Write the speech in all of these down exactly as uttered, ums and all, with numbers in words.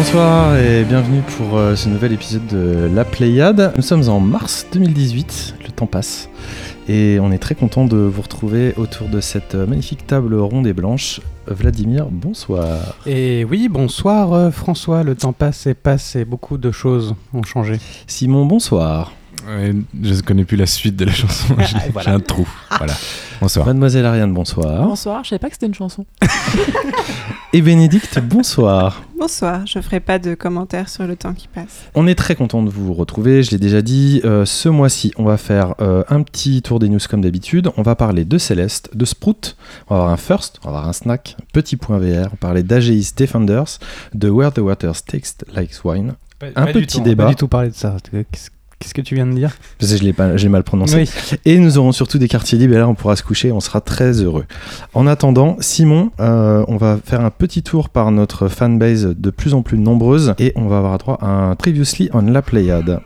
Bonsoir et bienvenue pour euh, ce nouvel épisode de La Pléiade. Nous sommes en mars deux mille dix-huit, le temps passe, et on est très content de vous retrouver autour de cette magnifique table ronde et blanche. Vladimir, bonsoir. Et oui, bonsoir euh, François, le temps passe et passe et beaucoup de choses ont changé. Simon, bonsoir. Ouais, je ne connais plus la suite de la chanson, j'ai, voilà. j'ai un trou. Voilà. Bonsoir. Mademoiselle Ariane, bonsoir. Bonsoir, je savais pas que c'était une chanson. Et Bénédicte, bonsoir. Bonsoir, je ferai pas de commentaires sur le temps qui passe. On est très content de vous retrouver, je l'ai déjà dit. Euh, ce mois-ci, on va faire euh, un petit tour des news comme d'habitude. On va parler de Céleste, de Sprout, on va avoir un first, on va avoir un snack, petit point V R, on va parler d'Ageis Defenders, de Where the Waters Tastes Like Wine. Pas, un pas petit tout, débat. On va pas du tout parler de ça. Qu'est-ce, qu'est-ce que tu viens de dire ? Parce que je l'ai pas, j'ai mal prononcé. Oui. Et nous aurons surtout des quartiers libres, et là on pourra se coucher, on sera très heureux. En attendant, Simon, euh, on va faire un petit tour par notre fanbase de plus en plus nombreuse, et on va avoir droit à un Previously on La Pléiade.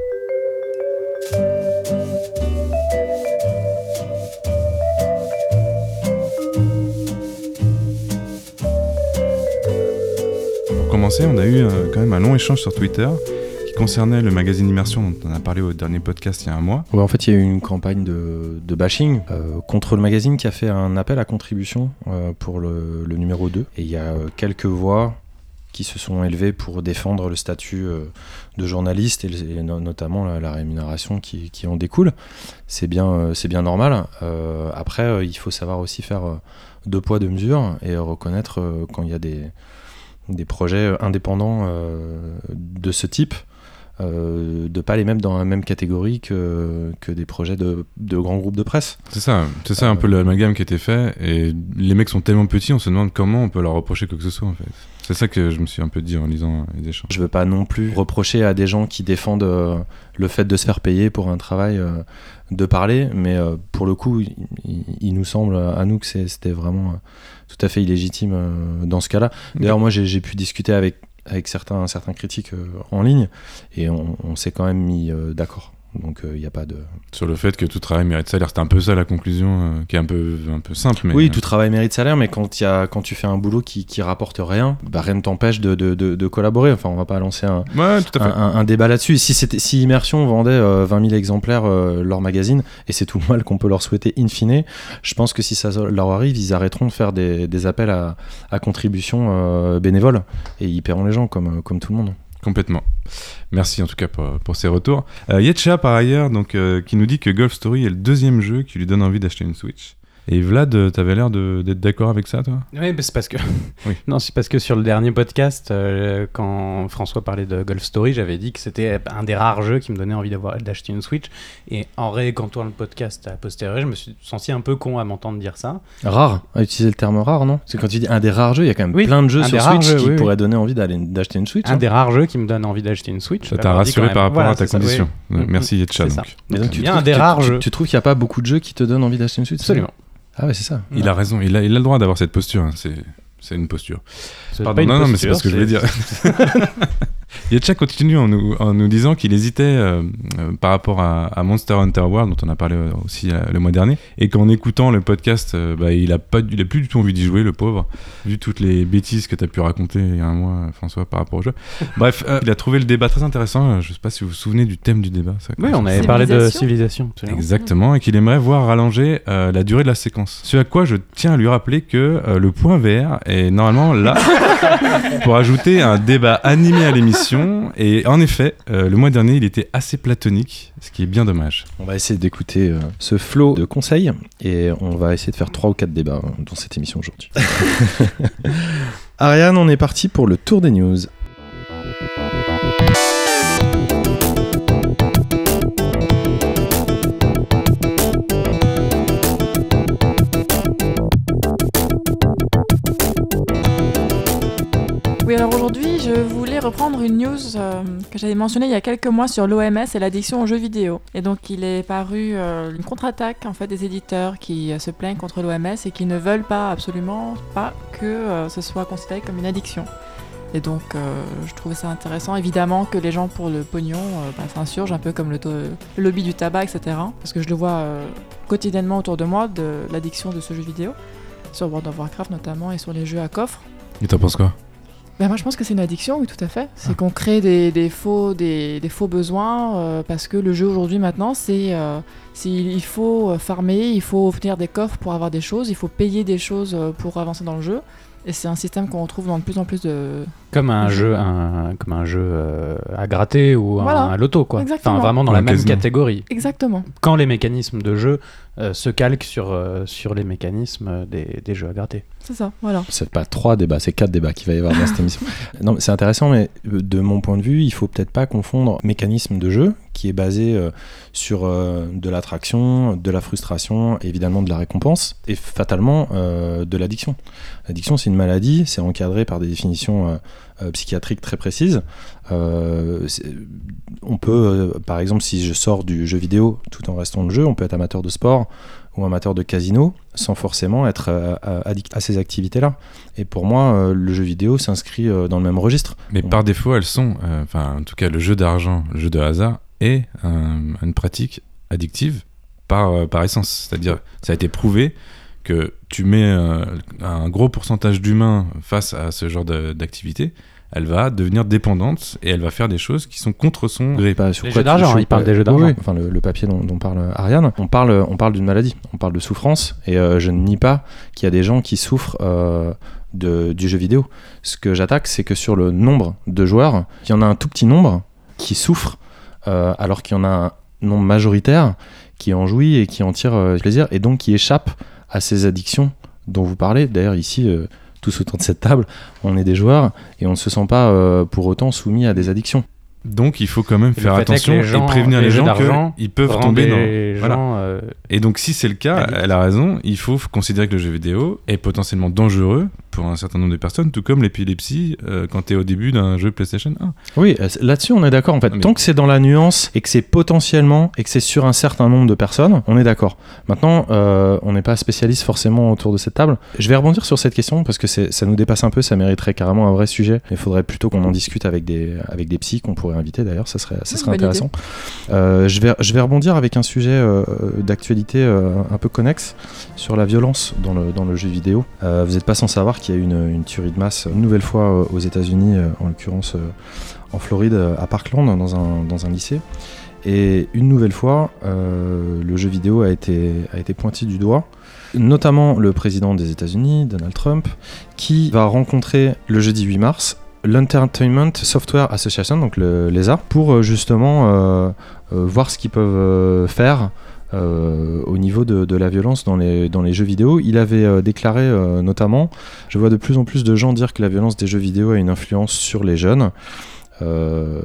Pour commencer, on a eu euh, quand même un long échange sur Twitter qui concernait le magazine Immersion dont on a parlé au dernier podcast il y a un mois. Ouais, en fait, il y a eu une campagne de, de bashing euh, contre le magazine qui a fait un appel à contribution euh, pour le, le numéro deux. Et il y a euh, quelques voix qui se sont élevées pour défendre le statut euh, de journaliste et, et no- notamment la, la rémunération qui, qui en découle. C'est bien, euh, c'est bien normal. Euh, après, euh, il faut savoir aussi faire euh, deux poids, deux mesures et reconnaître euh, quand il y a des, des projets indépendants euh, de ce type. Euh, de pas les mettre dans la même catégorie que, que des projets de, de grands groupes de presse. C'est ça, c'est ça Euh, un peu l'amalgame qui a été fait, et les mecs sont tellement petits, on se demande comment on peut leur reprocher quoi que ce soit en fait. C'est ça que je me suis un peu dit en lisant les échanges. Je veux pas non plus reprocher à des gens qui défendent euh, le fait de se faire payer pour un travail euh, de parler, mais euh, pour le coup, il, il, il nous semble à nous que c'est, c'était vraiment euh, tout à fait illégitime euh, dans ce cas-là. D'ailleurs, moi j'ai, j'ai pu discuter avec avec certains, certains critiques euh, en ligne, et on, on s'est quand même mis euh, d'accord. Donc il euh, n'y a pas de... Sur le fait que tout travail mérite salaire, c'était un peu ça la conclusion, euh, qui est un peu, un peu simple. Mais, Oui, euh, tout travail mérite salaire, mais quand, y a, quand tu fais un boulot qui, qui rapporte rien, bah, rien ne t'empêche de, de, de, de collaborer. Enfin, on va pas lancer un, Ouais, tout à fait. un, un, un débat là-dessus. Si, c'était, si Immersion vendait euh, vingt mille exemplaires euh, leur magazine, et c'est tout le mal qu'on peut leur souhaiter in fine, je pense que si ça leur arrive, ils arrêteront de faire des, des appels à, à contribution euh, bénévoles, et ils paieront les gens comme, comme tout le monde. Complètement. Merci en tout cas pour, pour ces retours. Euh, Yetcha par ailleurs, donc, euh, qui nous dit que Golf Story est le deuxième jeu qui lui donne envie d'acheter une Switch. Et Vlad, euh, t'avais l'air de, d'être d'accord avec ça, toi ? Oui, mais c'est parce que Oui. non, c'est parce que sur le dernier podcast, euh, quand François parlait de Golf Story, j'avais dit que c'était un des rares jeux qui me donnait envie d'avoir, d'acheter une Switch. Et en réécoutant le podcast à posteriori, je me suis senti un peu con à m'entendre dire ça. Rare, à utiliser le terme rare, non ? Parce que quand tu dis un des rares jeux, il y a quand même Oui, plein de jeux un sur des rares Switch jeux, qui oui, pourraient oui. donner envie d'aller, d'acheter une Switch. Un hein. des rares jeux qui me donne envie d'acheter une Switch. Ça t'a D'avoir dit rassuré quand même. par rapport Voilà, à ta c'est ça, condition. oui. Euh, Merci Yetcha. C'est ça. Donc. Mais donc, tu, Bien trouves, un des tu- rares tu- jeux. tu trouves qu'il n'y a pas beaucoup de jeux qui te donnent envie d'acheter une Switch ? Absolument. Ah ouais, c'est ça. Il a raison, il a, il a le droit d'avoir cette posture. Hein. C'est, c'est une posture. C'est Pardon, pas une non, non, mais c'est posture, pas ce que je voulais dire. Yetcha continue en nous, en nous disant qu'il hésitait euh, euh, par rapport à, à Monster Hunter World, dont on a parlé euh, aussi euh, le mois dernier, et qu'en écoutant le podcast, euh, bah, il, a pas, il a plus du tout envie d'y jouer, le pauvre, vu toutes les bêtises que tu as pu raconter il y a un mois, François, par rapport au jeu. Bref, euh, il a trouvé le débat très intéressant. Je sais pas si vous vous souvenez du thème du débat. Ça, Oui, on avait parlé de Civilisation. civilisation. absolument. Exactement, et qu'il aimerait voir rallonger euh, la durée de la séquence. Ce à quoi je tiens à lui rappeler que euh, le point V R est normalement là pour ajouter un débat animé à l'émission. Et en effet, euh, le mois dernier, il était assez platonique, ce qui est bien dommage. On va essayer d'écouter euh, ce flot de conseils et on va essayer de faire trois ou quatre débats euh, dans cette émission aujourd'hui. Ariane, on est parti pour le tour des news. Oui, alors aujourd'hui, je voulais reprendre une news euh, que j'avais mentionnée il y a quelques mois sur l'O M S et l'addiction aux jeux vidéo. Et donc, il est paru euh, une contre-attaque en fait des éditeurs qui euh, se plaignent contre l'O M S et qui ne veulent pas, absolument pas, que euh, ce soit considéré comme une addiction. Et donc, euh, je trouvais ça intéressant. Évidemment que les gens pour le pognon euh, bah, s'insurgent un peu comme le, to- le lobby du tabac, et cetera. Parce que je le vois euh, quotidiennement autour de moi, de l'addiction de ce jeu vidéo, sur World of Warcraft notamment et sur les jeux à coffre. Et t'en penses quoi ? Ben moi je pense que c'est une addiction, oui tout à fait. C'est ah. qu'on crée des, des, faux, des, des faux besoins euh, parce que le jeu aujourd'hui maintenant c'est, euh, c'est il faut farmer, il faut obtenir des coffres pour avoir des choses, il faut payer des choses pour avancer dans le jeu. Et c'est un système qu'on retrouve dans de plus en plus de... Comme un jeu, un, comme un jeu euh, à gratter ou voilà. un, un loto, quoi. Exactement. Enfin, vraiment dans ouais, la même quasiment. catégorie. Exactement. Quand les mécanismes de jeu euh, se calquent sur, euh, sur les mécanismes des, des jeux à gratter. C'est ça, voilà. C'est pas trois débats, c'est quatre débats qu'il va y avoir dans cette émission. Non, c'est intéressant, mais de mon point de vue, il faut peut-être pas confondre mécanisme de jeu, qui est basé euh, sur euh, de l'attraction, de la frustration, évidemment de la récompense, et fatalement euh, de l'addiction. L'addiction, c'est une maladie, c'est encadré par des définitions euh, euh, psychiatriques très précises. Euh, on peut, euh, par exemple, si je sors du jeu vidéo tout en restant dans le jeu, on peut être amateur de sport ou amateur de casino sans forcément être euh, addict à ces activités-là. Et pour moi, euh, le jeu vidéo s'inscrit euh, dans le même registre. Mais Donc, par défaut, elles sont, enfin, euh, en tout cas, le jeu d'argent, le jeu de hasard, est un, une pratique addictive par, euh, par essence. C'est-à-dire, ça a été prouvé que tu mets euh, un gros pourcentage d'humains face à ce genre de, d'activité, elle va devenir dépendante et elle va faire des choses qui sont contre son gré. Pas sur les quoi jeux d'argent, tu, il parle des jeux d'argent. Oui, enfin, le, le papier dont, dont parle Ariane, on parle, on parle d'une maladie, on parle de souffrance, et euh, je ne nie pas qu'il y a des gens qui souffrent euh, de, du jeu vidéo. Ce que j'attaque, c'est que sur le nombre de joueurs, il y en a un tout petit nombre qui souffrent, euh, alors qu'il y en a un nombre majoritaire qui en jouit et qui en tire euh, plaisir, et donc qui échappe à ces addictions dont vous parlez. D'ailleurs, ici... Euh, tous autour de cette table, on est des joueurs et on ne se sent pas euh, pour autant soumis à des addictions. Donc il faut quand même Le faire fait attention les gens, et prévenir les, les gens d'argent qu'ils peuvent tomber dans... Les Voilà. gens, euh... Et donc si c'est le cas, Addict. elle a raison, il faut considérer que le jeu vidéo est potentiellement dangereux pour un certain nombre de personnes, tout comme l'épilepsie euh, quand tu es au début d'un jeu PlayStation un. Oui, là-dessus on est d'accord en fait. Mais... Tant que c'est dans la nuance et que c'est potentiellement et que c'est sur un certain nombre de personnes, on est d'accord. Maintenant, euh, on n'est pas spécialiste forcément autour de cette table. Je vais rebondir sur cette question parce que c'est, ça nous dépasse un peu, ça mériterait carrément un vrai sujet. Il faudrait plutôt qu'on en discute avec des, avec des psys qu'on pourrait inviter d'ailleurs, ça serait, ça serait intéressant. Euh, je, vais, je vais rebondir avec un sujet euh, d'actualité euh, un peu connexe sur la violence dans le, dans le jeu vidéo. Euh, vous n'êtes pas sans savoir qu'il y a eu une, une tuerie de masse une nouvelle fois euh, aux États-Unis, euh, en l'occurrence euh, en Floride, euh, à Parkland, dans un, dans un lycée. Et une nouvelle fois, euh, le jeu vidéo a été, a été pointé du doigt, notamment le président des États-Unis, Donald Trump, qui va rencontrer le jeudi huit mars l'Entertainment Software Association, donc le, l'E S A, pour euh, justement euh, euh, voir ce qu'ils peuvent euh, faire Euh, au niveau de, de la violence dans les, dans les jeux vidéo. Il avait euh, déclaré euh, notamment, je vois de plus en plus de gens dire que la violence des jeux vidéo a une influence sur les jeunes. Euh,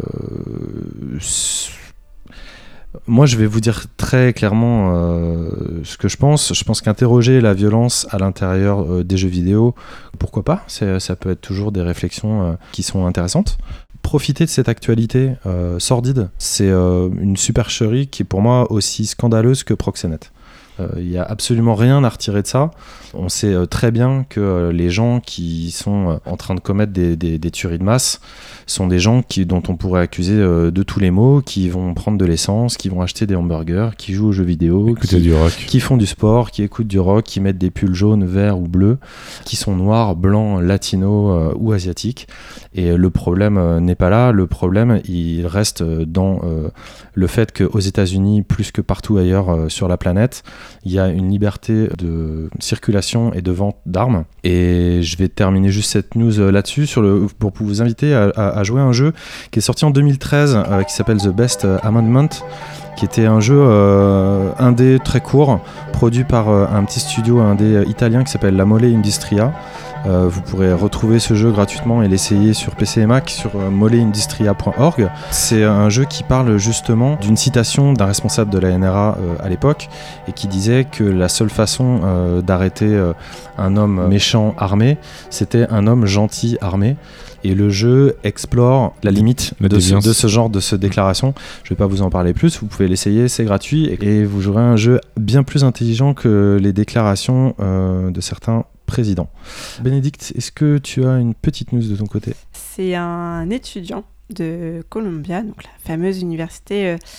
moi je vais vous dire très clairement euh, ce que je pense. Je pense qu'interroger la violence à l'intérieur euh, des jeux vidéo, pourquoi pas, c'est, ça peut être toujours des réflexions euh, qui sont intéressantes. Profiter de cette actualité euh, sordide, c'est euh, une supercherie qui est pour moi aussi scandaleuse que Proxénet. Il n'y a absolument rien à retirer de ça. On sait euh, très bien que euh, les gens qui sont euh, en train de commettre des, des, des tueries de masse sont des gens qui, dont on pourrait accuser euh, de tous les maux, qui vont prendre de l'essence, qui vont acheter des hamburgers, qui jouent aux jeux vidéo, Écouter qui, du rock. qui font du sport, qui écoutent du rock, qui mettent des pulls jaunes, verts ou bleus, qui sont noirs, blancs, latinos euh, ou asiatiques. Et le problème euh, n'est pas là. Le problème, il reste dans euh, le fait qu'aux États-Unis, plus que partout ailleurs euh, sur la planète, il y a une liberté de circulation et de vente d'armes. Et je vais terminer juste cette news euh, là-dessus sur le, pour, pour vous inviter à, à, à jouer à un jeu qui est sorti en deux mille treize euh, qui s'appelle The Best Amendment, qui était un jeu euh, indé très court, produit par euh, un petit studio indé italien qui s'appelle La Mole Industria. Euh, vous pourrez retrouver ce jeu gratuitement et l'essayer sur P C et Mac sur euh, moleindustria point org. C'est un jeu qui parle justement d'une citation d'un responsable de la N R A euh, à l'époque et qui disait que la seule façon euh, d'arrêter euh, un homme méchant armé, c'était un homme gentil armé. Et le jeu explore la limite de ce, de ce genre de ce déclaration. Je ne vais pas vous en parler plus, vous pouvez l'essayer, c'est gratuit et vous jouerez un jeu bien plus intelligent que les déclarations euh, de certains présidents. Bénédicte, est-ce que tu as une petite news de ton côté ? C'est un étudiant de Columbia, donc la fameuse université euh,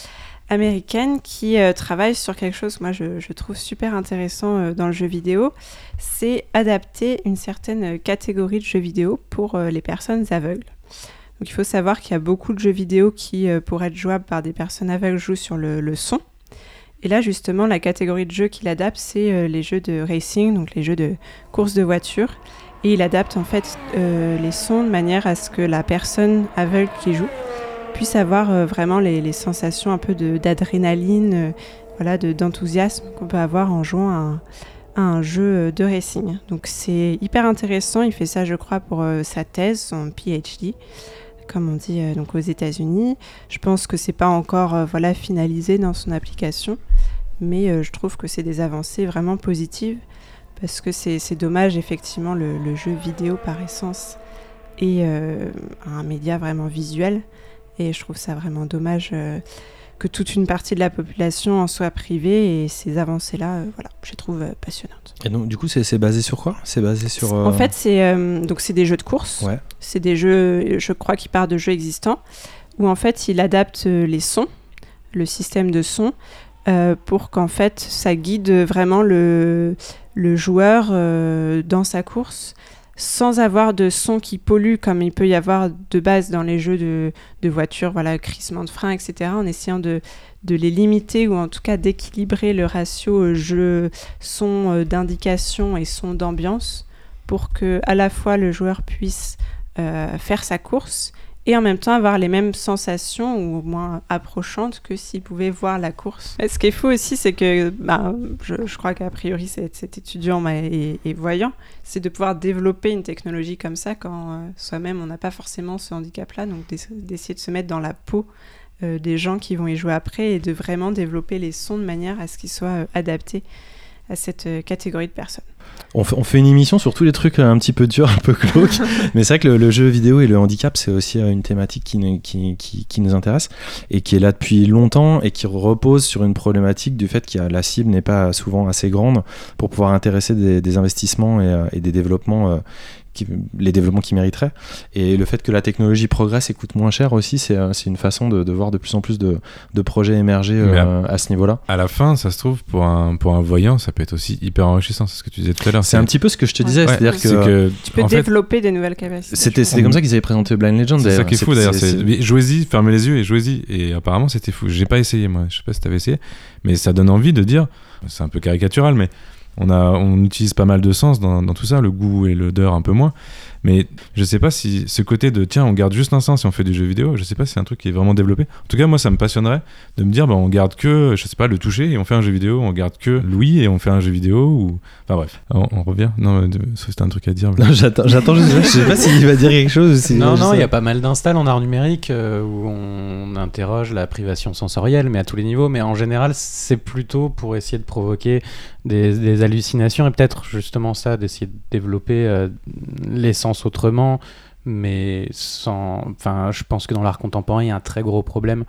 américaine qui euh, travaille sur quelque chose que moi je, je trouve super intéressant euh, dans le jeu vidéo, c'est adapter une certaine catégorie de jeux vidéo pour euh, les personnes aveugles. Donc il faut savoir qu'il y a beaucoup de jeux vidéo qui, euh, pour être jouables par des personnes aveugles, jouent sur le, le son. Et là justement, la catégorie de jeux qu'il adapte, c'est euh, les jeux de racing, donc les jeux de course de voiture. Et il adapte en fait euh, les sons de manière à ce que la personne aveugle qui joue puisse avoir euh, vraiment les, les sensations un peu de, d'adrénaline, euh, voilà, de, d'enthousiasme qu'on peut avoir en jouant à un, à un jeu de racing. Donc c'est hyper intéressant, il fait ça je crois pour euh, sa thèse, son P H D, comme on dit euh, donc aux États-Unis. Je pense que c'est pas encore euh, voilà, finalisé dans son application, mais euh, je trouve que c'est des avancées vraiment positives, parce que c'est, c'est dommage effectivement le, le jeu vidéo par essence est euh, un média vraiment visuel. Et je trouve ça vraiment dommage euh, que toute une partie de la population en soit privée. Et ces avancées-là, euh, voilà, je les trouve euh, passionnantes. Et donc, du coup, c'est, c'est basé sur quoi ? C'est basé sur... Euh... En fait, c'est, euh, donc, c'est des jeux de course. Ouais. C'est des jeux, je crois, qui partent de jeux existants, où en fait, il adapte les sons, le système de son, euh, pour qu'en fait, ça guide vraiment le, le joueur euh, dans sa course, sans avoir de son qui pollue comme il peut y avoir de base dans les jeux de, de voiture, voilà, crissement de frein, et cetera, en essayant de, de les limiter ou en tout cas d'équilibrer le ratio jeu, son euh, d'indication et son d'ambiance pour que à la fois le joueur puisse euh, faire sa course et en même temps avoir les mêmes sensations ou au moins approchantes que s'il pouvait voir la course. Et ce qui est fou aussi, c'est que bah, je, je crois qu'a priori cet, cet étudiant bah, est, est voyant, c'est de pouvoir développer une technologie comme ça quand euh, soi-même on n'a pas forcément ce handicap-là, donc d'essayer de se mettre dans la peau euh, des gens qui vont y jouer après et de vraiment développer les sons de manière à ce qu'ils soient euh, adaptés à cette euh, catégorie de personnes. On fait, on fait une émission sur tous les trucs un petit peu durs, un peu glauques, mais c'est vrai que le, le jeu vidéo et le handicap, c'est aussi une thématique qui, qui, qui, qui nous intéresse et qui est là depuis longtemps et qui repose sur une problématique du fait que la cible n'est pas souvent assez grande pour pouvoir intéresser des, des investissements et, et des développements euh, Qui, les développements qui mériteraient. Et le fait que la technologie progresse et coûte moins cher aussi, c'est, c'est une façon de, de voir de plus en plus de, de projets émerger euh, à, à ce niveau-là. À la fin, ça se trouve, pour un, pour un voyant, ça peut être aussi hyper enrichissant, c'est ce que tu disais tout à l'heure. C'est, c'est un petit peu ce que je te disais, ouais, c'est-à-dire c'est que, que... Tu peux développer fait, des nouvelles capacités. C'était, c'était comme ça qu'ils avaient présenté Blind Legend. C'est d'ailleurs. ça qui est fou c'est, d'ailleurs. c'est, c'est... c'est... Jouez-y, fermez les yeux et jouez-y. Et apparemment, c'était fou. J'ai pas essayé, moi. Je sais pas si t'avais essayé. Mais ça donne envie de dire, c'est un peu caricatural, mais on, a, on utilise pas mal de sens dans, dans tout ça, le goût et l'odeur un peu moins. Mais je sais pas si ce côté de tiens, on garde juste un sens si on fait du jeu vidéo, je sais pas si c'est un truc qui est vraiment développé. En tout cas, moi, ça me passionnerait de me dire, bah, on garde que, je sais pas, le toucher et on fait un jeu vidéo, on garde que l'ouïe et on fait un jeu vidéo. Ou... Enfin bref, on, on revient. Non, c'était un truc à dire. Non, j'attends, j'attends juste, je sais pas s'il va dire quelque chose. Si non, non, il y a pas mal d'installs en art numérique euh, où on interroge la privation sensorielle, mais à tous les niveaux. Mais en général, c'est plutôt pour essayer de provoquer des, des hallucinations et peut-être justement ça, d'essayer de développer euh, les sens autrement, mais sans... Enfin, je pense que dans l'art contemporain, il y a un très gros problème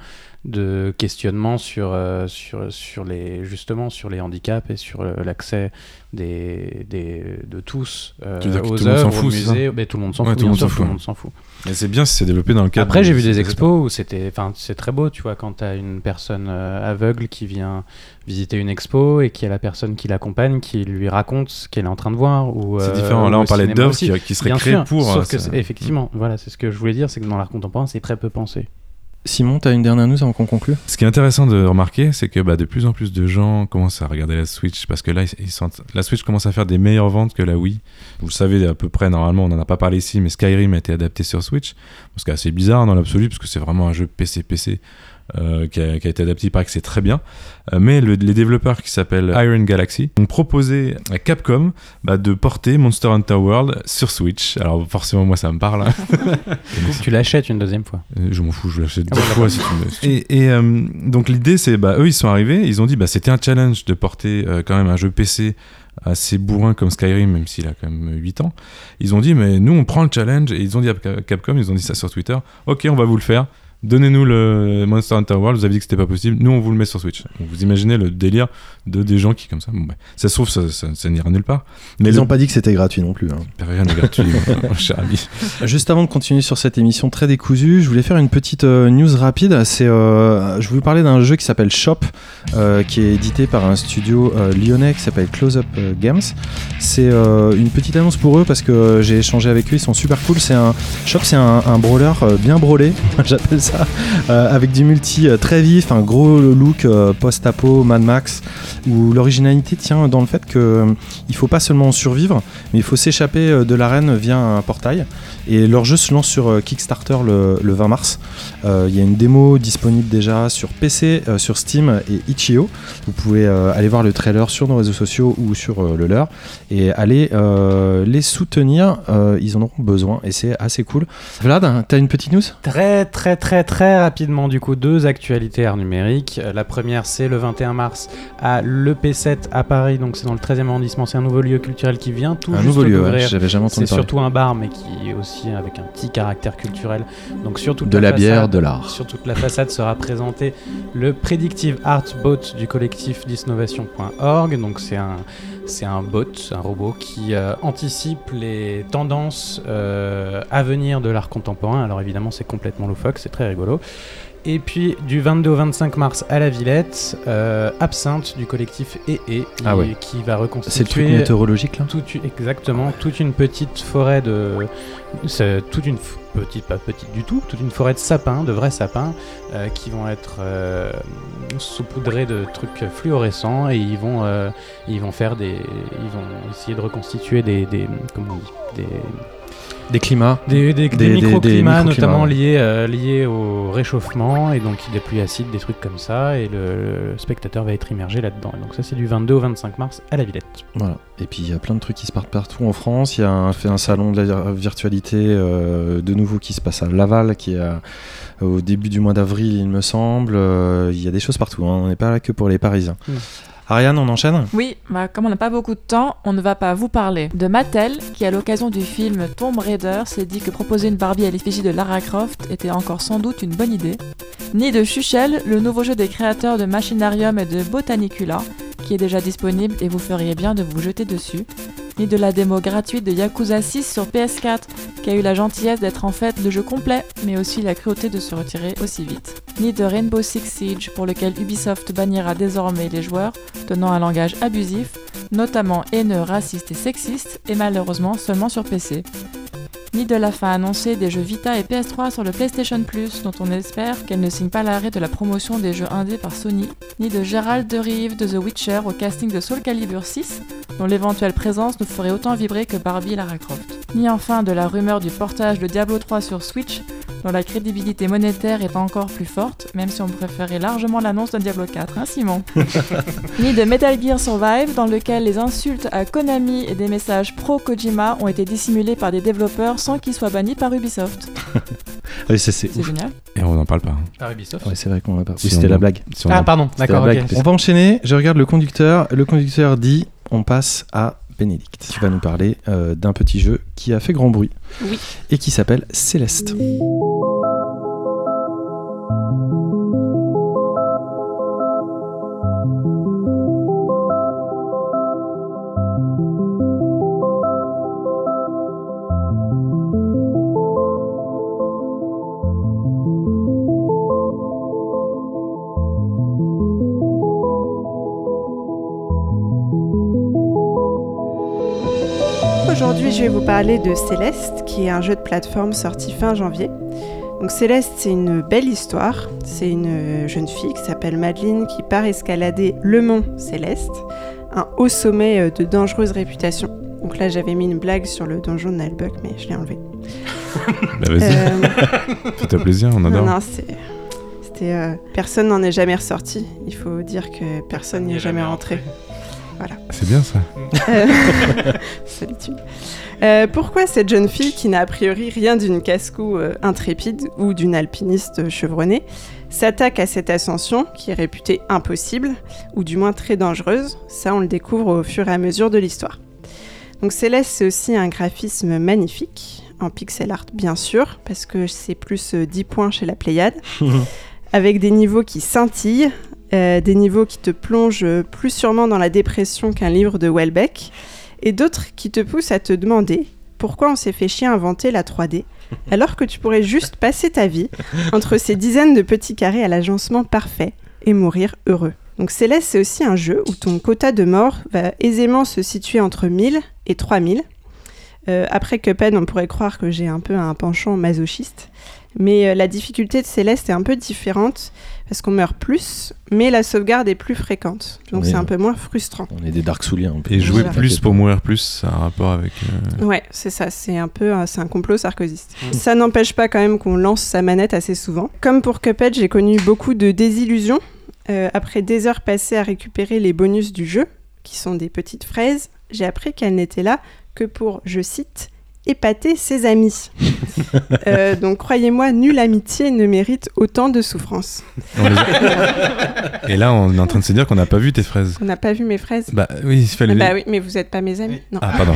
de questionnement sur, euh, sur, sur les, justement sur les handicaps et sur l'accès des, des, de tous euh, aux œuvres, aux musées. Mais tout le monde s'en ouais, fout, tout, bien sûr, sûr, tout le monde s'en fout. Mais c'est bien si c'est développé dans le cadre... Après, j'ai vu de... des expos où c'était... Enfin, c'est très beau, tu vois, quand tu as une personne euh, aveugle qui vient visiter une expo et qu'il y a la personne qui l'accompagne, qui lui raconte ce qu'elle est en train de voir. Ou, c'est euh, différent. Là, on parlait d'œuvres qui, qui seraient créées sûr, pour... Sauf euh, que, effectivement, voilà, c'est ce que je voulais dire, c'est que dans l'art contemporain, c'est très peu pensé. Simon, t'as une dernière news avant qu'on conclue ? Ce qui est intéressant de remarquer, c'est que bah, de plus en plus de gens commencent à regarder la Switch parce que là, ils, ils sentent... la Switch commence à faire des meilleures ventes que la Wii. Vous le savez à peu près, normalement, on n'en a pas parlé ici, mais Skyrim a été adapté sur Switch. Ce qui est assez bizarre dans l'absolu, parce que c'est vraiment un jeu P C P C euh, qui, a, qui a été adapté. Il paraît que c'est très bien. Euh, mais le, les développeurs qui s'appellent Iron Galaxy ont proposé à Capcom bah, de porter Monster Hunter World sur Switch. Alors forcément, moi, ça me parle. Tu l'achètes une deuxième fois. Euh, je m'en fous, je l'achète deux fois si tu me... Si tu... Et, et euh, donc l'idée, c'est, bah, eux, ils sont arrivés, ils ont dit, bah, c'était un challenge de porter euh, quand même un jeu P C assez bourrin comme Skyrim, même s'il a quand même huit ans. Ils ont dit, mais nous, on prend le challenge, et ils ont dit à Capcom, ils ont dit ça sur Twitter, ok, on va vous le faire, donnez-nous le Monster Hunter World, vous avez dit que c'était pas possible, nous on vous le met sur Switch. Donc vous imaginez le délire de des gens qui comme ça, bon, bah, ça se trouve ça, ça, ça n'ira nulle part. Mais ils le... n'ont pas dit que c'était gratuit non plus. Hein. Rien n'est gratuit, mon cher ami. Juste avant de continuer sur cette émission très décousue, je voulais faire une petite euh, news rapide. C'est, euh, je voulais vous parler d'un jeu qui s'appelle Shop, euh, qui est édité par un studio euh, lyonnais qui s'appelle Close Up euh, Games. C'est euh, une petite annonce pour eux parce que euh, j'ai échangé avec eux, ils sont super cool. C'est un Shop, c'est un, un brawler euh, bien brawlé, j'appelle ça, euh, avec du multi euh, très vif, un gros look euh, post-apo, Mad Max, où l'originalité tient dans le fait que euh, il faut pas seulement survivre, mais il faut s'échapper euh, de l'arène via un portail. Et leur jeu se lance sur euh, Kickstarter le, le vingt mars. Il euh, y a une démo disponible déjà sur P C, euh, sur Steam et itch point io. Vous pouvez euh, aller voir le trailer sur nos réseaux sociaux ou sur euh, le leur et aller euh, les soutenir. Euh, ils en auront besoin et c'est assez cool. Vlad, t'as une petite news ? Très très très très rapidement du coup, deux actualités art numérique. La première, c'est le vingt et un mars à l'E P sept à Paris, donc c'est dans le treizième arrondissement, c'est un nouveau lieu culturel qui vient tout un juste nouveau lieu, d'ouvrir. ouais, j'avais jamais entendu C'est parler. surtout un bar mais qui est aussi avec un petit caractère culturel. Donc sur toute De la façade, bière, de l'art. Sur toute la façade sera présenté le Predictive Art Bot du collectif disnovation point org. Donc c'est un C'est un bot, un robot qui euh, anticipe les tendances euh, à venir de l'art contemporain. Alors évidemment, c'est complètement loufoque, c'est très rigolo. Et puis du vingt-deux au vingt-cinq mars à la Villette, euh, Absinthe du collectif E E ah ouais. qui va reconstituer. C'est le truc météorologique là tout, Exactement, toute une petite forêt de. C'est toute une f- petite, pas petite du tout, toute une forêt de sapins, de vrais sapins, euh, qui vont être euh, saupoudrés de trucs fluorescents et ils vont, euh, ils vont faire des. Ils vont essayer de reconstituer des. des comment on dit des, Des climats. Des, des, des, des microclimats, des, des microclimats notamment ouais. liés, euh, liés au réchauffement, et donc des pluies acides, des trucs comme ça, et le, le spectateur va être immergé là-dedans. Et donc ça, c'est du vingt-deux au vingt-cinq mars à la Villette. Voilà. Et puis il y a plein de trucs qui se partent partout en France. Il y a un, fait un salon de la virtualité euh, de nouveau qui se passe à Laval, qui est à, au début du mois d'avril, il me semble. Euh, il y a des choses partout, hein. On n'est pas là que pour les Parisiens. Mmh. Ariane, on enchaîne ? Oui, bah, comme on n'a pas beaucoup de temps, on ne va pas vous parler de Mattel, qui à l'occasion du film Tomb Raider s'est dit que proposer une Barbie à l'effigie de Lara Croft était encore sans doute une bonne idée. Ni de Chuchel, le nouveau jeu des créateurs de Machinarium et de Botanicula, qui est déjà disponible et vous feriez bien de vous jeter dessus. Ni de la démo gratuite de Yakuza six sur P S quatre, qui a eu la gentillesse d'être en fait le jeu complet, mais aussi la cruauté de se retirer aussi vite. Ni de Rainbow Six Siege, pour lequel Ubisoft bannira désormais les joueurs tenant un langage abusif, notamment haineux, raciste et sexiste, et malheureusement seulement sur P C. Ni de la fin annoncée des jeux Vita et P S trois sur le PlayStation Plus, dont on espère qu'elle ne signe pas l'arrêt de la promotion des jeux indés par Sony, ni de Geralt de Rive de The Witcher au casting de Soul Calibur six, dont l'éventuelle présence nous ferait autant vibrer que Barbie et Lara Croft. Ni enfin de la rumeur du portage de Diablo trois sur Switch, dont la crédibilité monétaire est encore plus forte, même si on préférait largement l'annonce de Diablo quatre, hein Simon. Ni de Metal Gear Survive, dans lequel les insultes à Konami et des messages pro-Kojima ont été dissimulés par des développeurs sans qu'ils soient bannis par Ubisoft. Oui, ça, c'est c'est génial. Et on n'en parle pas. Hein. Par Ubisoft Ouais, c'est vrai qu'on n'a pas. Si Oui, c'était on... la blague. Si on Ah en... pardon, C'était d'accord, la blague. ok. On va enchaîner. Je regarde le conducteur. Le conducteur dit on passe à Bénédicte, qui va nous parler euh, d'un petit jeu qui a fait grand bruit Oui. et qui s'appelle Céleste. Aujourd'hui, je vais vous parler de Céleste, qui est un jeu de plateforme sorti fin janvier. Donc Céleste, c'est une belle histoire. C'est une jeune fille qui s'appelle Madeleine qui part escalader le mont Céleste, un haut sommet de dangereuse réputation. Donc là, j'avais mis une blague sur le donjon de Nullbuck, mais je l'ai enlevé. Bah vas-y, euh... fais-toi plaisir, on adore. Non, non, c'est... C'était, euh... personne n'en est jamais ressorti. Il faut dire que personne n'y est jamais rentré. rentré. Voilà. C'est bien ça. Euh... Solitude. Euh, pourquoi cette jeune fille, qui n'a a priori rien d'une casse-cou euh, intrépide ou d'une alpiniste chevronnée, s'attaque à cette ascension qui est réputée impossible, ou du moins très dangereuse? Ça, on le découvre au fur et à mesure de l'histoire. Donc Céleste, c'est aussi un graphisme magnifique. en pixel art bien sûr, parce que c'est plus euh, dix points chez la Pléiade, avec des niveaux qui scintillent, euh, des niveaux qui te plongent plus sûrement dans la dépression qu'un livre de Houellebecq, et d'autres qui te poussent à te demander pourquoi on s'est fait chier à inventer la trois D, alors que tu pourrais juste passer ta vie entre ces dizaines de petits carrés à l'agencement parfait et mourir heureux. Donc Céleste, c'est aussi un jeu où ton quota de mort va aisément se situer entre mille et trois mille. Euh, après Cuphead, on pourrait croire que j'ai un peu un penchant masochiste, mais euh, la difficulté de Céleste est un peu différente parce qu'on meurt plus, mais la sauvegarde est plus fréquente, donc Oui, c'est un ouais. peu moins frustrant. On est des Dark Souliers un peu. Et jouer Voilà. plus pour mourir plus, ça a un rapport avec. euh, Ouais, c'est ça, c'est un peu euh, c'est un complot sarkozyste. Mmh. Ça n'empêche pas quand même qu'on lance sa manette assez souvent. Comme pour Cuphead, j'ai connu beaucoup de désillusions euh, après des heures passées à récupérer les bonus du jeu, qui sont des petites fraises. J'ai appris qu'elles n'étaient là que pour, je cite, épater ses amis. euh, donc croyez-moi, nulle amitié ne mérite autant de souffrance. on les a- Et là, on est en train de se dire qu'on n'a pas vu tes fraises. On n'a pas vu mes fraises. Bah oui, il fallait. Ah bah oui, mais vous n'êtes pas mes amis. Non. Ah, pardon.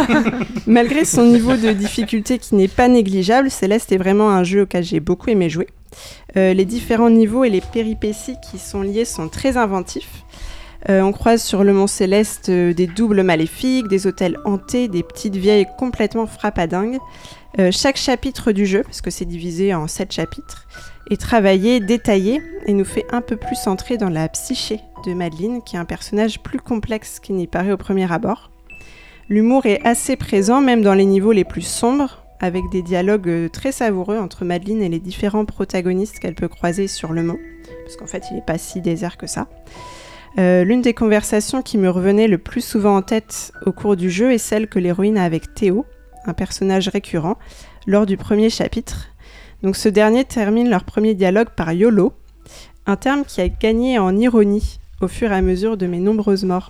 Malgré son niveau de difficulté qui n'est pas négligeable, Céleste est vraiment un jeu auquel j'ai beaucoup aimé jouer. Euh, les différents niveaux et les péripéties qui sont liés sont très inventifs. Euh, on croise sur le mont Céleste euh, des doubles maléfiques, des hôtels hantés, des petites vieilles complètement frappadingues. Euh, chaque chapitre du jeu, parce que c'est divisé en sept chapitres, est travaillé, détaillé et nous fait un peu plus entrer dans la psyché de Madeleine, qui est un personnage plus complexe qu'il n'y paraît au premier abord. L'humour est assez présent, même dans les niveaux les plus sombres, avec des dialogues euh, très savoureux entre Madeleine et les différents protagonistes qu'elle peut croiser sur le mont, parce qu'en fait il n'est pas si désert que ça. Euh, l'une des conversations qui me revenait le plus souvent en tête au cours du jeu est celle que l'héroïne a avec Théo, un personnage récurrent, lors du premier chapitre. Donc ce dernier termine leur premier dialogue par YOLO, un terme qui a gagné en ironie au fur et à mesure de mes nombreuses morts.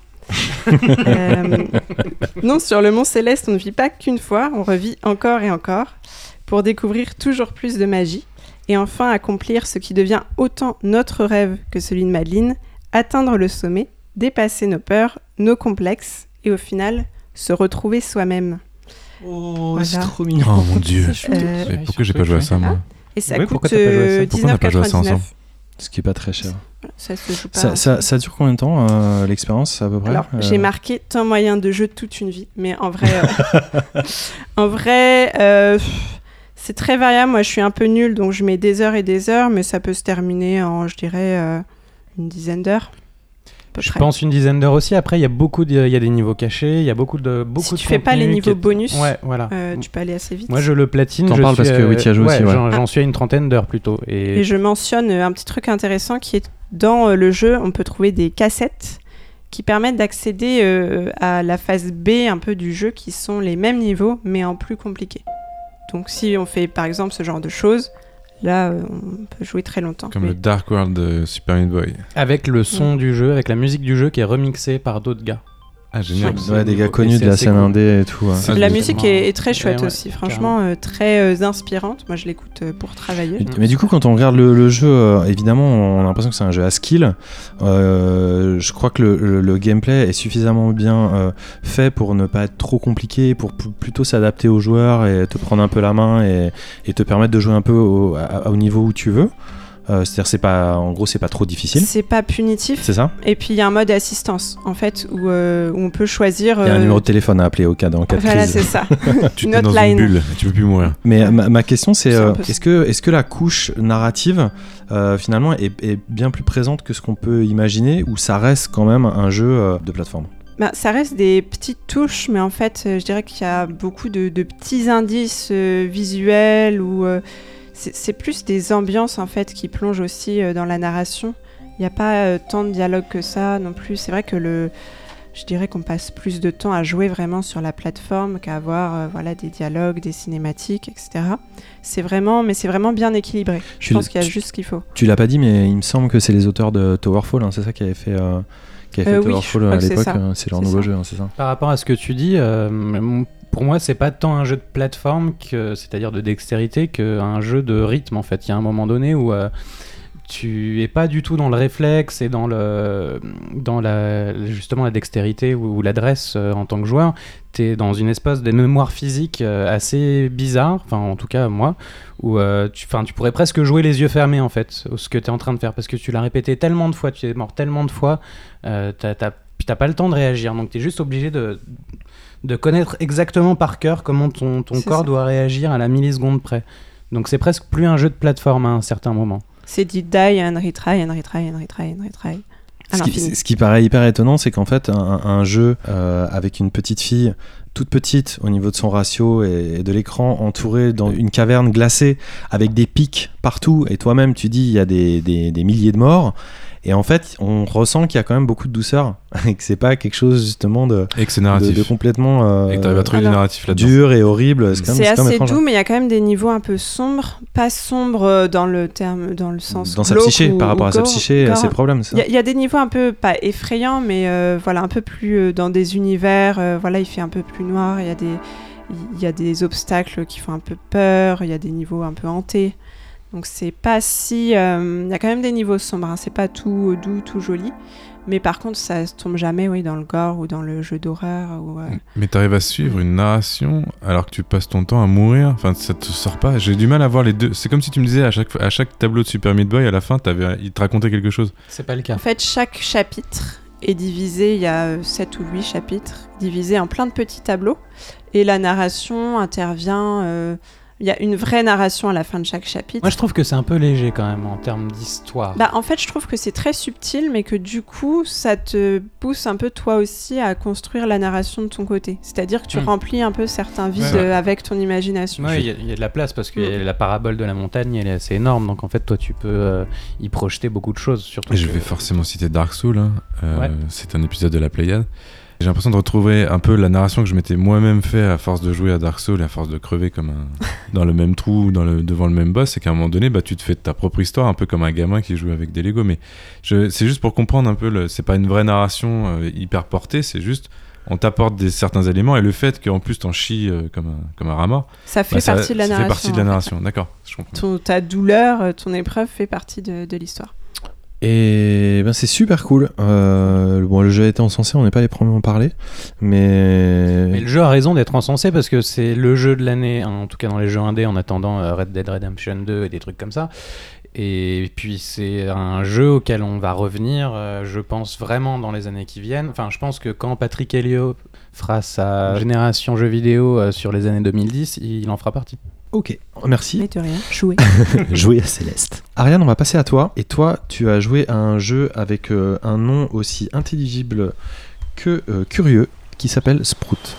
euh, non, sur le Mont Céleste, on ne vit pas qu'une fois, on revit encore et encore pour découvrir toujours plus de magie et enfin accomplir ce qui devient autant notre rêve que celui de Madeleine, atteindre le sommet, dépasser nos peurs, nos complexes et au final se retrouver soi-même. Oh, Voilà. c'est trop mignon. Oh mon dieu. Euh, Mais pourquoi j'ai pas joué à ça, moi? Et ça Oui, coûte pourquoi t'as pas joué à ça euh, Pourquoi on n'a pas joué à ça ensemble? dix-neuf Ce qui est pas très cher. Ça se joue pas. Ça, hein. ça, ça dure combien de temps euh, l'expérience à peu près? Alors, Euh, j'ai marqué temps moyen de jeu toute une vie, mais en vrai, euh, en vrai, euh, c'est très variable. Moi, je suis un peu nulle, donc je mets des heures et des heures, mais ça peut se terminer en, je dirais, euh, une dizaine d'heures. à peu Je près. pense une dizaine d'heures aussi. Après, il y a beaucoup de, il y a des niveaux cachés, il y a beaucoup de, beaucoup Si de tu fais pas contenu les qui niveaux est- bonus, Ouais, voilà. euh, tu peux aller assez vite. Moi, je le platine. T'en je parles suis, parce que oui, tu y as joué aussi, ouais. J'en, j'en suis à une trentaine d'heures plutôt. Et, Et je mentionne euh, un petit truc intéressant qui est dans euh, le jeu, on peut trouver des cassettes qui permettent d'accéder euh, à la phase B un peu du jeu, qui sont les mêmes niveaux mais en plus compliqué. Donc si on fait par exemple ce genre de choses, là euh, on peut jouer très longtemps. Comme Mais- le Dark World de Super Meat Boy. avec le son du jeu, avec la musique du jeu qui est remixée par d'autres gars. Ah, génial. Ouais. Ouais, des gars Et connus c'est de la assez scène cool. indé et tout. ouais. C'est- La Ah, musique tellement- est, est très chouette Ouais, aussi, franchement euh, très euh, inspirante. Moi je l'écoute euh, pour travailler. Mais, mais du coup, quand on regarde le, le jeu, euh, évidemment, on a l'impression que c'est un jeu à skill. Euh, je crois que le, le- le gameplay est suffisamment bien euh, fait pour ne pas être trop compliqué, pour p- plutôt s'adapter aux joueurs et te prendre un peu la main et, et te permettre de jouer un peu au, à- au niveau où tu veux. Euh, c'est-à-dire, c'est pas, en gros, c'est pas trop difficile. C'est pas punitif. C'est ça? Et puis il y a un mode assistance en fait où, euh, où on peut choisir. Il y a un euh, numéro de téléphone à appeler au cas, en cas de Voilà, crise. c'est ça. Tu Une es dans une hotline. bulle, tu peux plus mourir. Mais ma, ma question c'est, C'est un euh, peu ça. est-ce que, est-ce que la couche narrative euh, finalement est, est bien plus présente que ce qu'on peut imaginer, ou ça reste quand même un jeu euh, de plateforme? Bah, ça reste des petites touches, mais en fait, euh, je dirais qu'il y a beaucoup de, de petits indices euh, visuels ou euh, c'est, c'est plus des ambiances en fait qui plongent aussi euh, dans la narration. Il n'y a pas euh, tant de dialogue que ça non plus. C'est vrai que le, je dirais qu'on passe plus de temps à jouer vraiment sur la plateforme qu'à avoir euh, voilà des dialogues, des cinématiques, et cetera. C'est vraiment, mais c'est vraiment bien équilibré. Je Tu- pense qu'il y a tu- juste ce qu'il faut. Tu l'as pas dit, mais il me semble que c'est les auteurs de Towerfall, hein, c'est ça qui avait fait, euh, qui avait fait Euh, oui, Towerfall je crois à que c'est l'époque. ça. euh, C'est leur C'est nouveau ça. jeu, hein, c'est ça? Par rapport à ce que tu dis, euh, m- pour moi, c'est pas tant un jeu de plateforme, que, c'est-à-dire de dextérité, qu'un jeu de rythme en fait. Il y a un moment donné où euh, tu es pas du tout dans le réflexe et dans le dans la justement la dextérité ou, ou l'adresse euh, en tant que joueur. T'es dans une espèce de mémoire physique euh, assez bizarre, enfin en tout cas moi, où euh, tu, tu pourrais presque jouer les yeux fermés en fait, ce que tu es en train de faire, parce que tu l'as répété tellement de fois, tu es mort tellement de fois, euh, t'as, t'as, puis t'as pas le temps de réagir, donc tu es juste obligé de, de connaître exactement par cœur comment ton, ton corps ça. doit réagir à la milliseconde près. Donc c'est presque plus un jeu de plateforme à un certain moment. C'est du die and retry and retry and retry and retry. Ce qui, ce qui paraît hyper étonnant, c'est qu'en fait, un, un jeu euh, avec une petite fille toute petite au niveau de son ratio et, et de l'écran, entourée dans une caverne glacée avec des pics partout, et toi-même tu dis il y a des, des, des milliers de morts, et en fait on ressent qu'il y a quand même beaucoup de douceur et que c'est pas quelque chose justement de, et que c'est narratif. de, de complètement euh, et que t'arrives à trouver du narratif là-dedans. Dur et horrible. C'est, quand même, c'est, c'est assez quand même doux, mais il y a quand même des niveaux un peu sombres, pas sombres dans le terme, dans le sens dans sa psyché, ou, par rapport ou à sa psyché, à ses problèmes. Il y, y a des niveaux un peu pas effrayants, mais euh, voilà un peu plus euh, dans des univers. Euh, voilà, il fait un peu plus noir. Il y a des il y a des obstacles qui font un peu peur. Il y a des niveaux un peu hantés. Donc c'est pas si... Il euh, y a quand même des niveaux sombres, hein. C'est pas tout doux, tout joli. Mais par contre, ça se tombe jamais oui, dans le gore ou dans le jeu d'horreur. Ou, euh... Mais t'arrives à suivre une narration alors que tu passes ton temps à mourir. Enfin, ça te sort pas. J'ai du mal à voir les deux. C'est comme si tu me disais à chaque, à chaque tableau de Super Meat Boy, à la fin, t'avais, il te racontait quelque chose. C'est pas le cas. En fait, chaque chapitre est divisé, il y a sept ou huit chapitres, divisés en plein de petits tableaux. Et la narration intervient... Euh, Il y a une vraie narration à la fin de chaque chapitre. Moi, je trouve que c'est un peu léger quand même en termes d'histoire. Bah, en fait, je trouve que c'est très subtil, mais que du coup, ça te pousse un peu toi aussi à construire la narration de ton côté. C'est-à-dire que tu mmh. remplis un peu certains vides ouais, ouais. avec ton imagination. Oui, il y, y a de la place parce que mmh. la parabole de la montagne, elle est assez énorme. Donc en fait, toi, tu peux euh, y projeter beaucoup de choses. Surtout Et je que... vais forcément citer Dark Souls. Hein. Euh, ouais. C'est un épisode de la Pléiade. J'ai l'impression de retrouver un peu la narration que je m'étais moi-même fait à force de jouer à Dark Souls et à force de crever comme un... dans le même trou dans le... devant le même boss. C'est qu'à un moment donné, bah, tu te fais ta propre histoire, un peu comme un gamin qui joue avec des Lego. Mais je... c'est juste pour comprendre un peu, le... c'est pas une vraie narration euh, hyper portée, c'est juste on t'apporte des... certains éléments et le fait qu'en plus t'en chies euh, comme, un... comme un rat mort. Ça fait bah, partie ça... de la ça narration. fait partie de la narration, d'accord, je comprends. Ton... Ta douleur, ton épreuve fait partie de, de l'histoire. Et ben c'est super cool. Euh, bon, le jeu a été encensé, on n'est pas les premiers à en parler, mais... mais le jeu a raison d'être encensé parce que c'est le jeu de l'année, hein, en tout cas dans les jeux indés, en attendant euh, Red Dead Redemption deux et des trucs comme ça. Et puis c'est un jeu auquel on va revenir, euh, je pense vraiment dans les années qui viennent. Enfin, je pense que quand Patrick Helio fera sa génération jeux vidéo euh, sur les années deux mille dix, il en fera partie. Ok, merci. Mais de rien, jouer. Jouer à Céleste. Ariane, on va passer à toi. Et toi, tu as joué à un jeu avec euh, un nom aussi intelligible que euh, curieux, qui s'appelle Sprout.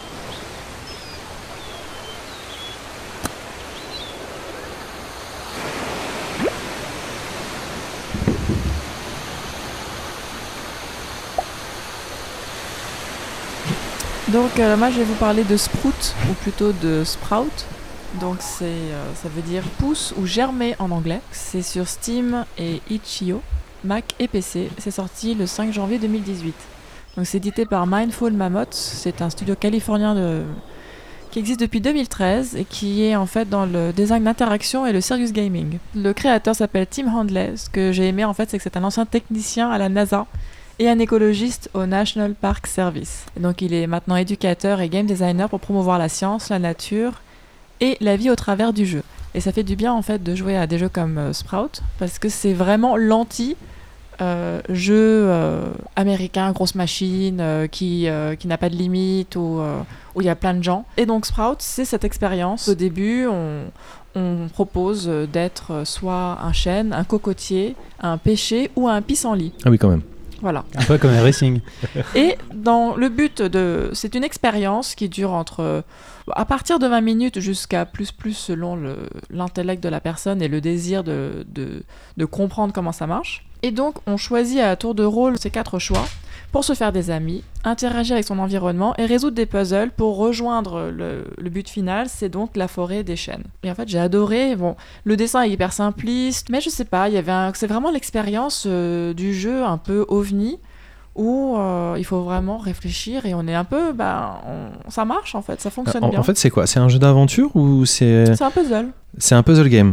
Donc euh, moi je vais vous parler de Sprout, ou plutôt de Sprout. Donc c'est, euh, ça veut dire pousse ou germer en anglais. C'est sur Steam et itch point io, Mac et P C. C'est sorti le cinq janvier deux mille dix-huit. Donc c'est édité par Mindful Mammoth. C'est un studio californien de... qui existe depuis deux mille treize et qui est en fait dans le design d'interaction et le serious gaming. Le créateur s'appelle Tim Handley. Ce que j'ai aimé en fait, c'est que c'est un ancien technicien à la NASA et un écologiste au National Park Service. Et donc il est maintenant éducateur et game designer pour promouvoir la science, la nature et la vie au travers du jeu. Et ça fait du bien en fait de jouer à des jeux comme euh, Sprout parce que c'est vraiment l'anti euh, jeu euh, américain, grosse machine euh, qui, euh, qui n'a pas de limite ou euh, où il y a plein de gens. Et donc Sprout, c'est cette expérience. Au début, on, on propose d'être soit un chêne, un cocotier, un pêcher ou un pissenlit. Ah oui, quand même. Voilà. Un peu comme un racing. Et dans le but de... C'est une expérience qui dure entre... À partir de vingt minutes jusqu'à plus plus selon le, l'intellect de la personne et le désir de, de, de comprendre comment ça marche. Et donc, on choisit à tour de rôle ces quatre choix pour se faire des amis, interagir avec son environnement et résoudre des puzzles pour rejoindre le, le but final, c'est donc la forêt des chênes. Et en fait, j'ai adoré. Bon, le dessin est hyper simpliste, mais je sais pas, il y avait un, c'est vraiment l'expérience euh, du jeu un peu ovni où euh, il faut vraiment réfléchir et on est un peu, bah, on, ça marche en fait, ça fonctionne en, bien. En fait, c'est quoi ? C'est un jeu d'aventure ou c'est... C'est un puzzle. C'est un puzzle game. C'est ça.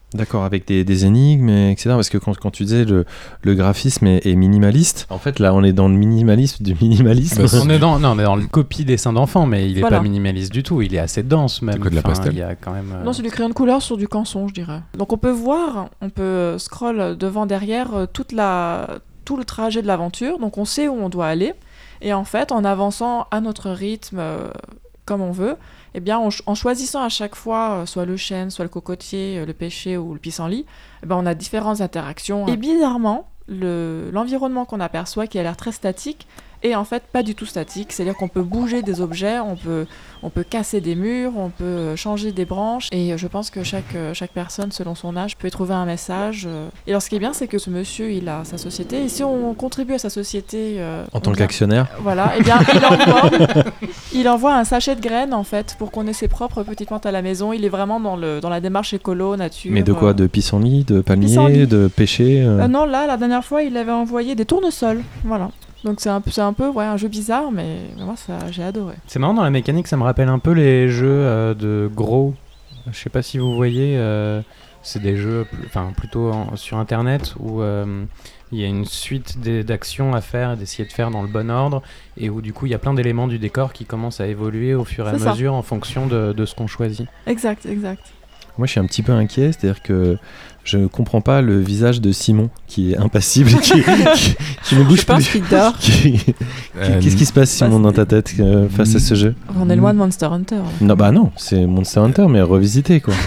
D'accord, avec des, des énigmes, et etc. Parce que quand, quand tu disais le, le graphisme est, est minimaliste, en fait là on est dans le minimalisme du minimalisme. Bah, on est dans, non, on est dans le copie dessin d'enfant, mais il est Voilà. pas minimaliste du tout. Il est assez dense même. C'est que de la Enfin, pastel. il y a quand même. euh, Non, c'est du crayon de couleur sur du canson, je dirais. Donc on peut voir, on peut scroll devant, derrière, euh, toute la, tout le trajet de l'aventure. Donc on sait où on doit aller. Et en fait, en avançant à notre rythme, euh, comme on veut, eh bien, en, ch- en choisissant à chaque fois, euh, soit le chêne, soit le cocotier, euh, le pêcher ou le pissenlit, eh ben, on a différentes interactions. Et bizarrement, le, l'environnement qu'on aperçoit, qui a l'air très statique, est en fait pas du tout statique. C'est-à-dire qu'on peut bouger des objets, on peut, on peut casser des murs, on peut changer des branches. Et je pense que chaque, chaque personne, selon son âge, peut y trouver un message. Et alors, ce qui est bien, c'est que ce monsieur, il a sa société. Et si on contribue à sa société... euh, En tant on vient- qu'actionnaire. Voilà, et bien il envoie, il envoie un sachet de graines en fait pour qu'on ait ses propres petites plantes à la maison. Il est vraiment dans, le, dans la démarche écolo, nature. Mais de quoi? euh. De pissenlit, de palmier, Pissenlit. de pêcher euh, Euh, non, là, la dernière fois, il avait envoyé des tournesols. Voilà. Donc c'est un, peu- c'est un peu ouais, un jeu bizarre, mais moi ça, j'ai adoré. C'est marrant dans la mécanique, ça me rappelle un peu les jeux euh, de gros. Je sais pas si vous voyez, euh, c'est des jeux, pl- enfin plutôt en- sur internet où euh, il y a une suite des- d'actions à faire, et d'essayer de faire dans le bon ordre, et où du coup il y a plein d'éléments du décor qui commencent à évoluer au fur et à C'est ça. mesure en fonction de, de ce qu'on choisit. Exact, exact. Moi, je suis un petit peu inquiet, c'est-à-dire que je comprends pas le visage de Simon qui est impassible, qui, qui, qui ne bouge Je pense plus. qu'il dort. Qui- Euh, Qu'est-ce qui se passe, Simon, dans ta tête euh, face à ce jeu? On est loin de Monster Hunter. là. Non, bah non, c'est Monster Hunter, mais revisité quoi.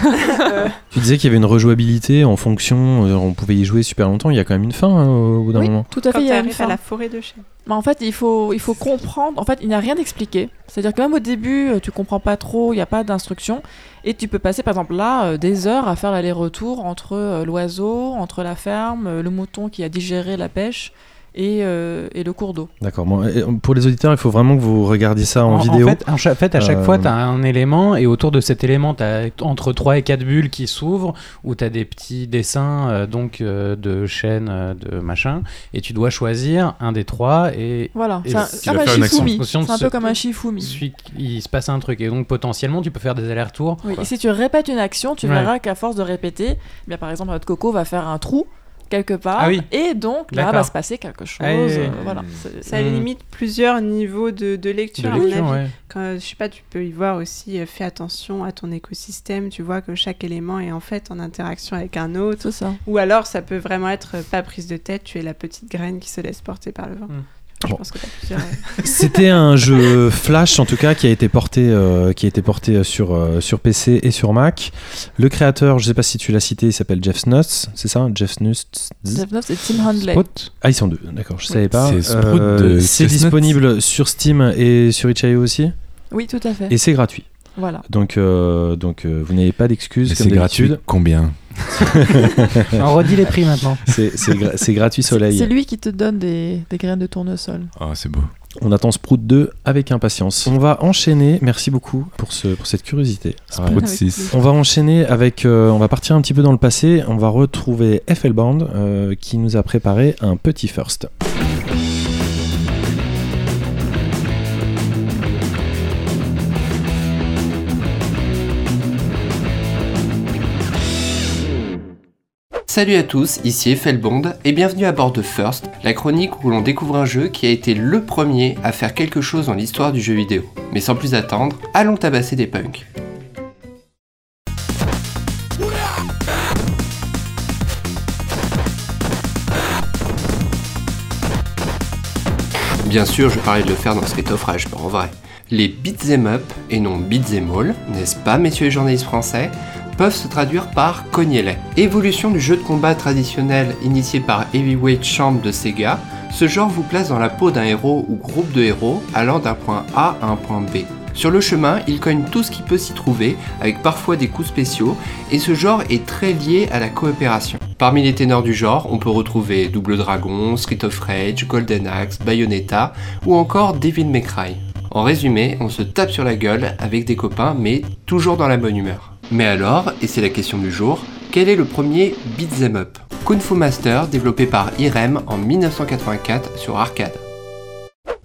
Tu disais qu'il y avait une rejouabilité en fonction, euh, on pouvait y jouer super longtemps, il y a quand même une fin hein, au bout d'un Oui, moment. tout à fait, Quand il y tu a une arrives fin. à la forêt de chêne. Mais en fait, il faut, il faut comprendre. En fait, il n'y a rien d'expliqué. C'est-à-dire que même au début, euh, tu comprends pas trop, il n'y a pas d'instruction. Et tu peux passer, par exemple, là, euh, des heures à faire l'aller-retour entre euh, l'oiseau, entre la ferme, euh, le mouton qui a digéré la pêche et, euh, et le cours d'eau. D'accord, bon, et, euh, pour les auditeurs, il faut vraiment que vous regardiez ça en, En, vidéo. en fait, en cha- fait, à chaque Euh, fois, tu as un élément, et autour de cet élément, tu as entre trois et quatre bulles qui s'ouvrent, où tu as des petits dessins euh, donc, euh, de chaînes, euh, de machin, et tu dois choisir un des trois, et Voilà, Et c'est un, qui comme va un faire une action en Shifumi. fonction de C'est un ce- peu comme un Shifumi. celui qui- il se passe un truc. Et donc, potentiellement, tu peux faire des allers-retours. Oui, quoi. et si tu répètes une action, tu Ouais. verras qu'à force de répéter, eh bien, par exemple, notre coco va faire un trou quelque part, Ah oui. et donc là D'accord. va se passer quelque chose. Ah oui, oui. euh, voilà. C'est- Ça limite plusieurs niveaux de, de lecture, De à mon lecture, avis. ouais. Quand, je sais pas, tu peux y voir aussi, euh, fais attention à ton écosystème, tu vois que chaque élément est en fait en interaction avec un autre. C'est ça. Ou alors ça peut vraiment être euh, pas prise de tête, tu es la petite graine qui se laisse porter par le vent. Mm. Je Bon. pense que t'as plusieurs... euh, C'était un jeu Flash en tout cas qui a été porté, euh, qui a été porté sur, euh, sur P C et sur Mac. Le créateur, je sais pas si tu l'as cité, il s'appelle Jeff Snuts, c'est ça? Jeff Snuts. Jeff Knopf, c'est Tim Handley. Sprout. Ah, ils sont deux, d'accord, je savais pas. C'est Sprout de c'est Chestnut. disponible sur Steam et sur itch point i o aussi, Oui, tout à fait. et c'est gratuit. Voilà. Donc, euh, donc euh, vous n'avez pas d'excuses Mais comme c'est gratuit. d'habitude. Combien? On redit les prix maintenant. C'est c'est gra- c'est gratuit soleil. C'est lui qui te donne des, des graines de tournesol. Oh, c'est beau. On attend Sprout deux avec impatience. On va enchaîner, merci beaucoup pour, ce, pour cette curiosité. Sprout Avec six. On va enchaîner avec, euh, on va partir un petit peu dans le passé, on va retrouver F L Band euh, qui nous a préparé un petit first. Salut à tous, ici F L Bond et bienvenue à bord de First, la chronique où l'on découvre un jeu qui a été le premier à faire quelque chose dans l'histoire du jeu vidéo. Mais sans plus attendre, allons tabasser des punks. Bien sûr, je parlais de le faire dans Street of Rage, pas en vrai. Les beat'em up, et non beat'em all, n'est-ce pas messieurs les journalistes français, peuvent se traduire par cognez-les. Évolution du jeu de combat traditionnel initié par Heavyweight Champ de Sega, ce genre vous place dans la peau d'un héros ou groupe de héros allant d'un point A à un point B. Sur le chemin, il cogne tout ce qui peut s'y trouver, avec parfois des coups spéciaux, et ce genre est très lié à la coopération. Parmi les ténors du genre, on peut retrouver Double Dragon, Street of Rage, Golden Axe, Bayonetta, ou encore Devil May Cry. En résumé, on se tape sur la gueule avec des copains, mais toujours dans la bonne humeur. Mais alors, et c'est la question du jour, quel est le premier beat'em up? Kung Fu Master, développé par Irem en mille neuf cent quatre-vingt-quatre sur arcade.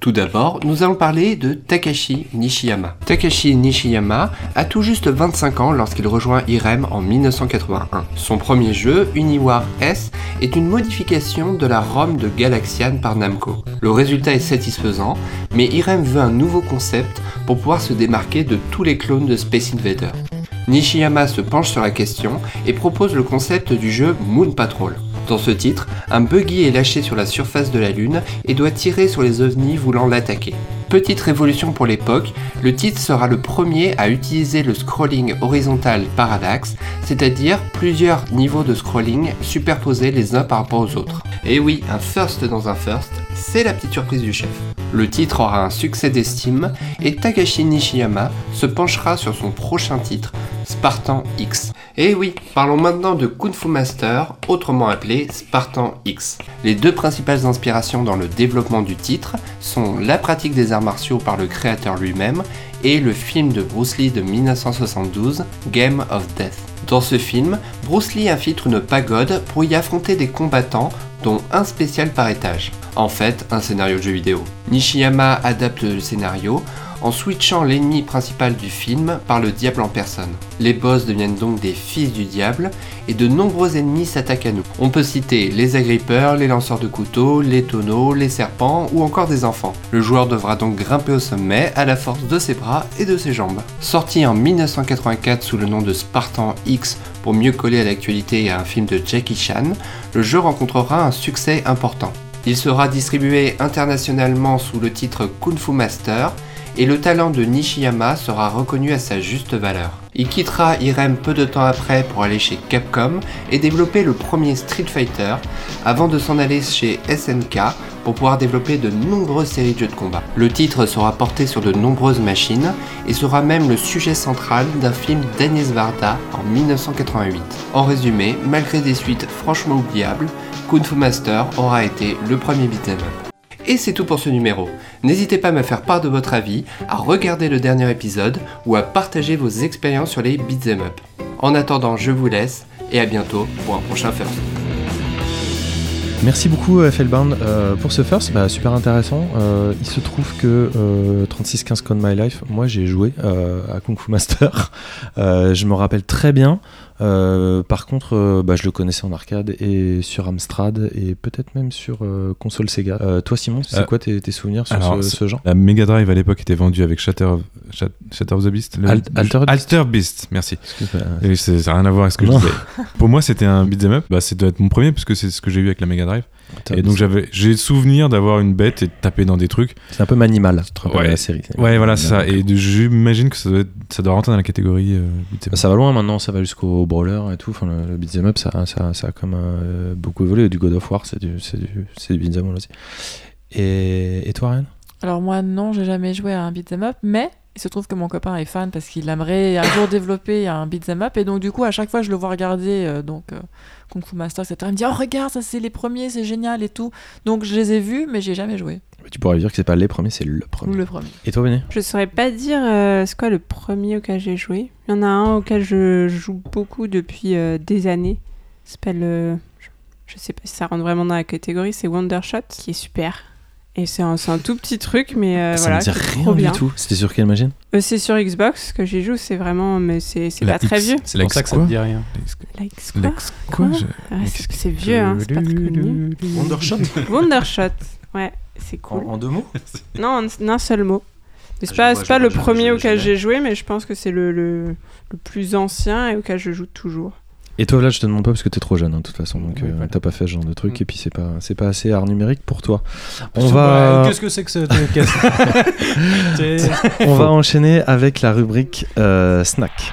Tout d'abord, nous allons parler de Takashi Nishiyama. Takashi Nishiyama a tout juste vingt-cinq ans lorsqu'il rejoint Irem en mille neuf cent quatre-vingt-un. Son premier jeu, Uniwar S, est une modification de la ROM de Galaxian par Namco. Le résultat est satisfaisant, mais Irem veut un nouveau concept pour pouvoir se démarquer de tous les clones de Space Invader. Nishiyama se penche sur la question et propose le concept du jeu Moon Patrol. Dans ce titre, un buggy est lâché sur la surface de la Lune et doit tirer sur les ovnis voulant l'attaquer. Petite révolution pour l'époque, le titre sera le premier à utiliser le scrolling horizontal parallaxe, c'est-à-dire plusieurs niveaux de scrolling superposés les uns par rapport aux autres. Et oui, un first dans un first, c'est la petite surprise du chef. Le titre aura un succès d'estime et Takashi Nishiyama se penchera sur son prochain titre, Spartan X. Et oui, parlons maintenant de Kung Fu Master, autrement appelé Spartan X. Les deux principales inspirations dans le développement du titre sont la pratique des arts martiaux par le créateur lui-même et le film de Bruce Lee de mille neuf cent soixante-douze, Game of Death. Dans ce film, Bruce Lee infiltre une pagode pour y affronter des combattants, dont un spécial par étage. En fait, un scénario de jeu vidéo. Nishiyama adapte le scénario en switchant l'ennemi principal du film par le diable en personne. Les boss deviennent donc des fils du diable et de nombreux ennemis s'attaquent à nous. On peut citer les agrippeurs, les lanceurs de couteaux, les tonneaux, les serpents ou encore des enfants. Le joueur devra donc grimper au sommet à la force de ses bras et de ses jambes. Sorti en mille neuf cent quatre-vingt-quatre sous le nom de Spartan X pour mieux coller à l'actualité et à un film de Jackie Chan, le jeu rencontrera un succès important. Il sera distribué internationalement sous le titre Kung Fu Master et le talent de Nishiyama sera reconnu à sa juste valeur. Il quittera Irem peu de temps après pour aller chez Capcom et développer le premier Street Fighter avant de s'en aller chez S N K pour pouvoir développer de nombreuses séries de jeux de combat. Le titre sera porté sur de nombreuses machines et sera même le sujet central d'un film d'Agnès Varda en mille neuf cent quatre-vingt-huit. En résumé, malgré des suites franchement oubliables, Kung Fu Master aura été le premier beat'em up. Et c'est tout pour ce numéro. N'hésitez pas à me faire part de votre avis, à regarder le dernier épisode ou à partager vos expériences sur les beat'em up. En attendant, je vous laisse et à bientôt pour un prochain First. Merci beaucoup Felbound euh, pour ce first, bah, super intéressant. Euh, il se trouve que euh, trente-six quinze Code My Life, moi j'ai joué euh, à Kung Fu Master. euh, je me rappelle très bien. Euh, par contre, euh, bah, je le connaissais en arcade et sur Amstrad et peut-être même sur euh, console Sega. Euh, toi Simon, c'est euh, quoi tes, tes souvenirs sur alors, ce, ce genre ? La Mega Drive à l'époque était vendue avec Shatter of, Shatter of the Beast. Le, Al- Alter, Alter Beast, merci. Et c'est, ça n'a rien à voir avec ce que non. je disais. Pour moi, c'était un beat'em up. Bah, ça doit être mon premier parce que c'est ce que j'ai eu avec la Mega Drive. Alter et donc j'avais, j'ai le souvenir d'avoir une bête et de taper dans des trucs. C'est un peu Manimal, tu te rappelles ouais. la série. Ouais, voilà, c'est ça. Et de, j'imagine que ça doit, être, ça doit rentrer dans la catégorie euh, beat'em up. Ça va loin maintenant, ça va jusqu'au brawler et tout. Enfin, le, le beat'em up, ça, ça, ça a comme euh, beaucoup évolué. Du God of War, c'est du, c'est du, c'est du beat'em up aussi. Et, et toi, Ryan ? Alors moi, non, j'ai jamais joué à un beat'em up, mais il se trouve que mon copain est fan parce qu'il aimerait un jour développer un beat'em up, et donc du coup, à chaque fois, je le vois regarder euh, donc euh, Kung Fu Master, et cetera. Il me dit « Oh, regarde, ça c'est les premiers, c'est génial et tout ». Donc je les ai vus, mais j'ai jamais joué. Tu pourrais dire que c'est pas les premiers, c'est le premier. Le premier. Et toi, Béné ? Je saurais pas dire euh, c'est quoi le premier auquel j'ai joué. Il y en a un auquel je joue beaucoup depuis euh, des années. Il s'appelle, euh, je, je sais pas si ça rentre vraiment dans la catégorie, c'est Wondershot, qui est super. Et c'est un, c'est un tout petit truc, mais euh, ça voilà, me dit c'est rien trop du bien. tout. C'était sur quelle machine ? Euh, c'est sur Xbox que j'y joue, c'est vraiment, mais c'est, c'est la pas X, très vieux. C'est la pour ça que ça te dit rien. La X quoi, L'ex quoi, quoi je... ah, c'est, c'est vieux, hein, c'est pas très connu. Wondershot ? Wondershot, ouais, c'est cool. En, en deux mots ? Non, en un seul mot. C'est Je pas, vois, c'est pas je le vois, je- premier je- auquel je- j'ai joué, mais je pense que c'est le, le, le plus ancien et auquel je joue toujours. Et toi, là, je te demande pas parce que t'es trop jeune, hein, de toute façon. Donc, Oui, euh, voilà. t'as pas fait ce genre de truc. Mm. Et puis, c'est pas, c'est pas assez art numérique pour toi. On Ouais, va, Qu'est-ce que c'est que ce qu'est-ce- C'est- on va enchaîner avec la rubrique euh, snack.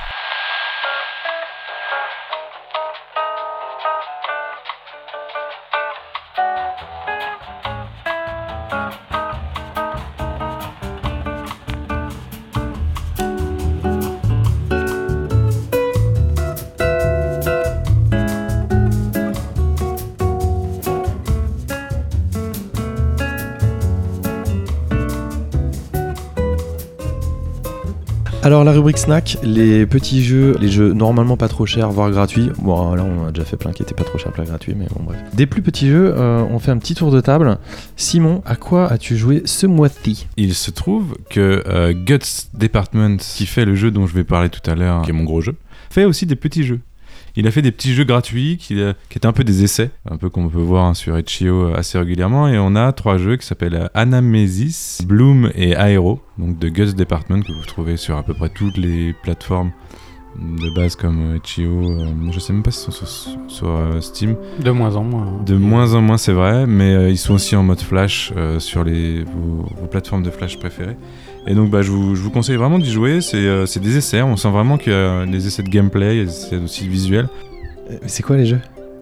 Alors la rubrique snack, les petits jeux, les jeux normalement pas trop chers, voire gratuits. Bon là on a déjà fait plein qui étaient pas trop chers, plein gratuits, mais bon bref. Des plus petits jeux, euh, on fait un petit tour de table. Simon, à quoi as-tu joué ce mois-ci ? Il se trouve que euh, Guts Department, qui fait le jeu dont je vais parler tout à l'heure, qui est mon gros jeu, fait aussi des petits jeux. Il a fait des petits jeux gratuits qui, euh, qui étaient un peu des essais, un peu comme on peut voir hein, sur itch point io assez régulièrement. Et on a trois jeux qui s'appellent Anamesis, Bloom et Aero, donc de Guts Department, que vous trouvez sur à peu près toutes les plateformes de base comme itch point io. Euh, je sais même pas s'ils sont sur, sur euh, Steam. De moins en moins. De moins en moins, c'est vrai, mais euh, ils sont aussi en mode flash euh, sur les, vos, vos plateformes de flash préférées. Et donc bah, je, vous, je vous conseille vraiment d'y jouer, c'est, euh, c'est des essais, on sent vraiment qu'il y a des essais de gameplay, des essais aussi visuels. Euh, c'est quoi les jeux ?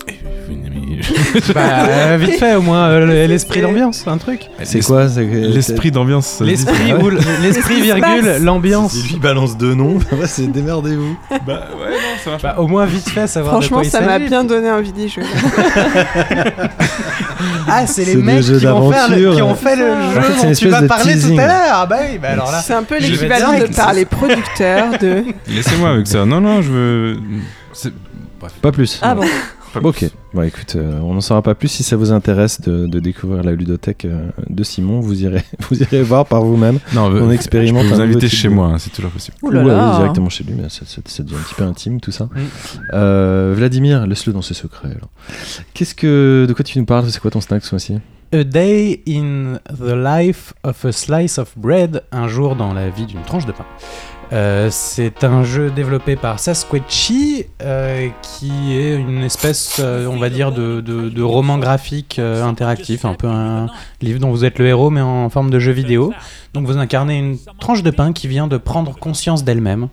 Bah, vite fait, au moins euh, l'esprit d'ambiance, un truc. C'est quoi c'est... L'esprit d'ambiance. ça L'esprit, Ah ouais. ou l- l'esprit virgule, l'ambiance. Il lui balance deux noms, c'est démerdez-vous. Bah ouais, non, ça marche. Bah, au moins vite fait, savoir Franchement, de quoi ça il m'a s'agit. bien donné envie d'y jouer. Ah, c'est les C'est des mecs jeux qui ont, fait le, d'aventure. qui ont fait le En jeu fait, c'est une dont tu espèce vas de parler teasing. tout à l'heure. Ah bah oui, bah alors là. C'est un peu je vais l'équivalent direct, de par les producteurs de. Laissez-moi avec ça. Non, non, je veux. C'est... Bref. Pas plus. Ah bon. Ok, bon écoute, euh, on n'en saura pas plus. Si ça vous intéresse de, de découvrir la ludothèque euh, de Simon, vous irez, vous irez voir par vous-même. Non, On euh, expérimente Je peux un vous nouveau inviter type chez de- moi, hein, c'est toujours possible. Ouh là Ou, euh, là. directement chez lui, mais ça, ça, ça devient un petit peu intime tout ça. Mm. Euh, Vladimir, laisse-le dans ses secrets. Alors. Qu'est-ce que, de quoi tu nous parles ? C'est quoi ton snack ce mois-ci ? A Day in the Life of a Slice of Bread, un jour dans la vie d'une tranche de pain. Euh, c'est un jeu développé par Sasquatchy, euh, qui est une espèce, euh, on va dire, de, de, de roman graphique euh, interactif, un peu un livre dont vous êtes le héros, mais en forme de jeu vidéo. Donc vous incarnez une tranche de pain qui vient de prendre conscience d'elle-même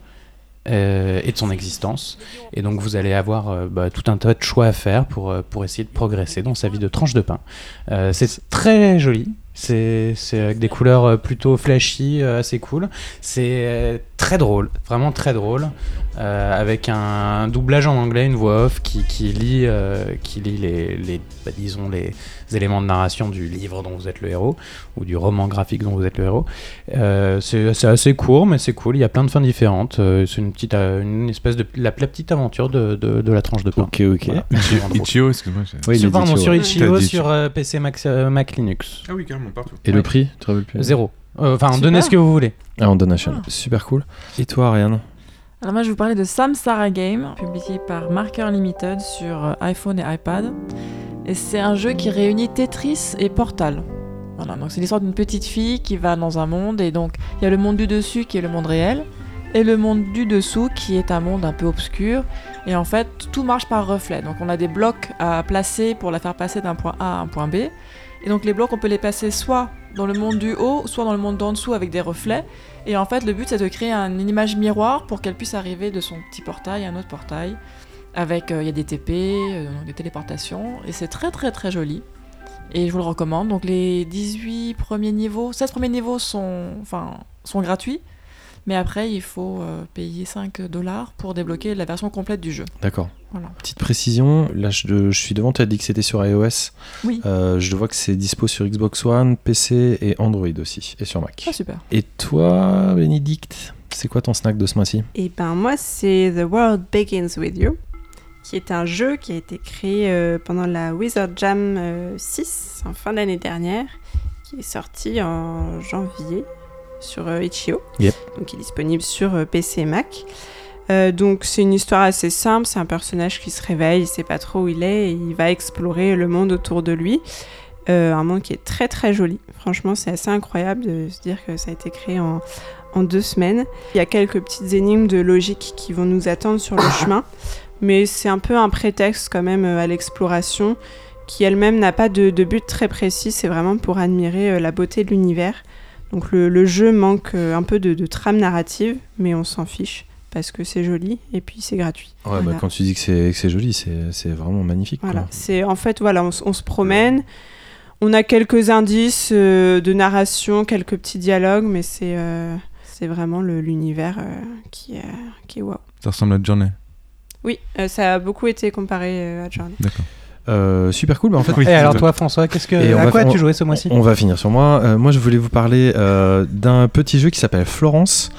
euh, et de son existence. Et donc vous allez avoir euh, bah, tout un tas de choix à faire pour, euh, pour essayer de progresser dans sa vie de tranche de pain. Euh, c'est très joli. C'est, c'est avec des couleurs euh, plutôt flashy, euh, assez cool. C'est euh, très drôle, vraiment très drôle, euh, avec un, un doublage en anglais, une voix off qui, qui lit, euh, qui lit les, les, bah, disons les éléments de narration du livre dont vous êtes le héros, ou du roman graphique dont vous êtes le héros. Euh, c'est, c'est assez court, mais c'est cool. Il y a plein de fins différentes. Euh, c'est une petite, euh, une espèce de la, la petite aventure de, de, de la tranche de pain. Ok, ok. Voilà. itch point io, excuse-moi. j'ai- Oui, il sur, est pardon, dit, sur ouais. itch point io, T'as dit, sur euh, P C Mac, euh, Mac Linux. Ah oui, carrément, partout. Et Ouais. le prix, tu te rappelles plus ? Zéro. Euh, Enfin, Super. donnez ce que vous voulez. Ah, en donation. Super cool. Et toi, Ariane ? Alors moi je vais vous parler de Samsara Game, publié par Marker Limited sur euh, iPhone et iPad. Et c'est un jeu qui réunit Tetris et Portal. Voilà, donc c'est l'histoire d'une petite fille qui va dans un monde, et donc il y a le monde du dessus qui est le monde réel, et le monde du dessous qui est un monde un peu obscur. Et en fait, tout marche par reflet. Donc on a des blocs à placer pour la faire passer d'un point A à un point B. Et donc les blocs, on peut les passer soit dans le monde du haut, soit dans le monde d'en dessous avec des reflets. Et en fait, le but, c'est de créer un- une image miroir pour qu'elle puisse arriver de son petit portail à un autre portail. Avec, euh, il y a des T P, euh, donc des téléportations. Et c'est très très très joli. Et je vous le recommande. Donc les dix-huit premiers niveaux, seize premiers niveaux sont, enfin, sont gratuits. Mais après, il faut euh, payer cinq dollars pour débloquer la version complète du jeu. D'accord. Voilà. Petite précision, là je, je suis devant, tu as dit que c'était sur iOS. Oui. Euh, je vois que c'est dispo sur Xbox One, P C et Android aussi, et sur Mac. Ah, super. Et toi, Bénédicte, c'est quoi ton snack de ce mois-ci ? Et ben moi, c'est The World Begins With You, qui est un jeu qui a été créé euh, pendant la Wizard Jam euh, six, en fin d'année dernière, qui est sorti en janvier sur euh, itch point io. Yep. Donc il est disponible sur euh, P C et Mac. Euh, donc c'est une histoire assez simple, c'est un personnage qui se réveille, il sait pas trop où il est, et il va explorer le monde autour de lui. Euh, un monde qui est très très joli. Franchement, c'est assez incroyable de se dire que ça a été créé en, en deux semaines. Il y a quelques petites énigmes de logique qui vont nous attendre sur le chemin, mais c'est un peu un prétexte quand même à l'exploration, qui elle-même n'a pas de, de but très précis, c'est vraiment pour admirer euh, la beauté de l'univers. Donc le, le jeu manque euh, un peu de, de trame narrative, mais on s'en fiche, parce que c'est joli, et puis c'est gratuit. Ouais, Voilà. bah, quand tu dis que c'est, que c'est joli, c'est, c'est vraiment magnifique. Voilà, Quoi. c'est en fait voilà, on, s- on se promène, on a quelques indices euh, de narration, quelques petits dialogues, mais c'est euh, c'est vraiment le, l'univers euh, qui est qui est waouh. Ça ressemble à Journey. Oui, euh, ça a beaucoup été comparé euh, à Journey. D'accord. Euh, super cool, bah en fait, Oui. Et alors toi François, qu'est-ce que, Et on à va quoi faire- as-tu joué ce mois-ci ? on va finir sur moi. Euh, moi, je voulais vous parler euh, d'un petit jeu qui s'appelle Florence,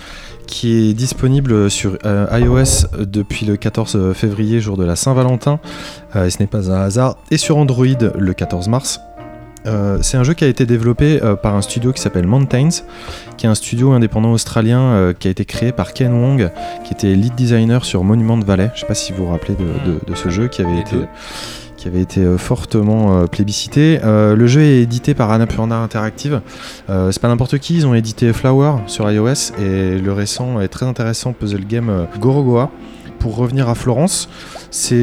qui est disponible sur euh, iOS depuis le quatorze février, jour de la Saint-Valentin, euh, et ce n'est pas un hasard, et sur Android le quatorze mars. Euh, c'est un jeu qui a été développé euh, par un studio qui s'appelle Mountains, qui est un studio indépendant australien euh, qui a été créé par Ken Wong, qui était lead designer sur Monument Valley. Je ne sais pas si vous vous rappelez de, de, de ce jeu qui avait été... qui avait été euh, fortement euh, plébiscité. Euh, le jeu est édité par Annapurna Interactive. Euh, c'est pas n'importe qui, ils ont édité Flower sur iOS et le récent et très intéressant puzzle game euh, Gorogoa. Pour revenir à Florence, c'est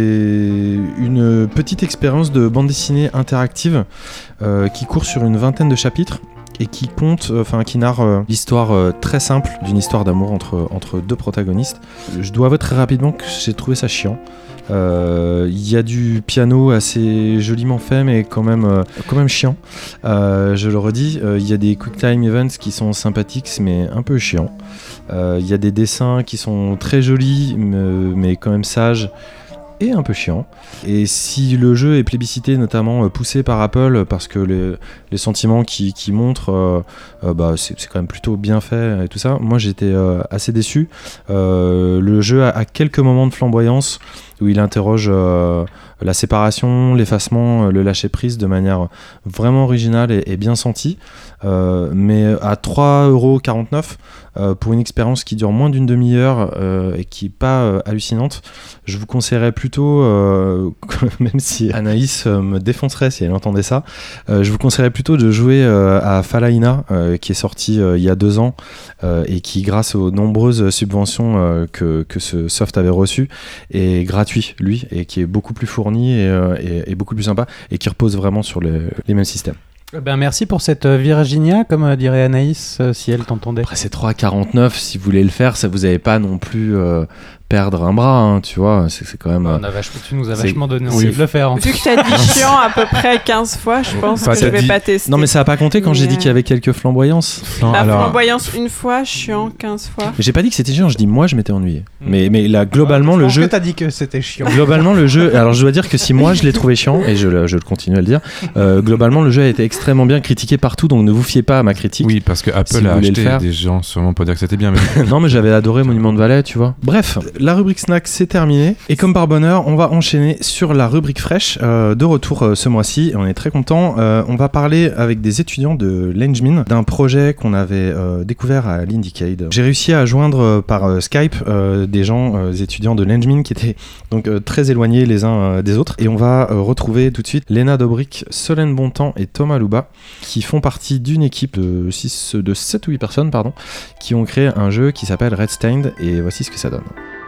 une petite expérience de bande dessinée interactive euh, qui court sur une vingtaine de chapitres et qui compte, enfin euh, qui narre euh, l'histoire euh, très simple d'une histoire d'amour entre, entre deux protagonistes. Je dois avouer très rapidement que j'ai trouvé ça chiant. Il euh, y a du piano assez joliment fait mais quand même, euh, quand même chiant. Euh, je le redis, il euh, y a des quick time events qui sont sympathiques mais un peu chiants. Il euh, y a des dessins qui sont très jolis mais, mais quand même sages et un peu chiants. Et si le jeu est plébiscité, notamment euh, poussé par Apple, parce que les, les sentiments qui, qui montrent, euh, euh, bah, c'est, c'est quand même plutôt bien fait et tout ça, moi j'étais euh, assez déçu. Euh, le jeu a, a quelques moments de flamboyance où il interroge euh, la séparation, l'effacement, le lâcher-prise de manière vraiment originale et, et bien sentie. Euh, mais à trois euros quarante-neuf euh, pour une expérience qui dure moins d'une demi-heure euh, et qui n'est pas euh, hallucinante, je vous conseillerais plutôt, euh, même si Anaïs euh, me défoncerait si elle entendait ça, euh, je vous conseillerais plutôt de jouer euh, à Falaina euh, qui est sorti euh, il y a deux ans euh, et qui, grâce aux nombreuses subventions euh, que, que ce soft avait reçues, est gratuit lui et qui est beaucoup plus fourni et, euh, et, et beaucoup plus sympa et qui repose vraiment sur les, les mêmes systèmes. Ben merci pour cette Virginia, comme dirait Anaïs, euh, si elle t'entendait. Après, c'est trois quarante-neuf, si vous voulez le faire, ça vous avez pas non plus euh, perdre un bras, hein, tu vois, c'est, c'est quand même... On a vachement, tu nous as c'est... vachement donné oui. envie de le faire. En Vu que t'as dit chiant à peu près quinze fois, je pense enfin, que je vais dit... pas tester. Non mais ça a pas compté quand mais j'ai dit qu'il y avait quelques flamboyances. Flam... Alors... Flamboyance une fois, chiant quinze fois. J'ai pas dit que c'était chiant, je dis moi je m'étais ennuyé. Mmh. Mais, mais là, globalement, ouais, le jeu... que t'as dit que c'était chiant. Globalement, le jeu... Alors je dois dire que si moi je l'ai trouvé chiant, et je, je continue à le dire, euh, globalement le jeu a été extrêmement bien critiqué partout, donc ne vous fiez pas à ma critique. Oui, parce que Apple si a acheté des gens sûrement pour dire que c'était bien. Mais... non mais j'avais adoré Monument Valley, tu vois. Bref, la rubrique snack c'est terminé. Et comme par bonheur, on va enchaîner sur la rubrique fraîche, euh, de retour euh, ce mois-ci. Et on est très content. Euh, on va parler avec des étudiants de Lengemin d'un projet qu'on avait euh, découvert à l'Indiecade. J'ai réussi à joindre euh, par euh, Skype euh, des gens, euh, des étudiants de Lengemin qui étaient donc euh, très éloignés les uns euh, des autres. Et on va euh, retrouver tout de suite Léna Dobrick, Solène Bontemps et Thomas Louba qui font partie d'une équipe de, six, de sept ou huit personnes pardon, qui ont créé un jeu qui s'appelle Red Stained. Et voici ce que ça donne.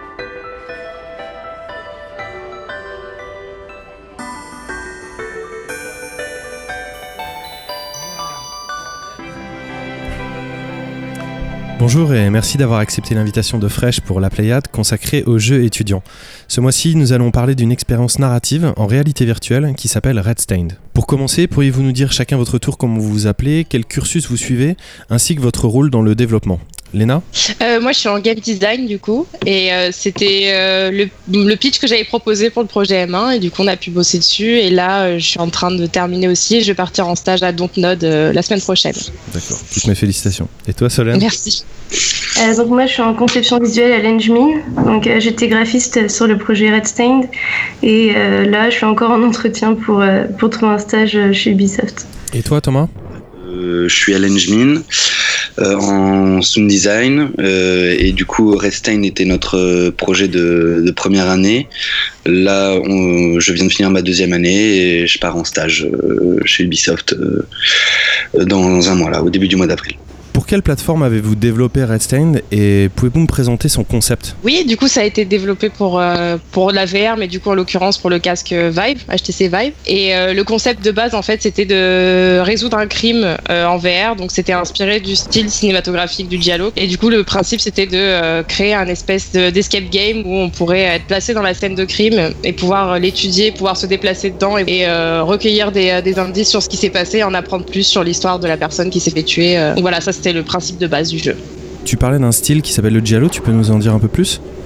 Bonjour et merci d'avoir accepté l'invitation de Fresh pour la Pléiade consacrée aux jeux étudiants. Ce mois-ci, nous allons parler d'une expérience narrative en réalité virtuelle qui s'appelle Red Stained. Pour commencer, pourriez-vous nous dire chacun votre tour comment vous vous appelez, quel cursus vous suivez, ainsi que votre rôle dans le développement ? Léna ? euh, Moi, je suis en game design du coup, et euh, c'était euh, le, le pitch que j'avais proposé pour le projet M un, et du coup, on a pu bosser dessus. Et là, euh, je suis en train de terminer aussi. Et je vais partir en stage à Dontnod euh, la semaine prochaine. D'accord. Toutes mes félicitations. Et toi, Solène ? Merci. Euh, donc moi, je suis en conception visuelle à Lengemin. Donc euh, j'étais graphiste sur le projet Red Stained, et euh, là, je suis encore en entretien pour euh, pour trouver un stage chez Ubisoft. Et toi, Thomas ? euh, Je suis à Lengemin. Euh, en sound design euh, et du coup Red Stained était notre projet de, de première année. Là on, je viens de finir ma deuxième année et je pars en stage euh, chez Ubisoft euh, dans un mois là, au début du mois d'avril. Pour quelle plateforme avez-vous développé Red Stained et pouvez-vous me présenter son concept ? Oui, du coup, ça a été développé pour, euh, pour la V R, mais du coup, en l'occurrence, pour le casque Vive, H T C Vive. Et euh, le concept de base, en fait, c'était de résoudre un crime euh, en V R. Donc, c'était inspiré du style cinématographique du Giallo. Et du coup, le principe, c'était de euh, créer un espèce de, d'escape game où on pourrait être placé dans la scène de crime et pouvoir l'étudier, pouvoir se déplacer dedans et, et euh, recueillir des, des indices sur ce qui s'est passé et en apprendre plus sur l'histoire de la personne qui s'est fait tuer. Donc voilà, ça, c'était le principe de base du jeu. Tu parlais d'un style qui s'appelle le Giallo, tu peux nous en dire un peu plus ?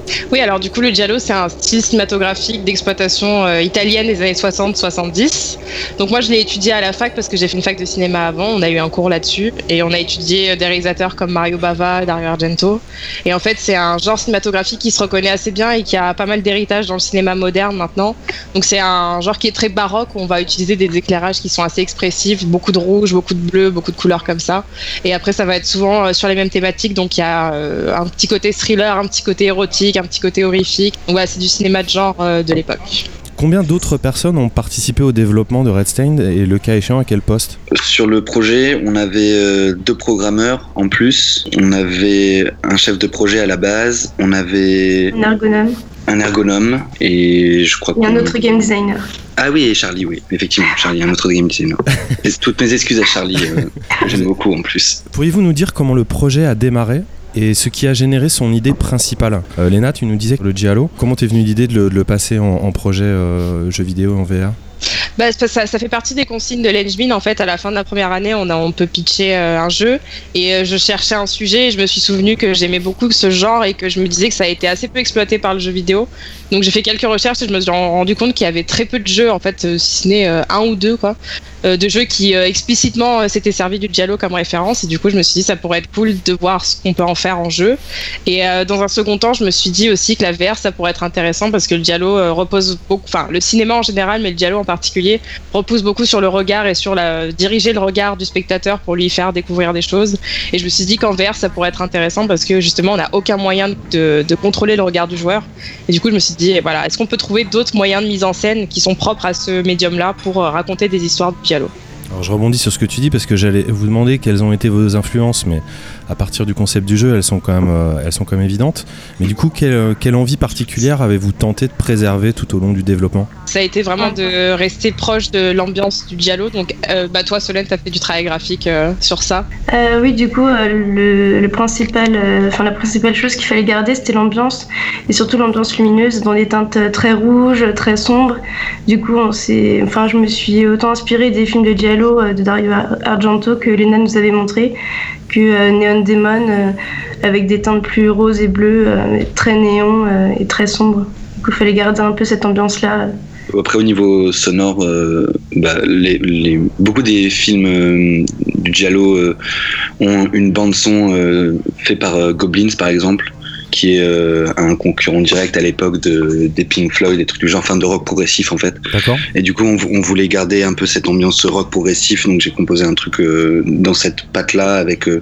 Oui, alors du coup, le giallo, c'est un style cinématographique d'exploitation euh, italienne des années soixante soixante-dix. Donc moi, je l'ai étudié à la fac parce que j'ai fait une fac de cinéma avant. On a eu un cours là-dessus et on a étudié des réalisateurs comme Mario Bava, Dario Argento. Et en fait, c'est un genre cinématographique qui se reconnaît assez bien et qui a pas mal d'héritage dans le cinéma moderne maintenant. Donc c'est un genre qui est très baroque où on va utiliser des éclairages qui sont assez expressifs, beaucoup de rouge, beaucoup de bleu, beaucoup de couleurs comme ça. Et après, ça va être souvent euh, sur les mêmes thématiques. Donc il y a euh, un petit côté thriller, un petit côté érotique, un petit côté horrifique. Donc voilà, c'est du cinéma de genre euh, de l'époque. Combien d'autres personnes ont participé au développement de Red Stained et le cas échéant à quel poste ? Sur le projet, on avait euh, deux programmeurs en plus. On avait un chef de projet à la base. On avait Un ergonome. un ergonome et je crois Et un qu'on- autre game designer. Ah oui, et Charlie, oui, effectivement, Charlie, un autre game designer. Et toutes mes excuses à Charlie, euh, que j'aime beaucoup en plus. Pourriez-vous nous dire comment le projet a démarré et ce qui a généré son idée principale ? euh, Léna, tu nous disais que le giallo, comment t'es venue l'idée de le, de le passer en, en projet euh, jeu vidéo en V R ? Bah, c'est parce que ça, ça fait partie des consignes de l'Engmin. En fait, à la fin de la première année, on, a, on peut pitcher euh, un jeu. Et euh, je cherchais un sujet et je me suis souvenu que j'aimais beaucoup ce genre et que je me disais que ça a été assez peu exploité par le jeu vidéo. Donc j'ai fait quelques recherches et je me suis rendu compte qu'il y avait très peu de jeux, en fait, euh, si ce n'est euh, un ou deux, quoi, euh, de jeux qui euh, explicitement euh, s'étaient servis du giallo comme référence. Et du coup, je me suis dit ça pourrait être cool de voir ce qu'on peut en faire en jeu. Et euh, dans un second temps, je me suis dit aussi que la V R, ça pourrait être intéressant parce que le giallo euh, repose beaucoup, enfin le cinéma en général, mais le giallo en particulier, repose beaucoup sur le regard et sur la, diriger le regard du spectateur pour lui faire découvrir des choses. Et je me suis dit qu'en V R, ça pourrait être intéressant parce que justement, on n'a aucun moyen de, de contrôler le regard du joueur. Et du coup, je me suis dit, voilà, est-ce qu'on peut trouver d'autres moyens de mise en scène qui sont propres à ce médium-là pour euh, raconter des histoires de giallo ? Alors je rebondis sur ce que tu dis parce que j'allais vous demander quelles ont été vos influences, mais à partir du concept du jeu, elles sont quand même, euh, elles sont quand même évidentes. Mais du coup, quelle, quelle envie particulière avez-vous tenté de préserver tout au long du développement ? Ça a été vraiment de rester proche de l'ambiance du giallo. Donc, euh, bah toi, Solène, t'as fait du travail graphique euh, sur ça. Euh, oui, du coup, euh, le, le principal, euh, enfin la principale chose qu'il fallait garder, c'était l'ambiance et surtout l'ambiance lumineuse dans des teintes euh, très rouges, très sombres. Du coup, on s'est, enfin, je me suis autant inspirée des films de giallo euh, de Dario Argento que Léna nous avait montré, que euh, Neon Demon euh, avec des teintes plus roses et bleues, euh, très néon euh, et très sombres. Du coup, il fallait garder un peu cette ambiance-là. Après, au niveau sonore, euh, bah, les, les, beaucoup des films euh, du giallo euh, ont une bande-son euh, faite par euh, Goblins, par exemple, qui est euh, un concurrent direct à l'époque de, des Pink Floyd, des trucs du genre, enfin de rock progressif en fait. D'accord. Et du coup, on, on voulait garder un peu cette ambiance rock progressif, donc j'ai composé un truc euh, dans cette patte-là avec euh,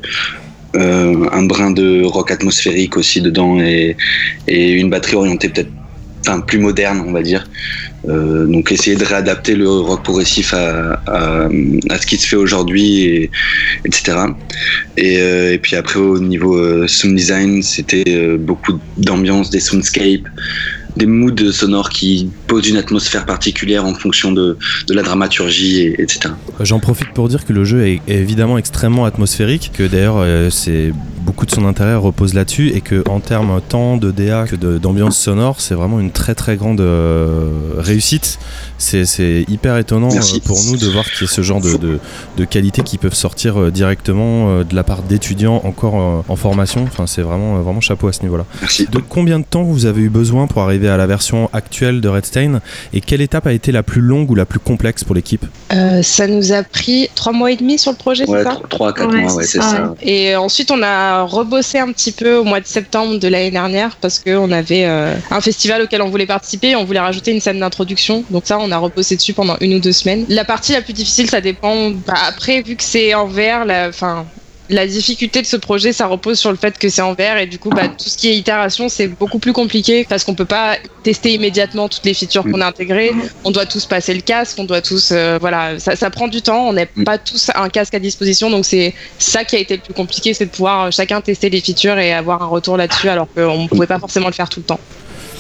euh, un brin de rock atmosphérique aussi dedans et, et une batterie orientée peut-être, enfin plus moderne, on va dire. Euh, donc essayer de réadapter le rock progressif à, à, à ce qui se fait aujourd'hui, et, etc. Et, euh, et puis après au niveau euh, sound design, c'était euh, beaucoup d'ambiance, des soundscapes, des moods sonores qui posent une atmosphère particulière en fonction de, de la dramaturgie, et, etc. J'en profite pour dire que le jeu est, est évidemment extrêmement atmosphérique, que d'ailleurs euh, c'est beaucoup de son intérêt repose là-dessus et que en termes tant de D A que de, d'ambiance sonore, c'est vraiment une très très grande euh, réussite. C'est, c'est hyper étonnant euh, pour nous de voir qu'il y ait ce genre de, de, de qualités qui peuvent sortir euh, directement euh, de la part d'étudiants encore euh, en formation. Enfin, c'est vraiment, euh, vraiment chapeau à ce niveau-là. Merci. De combien de temps vous avez eu besoin pour arriver à la version actuelle de Red Stained et quelle étape a été la plus longue ou la plus complexe pour l'équipe ? Euh, ça nous a pris trois mois et demi sur le projet, Ouais, c'est ça ? trois à quatre Ouais, mois, ouais, c'est c'est ça, ça. Et ensuite, on a rebossé un petit peu au mois de septembre de l'année dernière parce qu'on avait euh, un festival auquel on voulait participer et on voulait rajouter une scène d'introduction. Donc ça, on a rebossé dessus pendant une ou deux semaines. La partie la plus difficile, ça dépend. Bah, après, vu que c'est en V R, la, fin, la difficulté de ce projet, ça repose sur le fait que c'est en V R et du coup, bah, tout ce qui est itération, c'est beaucoup plus compliqué parce qu'on peut pas tester immédiatement toutes les features qu'on a intégrées. On doit tous passer le casque, on doit tous, euh, voilà, ça, ça prend du temps. On n'a pas tous un casque à disposition, donc c'est ça qui a été le plus compliqué, c'est de pouvoir chacun tester les features et avoir un retour là-dessus, alors qu'on ne pouvait pas forcément le faire tout le temps.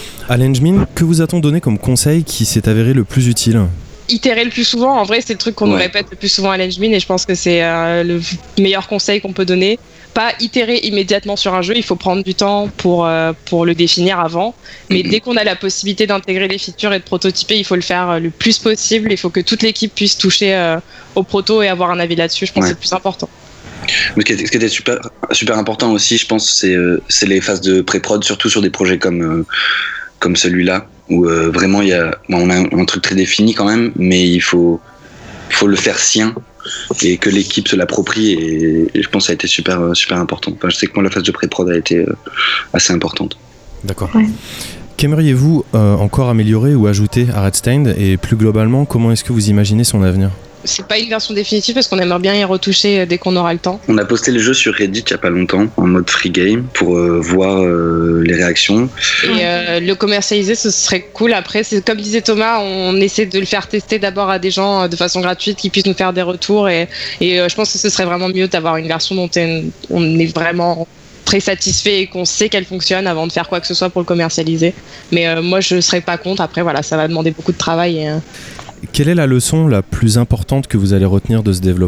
À l'Engmin, que vous a-t-on donné comme conseil qui s'est avéré le plus utile ? Itérer le plus souvent, en vrai c'est le truc qu'on Ouais. nous répète le plus souvent à l'Engmin et je pense que c'est euh, le meilleur conseil qu'on peut donner. Pas itérer immédiatement sur un jeu, il faut prendre du temps pour, euh, pour le définir avant, mais Mhm. dès qu'on a la possibilité d'intégrer les features et de prototyper, il faut le faire euh, le plus possible, il faut que toute l'équipe puisse toucher euh, au proto et avoir un avis là-dessus, je pense Ouais. que c'est le plus important. Mais ce qui était, ce qui était super, super important aussi, je pense, c'est, euh, c'est les phases de pré-prod, surtout sur des projets comme, euh, comme celui-là, où euh, vraiment il y a, bon, on a un, un truc très défini quand même, mais il faut, faut le faire sien et que l'équipe se l'approprie, et, et je pense que ça a été super, super important. Enfin, je sais que moi, la phase de pré-prod a été euh, assez importante. D'accord. Ouais. Qu'aimeriez-vous euh, encore améliorer ou ajouter à Red Stained, et plus globalement, comment est-ce que vous imaginez son avenir ? C'est pas une version définitive parce qu'on aimerait bien y retoucher dès qu'on aura le temps. On a posté le jeu sur Reddit il y a pas longtemps en mode free game pour euh, voir euh, les réactions. Et euh, le commercialiser, ce serait cool. Après, c'est comme disait Thomas, on essaie de le faire tester d'abord à des gens euh, de façon gratuite qui puissent nous faire des retours, et, et euh, je pense que ce serait vraiment mieux d'avoir une version dont on est vraiment très satisfait et qu'on sait qu'elle fonctionne avant de faire quoi que ce soit pour le commercialiser. Mais euh, moi, je serais pas contre. Après, voilà, ça va demander beaucoup de travail. Et, euh... Quelle est la leçon la plus importante que vous allez retenir de ce développement ?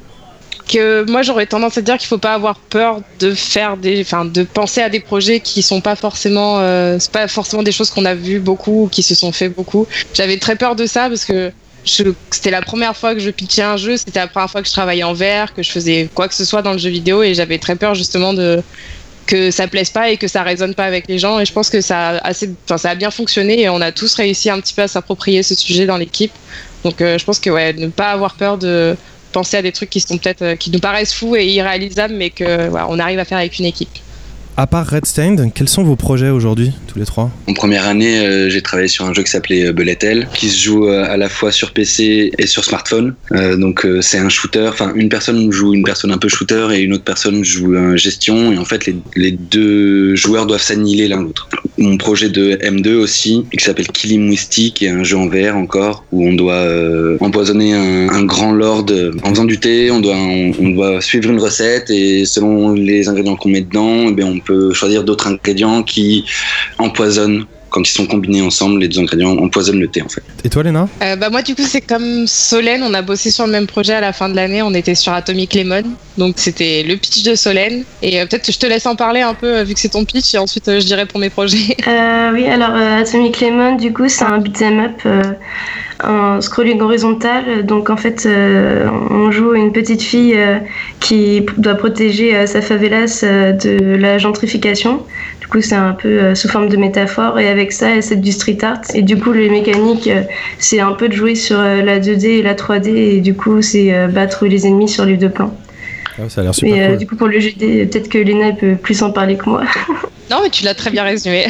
Que moi, j'aurais tendance à dire qu'il faut pas avoir peur de faire des, enfin, de penser à des projets qui sont pas forcément, euh, c'est pas forcément des choses qu'on a vues beaucoup ou qui se sont fait beaucoup. J'avais très peur de ça parce que je, c'était la première fois que je pitchais un jeu, c'était la première fois que je travaillais en V R, que je faisais quoi que ce soit dans le jeu vidéo, et j'avais très peur justement de que ça plaise pas et que ça résonne pas avec les gens, et je pense que ça a assez, enfin ça a bien fonctionné et on a tous réussi un petit peu à s'approprier ce sujet dans l'équipe. Donc euh, je pense que ouais, ne pas avoir peur de penser à des trucs qui sont peut-être euh, qui nous paraissent fous et irréalisables, mais que voilà, on arrive à faire avec une équipe. À part Red Stained, quels sont vos projets aujourd'hui, tous les trois ? En première année, euh, j'ai travaillé sur un jeu qui s'appelait Bullet Hell, qui se joue euh, à la fois sur P C et sur smartphone. Euh, donc euh, c'est un shooter, enfin une personne joue une personne un peu shooter et une autre personne joue un gestion, et en fait les, les deux joueurs doivent s'annihiler l'un l'autre. Mon projet de M deux aussi, qui s'appelle Killing Mwistik, qui est un jeu en V R encore, où on doit euh, empoisonner un, un grand lord en faisant du thé. On doit, on, on doit suivre une recette, et selon les ingrédients qu'on met dedans, eh bien, on peut choisir d'autres ingrédients qui empoisonnent. Quand ils sont combinés ensemble, les deux ingrédients empoisonnent le thé en fait. Et toi Léna ? euh, bah Moi du coup c'est comme Solène, on a bossé sur le même projet à la fin de l'année, on était sur Atomic Lemon, donc c'était le pitch de Solène, et euh, peut-être que je te laisse en parler un peu euh, vu que c'est ton pitch, et ensuite euh, je dirai pour mes projets. Euh, oui, alors euh, Atomic Lemon du coup c'est un beat'em up, euh, un scrolling horizontal, donc en fait euh, on joue une petite fille euh, qui doit protéger euh, sa favelas euh, de la gentrification. Du coup c'est un peu euh, sous forme de métaphore, et avec ça c'est du street art, et du coup les mécaniques euh, c'est un peu de jouer sur euh, la deux D et la trois D, et du coup c'est euh, battre les ennemis sur les deux plans. Ah, ça a l'air super et euh, cool. Du coup pour le G D, peut-être que Léna peut plus en parler que moi. Non mais tu l'as très bien résumé.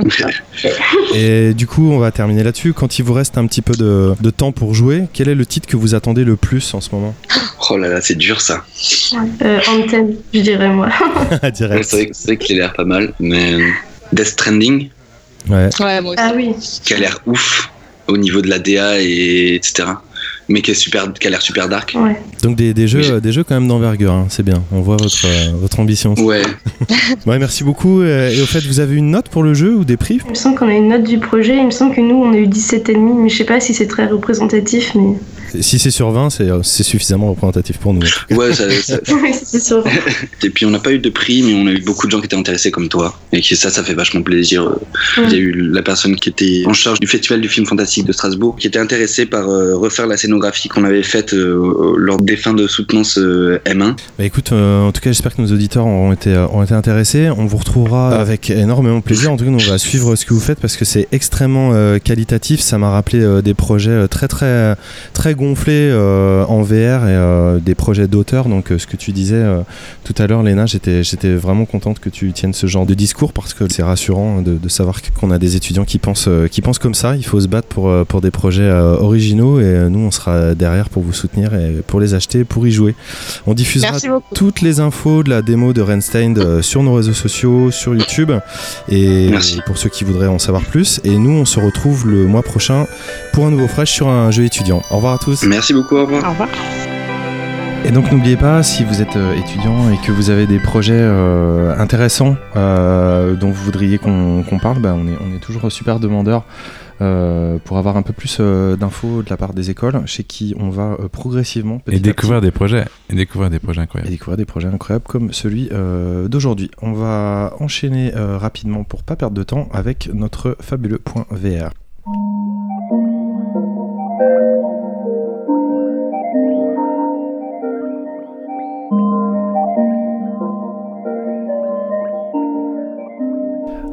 Et du coup on va terminer là-dessus. Quand il vous reste un petit peu de, de temps pour jouer, quel est le titre que vous attendez le plus en ce moment ? Oh là là, c'est dur ça. euh, Anthem, je dirais moi. Direct. Ouais, c'est vrai, c'est vrai qu'il a l'air pas mal, mais Death Stranding, Ouais. Ouais, moi aussi. Ah oui. qui a l'air ouf au niveau de la D A et etc. Mais qui est super, qui a l'air super dark. Ouais. Donc des, des jeux, Oui. des jeux quand même d'envergure, hein. C'est bien. On voit votre euh, votre ambition. Ouais. Ouais, merci beaucoup. Et au fait, vous avez une note pour le jeu ou des prix ? Il me semble qu'on a une note du projet. Il me semble que nous, on a eu dix-sept virgule cinq, mais je sais pas si c'est très représentatif. Mais... Si c'est sur vingt, c'est, c'est suffisamment représentatif pour nous. Ouais, ça, ça... oui, c'est sûr. Et puis on n'a pas eu de prix, mais on a eu beaucoup de gens qui étaient intéressés comme toi. Et qui, ça, ça fait vachement plaisir. Il Ouais. y a eu la personne qui était en charge du Festival du film fantastique de Strasbourg, qui était intéressée par euh, refaire la scénographie qu'on avait faite euh, lors des fins de soutenance euh, M un. Bah écoute, euh, en tout cas, j'espère que nos auditeurs auront été, euh, ont été intéressés. On vous retrouvera avec énormément de plaisir. En tout cas, on va suivre ce que vous faites parce que c'est extrêmement euh, qualitatif. Ça m'a rappelé euh, des projets euh, très très très gonflés euh, en V R et euh, des projets d'auteur. Donc, euh, ce que tu disais euh, tout à l'heure, Léna, j'étais j'étais vraiment contente que tu tiennes ce genre de discours parce que c'est rassurant de, de savoir qu'on a des étudiants qui pensent euh, qui pensent comme ça. Il faut se battre pour euh, pour des projets euh, originaux, et euh, nous, on sera derrière pour vous soutenir et pour les acheter, pour y jouer. On diffusera Merci beaucoup. toutes les infos de la démo de Red Stained euh, sur nos réseaux sociaux, sur YouTube, et Merci. pour ceux qui voudraient en savoir plus. Et nous, on se retrouve le mois prochain pour un nouveau Fresh sur un jeu étudiant. Au revoir à tous. Merci beaucoup, au revoir. Au revoir. Et donc n'oubliez pas, si vous êtes euh, étudiant et que vous avez des projets euh, intéressants euh, dont vous voudriez qu'on, qu'on parle, bah, on est, on est toujours super demandeurs euh, pour avoir un peu plus euh, d'infos de la part des écoles chez qui on va euh, progressivement petit Et à découvrir petit, des projets. Et découvrir des projets et incroyables. découvrir des projets incroyables comme celui euh, d'aujourd'hui. On va enchaîner euh, rapidement pour pas perdre de temps avec notre fabuleux point V R.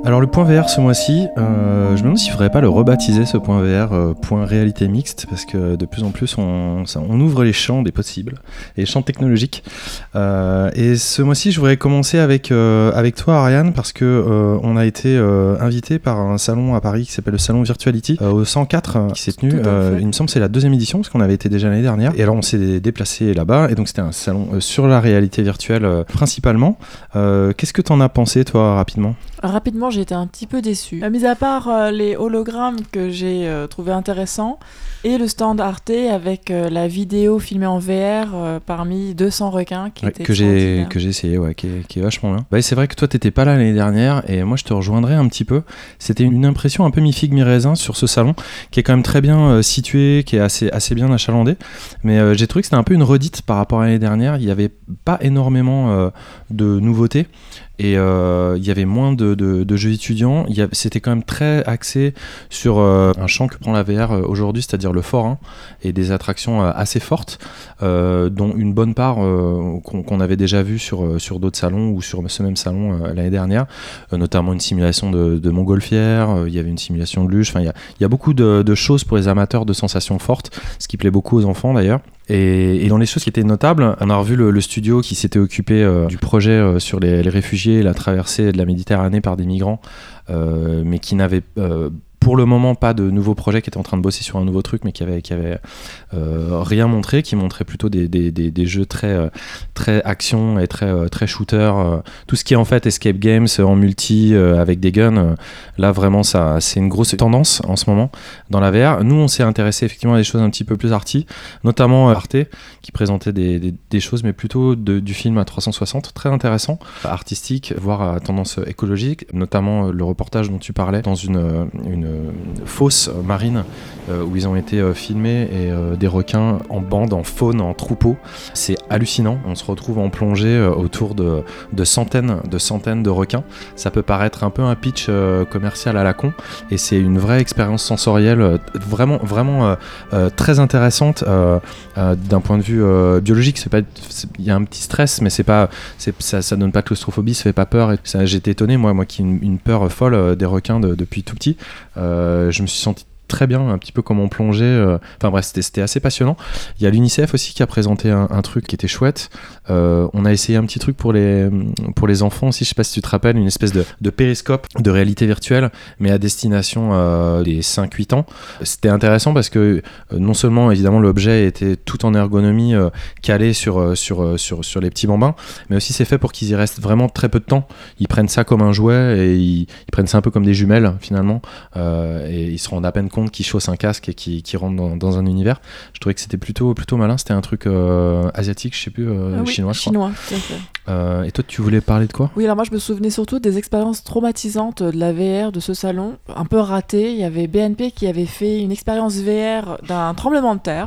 Alors le point V R ce mois-ci, euh, je me demande s'il ne faudrait pas le rebaptiser ce point V R euh, point réalité mixte, parce que de plus en plus on, ça, on ouvre les champs des possibles, les champs technologiques. Euh, et ce mois-ci je voudrais commencer avec, euh, avec toi Ariane, parce que euh, on a été euh, invité par un salon à Paris qui s'appelle le salon Virtuality, euh, au cent quatre euh, qui s'est tenu, euh, il me semble que c'est la deuxième édition, parce qu'on avait été déjà l'année dernière, et alors on s'est déplacé là-bas, et donc c'était un salon euh, sur la réalité virtuelle euh, principalement. Euh, qu'est-ce que tu en as pensé toi rapidement ? Rapidement, j'ai été un petit peu déçue. Euh, mis à part euh, les hologrammes que j'ai euh, trouvé intéressants et le stand Arte avec euh, la vidéo filmée en V R euh, parmi deux cents requins qui ouais, était que j'ai que j'ai essayé, ouais, qui est, qui est vachement bien. Bah, c'est vrai que toi, t'étais pas là l'année dernière et moi, je te rejoindrais un petit peu. C'était une impression un peu mi-figue mi-raisin sur ce salon qui est quand même très bien euh, situé, qui est assez assez bien achalandé. Mais euh, j'ai trouvé que c'était un peu une redite par rapport à l'année dernière. Il y avait pas énormément euh, de nouveautés. Et euh, il y avait moins de, de, de jeux étudiants. Il y avait, c'était quand même très axé sur euh, un champ que prend la V R aujourd'hui, c'est-à-dire le forain, et des attractions euh, assez fortes, euh, dont une bonne part euh, qu'on, qu'on avait déjà vu sur, sur d'autres salons ou sur ce même salon euh, l'année dernière, euh, notamment une simulation de, de montgolfière, euh, il y avait une simulation de luge. Enfin, il y a, il y a beaucoup de, de choses pour les amateurs de sensations fortes, ce qui plaît beaucoup aux enfants d'ailleurs. Et, et dans les choses qui étaient notables, on a revu le, le studio qui s'était occupé euh, du projet euh, sur les, les réfugiés et la traversée de la Méditerranée par des migrants, euh, mais qui n'avait euh, pour le moment pas de nouveau projet, qui était en train de bosser sur un nouveau truc, mais qui avait, qui avait euh, rien montré, qui montrait plutôt des, des, des, des jeux très, euh, très action et très, très shooter. Euh, tout ce qui est en fait escape games en multi euh, avec des guns, euh, là vraiment ça, c'est une grosse tendance en ce moment dans la V R. Nous on s'est intéressé effectivement à des choses un petit peu plus arty, notamment Arte qui présentait des, des, des choses, mais plutôt de, du film à trois cent soixante, très intéressant, artistique, voire à tendance écologique, notamment le reportage dont tu parlais dans une, une fosse marine euh, où ils ont été euh, filmés et euh, des requins en bande, en faune, en troupeau. C'est hallucinant. On se retrouve en plongée euh, autour de, de centaines de centaines de requins. Ça peut paraître un peu un pitch euh, commercial à la con, et c'est une vraie expérience sensorielle euh, vraiment vraiment euh, euh, très intéressante euh, euh, d'un point de vue euh, biologique. C'est pas, il y a un petit stress, mais c'est pas, c'est, ça, ça donne pas de claustrophobie, ça fait pas peur. Et ça, j'étais étonné, moi, moi qui ai une, une peur folle euh, des requins de, depuis tout petit. Euh, je me suis senti très bien, un petit peu comme on plongeait. Euh... Enfin bref, c'était, c'était assez passionnant. Il y a l'UNICEF aussi qui a présenté un, un truc qui était chouette. Euh, on a essayé un petit truc pour les, pour les enfants aussi, je sais pas si tu te rappelles, une espèce de, de périscope de réalité virtuelle, mais à destination euh, des cinq huit ans. C'était intéressant parce que euh, non seulement évidemment l'objet était tout en ergonomie, euh, calé sur, euh, sur, euh, sur, sur les petits bambins, mais aussi c'est fait pour qu'ils y restent vraiment très peu de temps. Ils prennent ça comme un jouet et ils, ils prennent ça un peu comme des jumelles finalement, euh, et ils se rendent à peine compte qui chausse un casque et qui, qui rentre dans, dans un univers. Je trouvais que c'était plutôt, plutôt malin. C'était un truc euh, asiatique, je sais plus, euh, ah oui, chinois, je chinois, crois. Tout à fait. Euh, et toi, tu voulais parler de quoi ? Oui, alors moi, je me souvenais surtout des expériences traumatisantes de la V R de ce salon, un peu ratées. Il y avait B N P qui avait fait une expérience V R d'un tremblement de terre.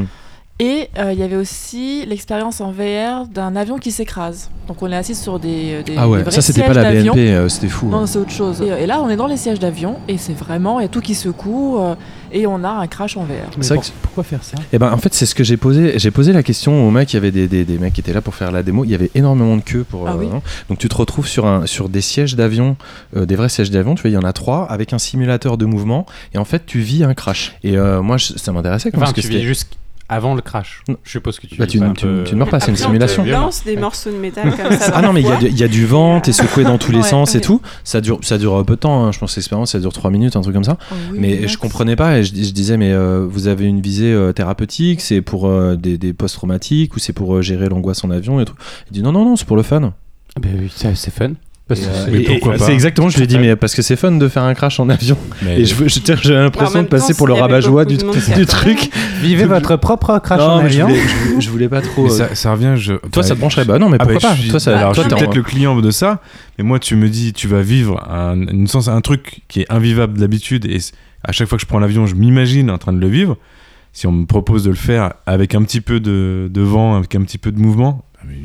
Et euh, il y avait aussi l'expérience en V R d'un avion qui s'écrase. Donc on est assis sur des, des ah ouais, des vrais ça c'était sièges pas la d'avion. B N P, euh, c'était fou. Non, hein. c'est autre chose. Et, et là, on est dans les sièges d'avion et c'est vraiment, il y a tout qui secoue euh, et on a un crash en V R. Mais c'est pour, vrai que... pourquoi faire ça ? Eh ben en fait c'est ce que j'ai posé. J'ai posé la question aux mecs. Il y avait des, des, des mecs qui étaient là pour faire la démo. Il y avait énormément de queues pour. Ah euh, oui. hein. Donc tu te retrouves sur un sur des sièges d'avion, euh, des vrais sièges d'avion. Tu vois, il y en a trois avec un simulateur de mouvement et en fait tu vis un crash. Et euh, moi je, ça m'intéressait quand Enfin, parce que tu c'était... vis juste avant le crash. Je suppose que tu. Bah, tu, bah, tu, peu... tu ne meurs pas, c'est une Après, simulation. on te lance des morceaux de métal comme ça. Ah non, mais il y, y a du vent, t'es secoué dans tous les Ouais, sens ouais. et tout. Ça dure, ça dure un peu de temps, hein. Je pense que l'expérience, ça dure trois minutes, un truc comme ça. Oh oui, mais max. je comprenais pas et je, je disais, mais euh, vous avez une visée euh, thérapeutique, c'est pour euh, des, des post-traumatiques ou c'est pour euh, gérer l'angoisse en avion et tout. Il dit non, non, non, c'est pour le fun. Bah oui, ça, c'est fun. Parce Et, que euh, c'est- mais et- pourquoi et pas c'est exactement, je lui ai dit, mais parce que c'est fun de faire un crash en avion. Mais Et je, veux- je, tiens, j'ai En l'impression même de passer temps, pour le s'il y avait rabat-joie beaucoup du, de monde qui du attendait. truc. Vivez votre propre crash Non, en mais je avion. voulais, je, voulais- je voulais pas trop. Mais euh, ça, ça revient. Je... Toi, ça te enfin, brancherait pas. Non, mais Ah pourquoi bah, pas je suis- Toi, ça, alors, je toi, suis t'es peut-être en- le client de ça, mais moi, tu me dis, tu vas vivre un, une sens, un truc qui est invivable d'habitude, et à chaque fois que je prends l'avion, je m'imagine en train de le vivre. Si on me propose de le faire avec un petit peu de, de vent, avec un petit peu de mouvement, ah, mais bien-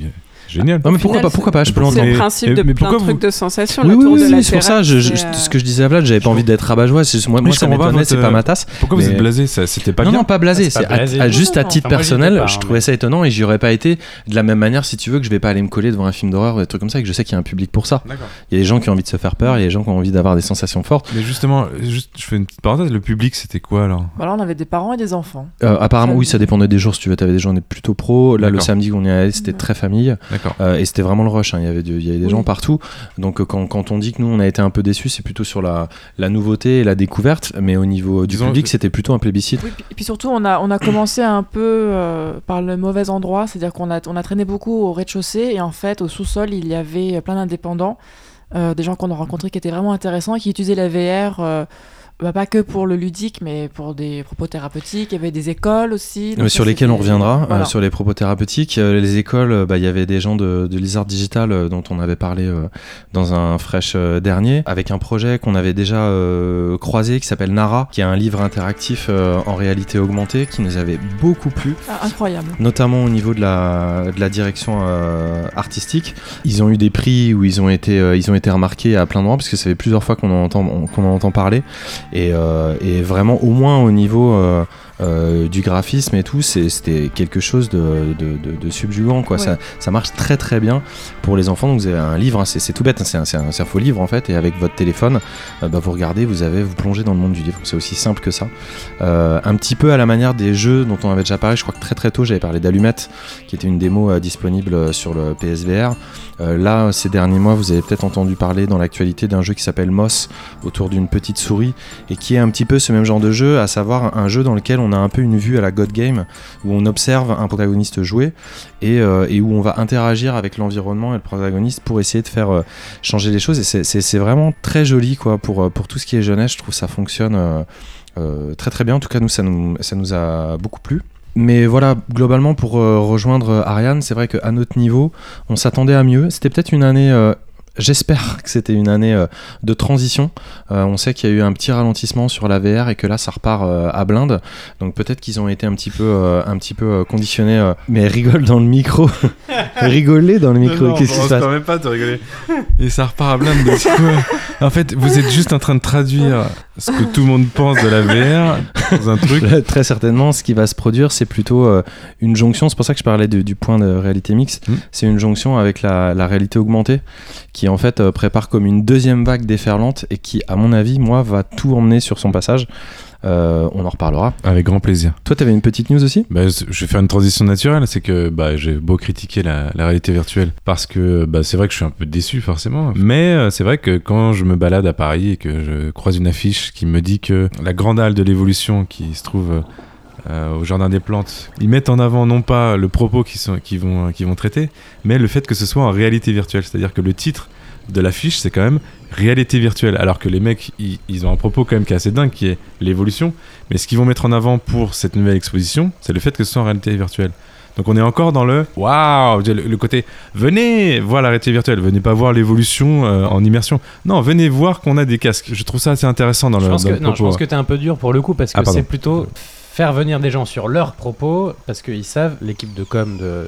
Génial. Non mais pourquoi pas, pourquoi pas, je peux C'est l'entendre. le principe Mais- de mais plein de pourquoi trucs vous- de sensations. Oui, la oui, tour oui, de oui, la c'est pour ça, terrasse, je, je- c'est, euh, ce que je disais à Vlad, j'avais pas envie d'être rabat-joie. C'est, moi, Oui, moi je ça comprends pas, m'étonnait, c'est votre- pas ma tasse. Pourquoi vous Mais- êtes blasé ça, C'était pas non, bien non, pas blasé. C'est C'est pas à, blasé. à- juste Non, à non, titre enfin, moi, j'y étais personnel, pas, je hein, trouvais mais- ça étonnant et j'y aurais pas été de la même manière, si tu veux, que je vais pas aller me coller devant un film d'horreur ou des trucs comme ça et que je sais qu'il y a un public pour ça. D'accord. Il y a des gens qui ont envie de se faire peur, il y a des gens qui ont envie d'avoir des sensations fortes. Mais justement, juste, je fais une petite parenthèse, le public c'était quoi alors? Voilà, on avait des parents et des enfants. Euh, apparemment, Ça- oui, ça dépendait des jours si tu veux. T'avais des journées plutôt pro. Là, le D'accord. samedi qu'on y allait, c'était très famille. D'accord. Euh, et c'était vraiment le rush. hein. Il y avait, du- il y avait des Oui. gens partout. Donc, euh, quand, quand on dit que nous, on a été un peu déçus, c'est plutôt sur la, la nouveauté et la découverte. Mais au niveau du Disons- public, c'était plutôt un plébiscite. Oui, puis- et puis surtout, on a, on a commencé un peu euh, par le mauvais endroit, c'est-à-dire qu'on a, on a traîné beaucoup au rez-de-chaussée et en fait, au sous-sol, il y avait plein d'indépendants, euh, des gens qu'on a rencontrés qui étaient vraiment intéressants et qui utilisaient la V R. euh, bah, pas que pour le ludique, mais pour des propos thérapeutiques. Il y avait des écoles aussi. donc Euh, ça, sur lesquels on c'était- reviendra, euh, Voilà. sur les propos thérapeutiques. Euh, les écoles, euh, bah, il y avait des gens de, de Lizard Digital euh, dont on avait parlé euh, dans un fresh euh, dernier, avec un projet qu'on avait déjà euh, croisé qui s'appelle Nara, qui est un livre interactif euh, en réalité augmentée qui nous avait beaucoup plu. Ah, incroyable. Notamment au niveau de la, de la direction euh, artistique. Ils ont eu des prix où ils ont été, euh, ils ont été remarqués à plein d'endroits, parce que ça fait plusieurs fois qu'on en entend, qu'on en entend parler. Et, euh, et vraiment, au moins au niveau euh, euh, du graphisme et tout, c'est, c'était quelque chose de, de, de, de subjugant. Quoi. Ouais. Ça, ça marche très très bien pour les enfants. Donc vous avez un livre, hein, c'est, c'est tout bête, hein, c'est, un, c'est, un, c'est un faux livre en fait. Et avec votre téléphone, euh, bah, vous regardez, vous, avez, vous plongez dans le monde du livre. C'est aussi simple que ça. Euh, un petit peu à la manière des jeux dont on avait déjà parlé. Je crois que très très tôt, j'avais parlé d'Allumette, qui était une démo euh, disponible sur le P S V R. Euh, là, ces derniers mois, vous avez peut-être entendu parler dans l'actualité d'un jeu qui s'appelle Moss, autour d'une petite souris, et qui est un petit peu ce même genre de jeu, à savoir un jeu dans lequel on a un peu une vue à la God Game, où on observe un protagoniste jouer, et, euh, et où on va interagir avec l'environnement et le protagoniste pour essayer de faire euh, changer les choses. Et c'est, c'est, c'est vraiment très joli, quoi, pour, pour tout ce qui est jeunesse. Je trouve que ça fonctionne euh, euh, très très bien. En tout cas, nous, ça nous, ça nous a beaucoup plu. Mais voilà, globalement, pour euh, rejoindre euh, Ariane, c'est vrai qu'à notre niveau, on s'attendait à mieux. C'était peut-être une année... euh, J'espère que c'était une année euh, de transition. Euh, on sait qu'il y a eu un petit ralentissement sur la V R et que là, ça repart euh, à blinde. Donc peut-être qu'ils ont été un petit peu, euh, un petit peu euh, conditionnés. euh, Mais rigole dans le micro. Rigolez dans le micro. Non, non, Qu'est-ce qui on se se passe? permet pas de rigoler. Et ça repart à blinde de c'est quoi? En fait, vous êtes juste en train de traduire ce que tout le monde pense de la V R dans un truc. Là, très certainement, ce qui va se produire, c'est plutôt euh, une jonction. C'est pour ça que je parlais de- du point de réalité mixte. Mm. C'est une jonction avec la, la réalité augmentée qui, en fait, euh, prépare comme une deuxième vague déferlante et qui, à mon avis, moi, va tout emmener sur son passage. Euh, on en reparlera. Avec grand plaisir. Toi, t'avais une petite news aussi? Bah, je vais faire une transition naturelle, c'est que bah, j'ai beau critiquer la, la réalité virtuelle parce que bah, c'est vrai que je suis un peu déçu forcément, mais euh, c'est vrai que quand je me balade à Paris et que je croise une affiche qui me dit que la grande halle de l'évolution qui se trouve euh, au Jardin des Plantes, ils mettent en avant non pas le propos qu'ils sont, qu'ils vont, qu'ils vont traiter, mais le fait que ce soit en réalité virtuelle, c'est-à-dire que le titre de l'affiche c'est quand même réalité virtuelle, alors que les mecs ils, ils ont un propos quand même qui est assez dingue, qui est l'évolution, mais ce qu'ils vont mettre en avant pour cette nouvelle exposition c'est le fait que ce soit en réalité virtuelle. Donc on est encore dans le waouh, le, le côté venez voir la réalité virtuelle, venez pas voir l'évolution euh, en immersion, non, venez voir qu'on a des casques. Je trouve ça assez intéressant dans Je le, pense dans que, le non, je propos. pense que t'es un peu dur pour le coup parce que Ah, pardon. c'est plutôt faire venir des gens sur leurs propos parce qu'ils savent, l'équipe de com de,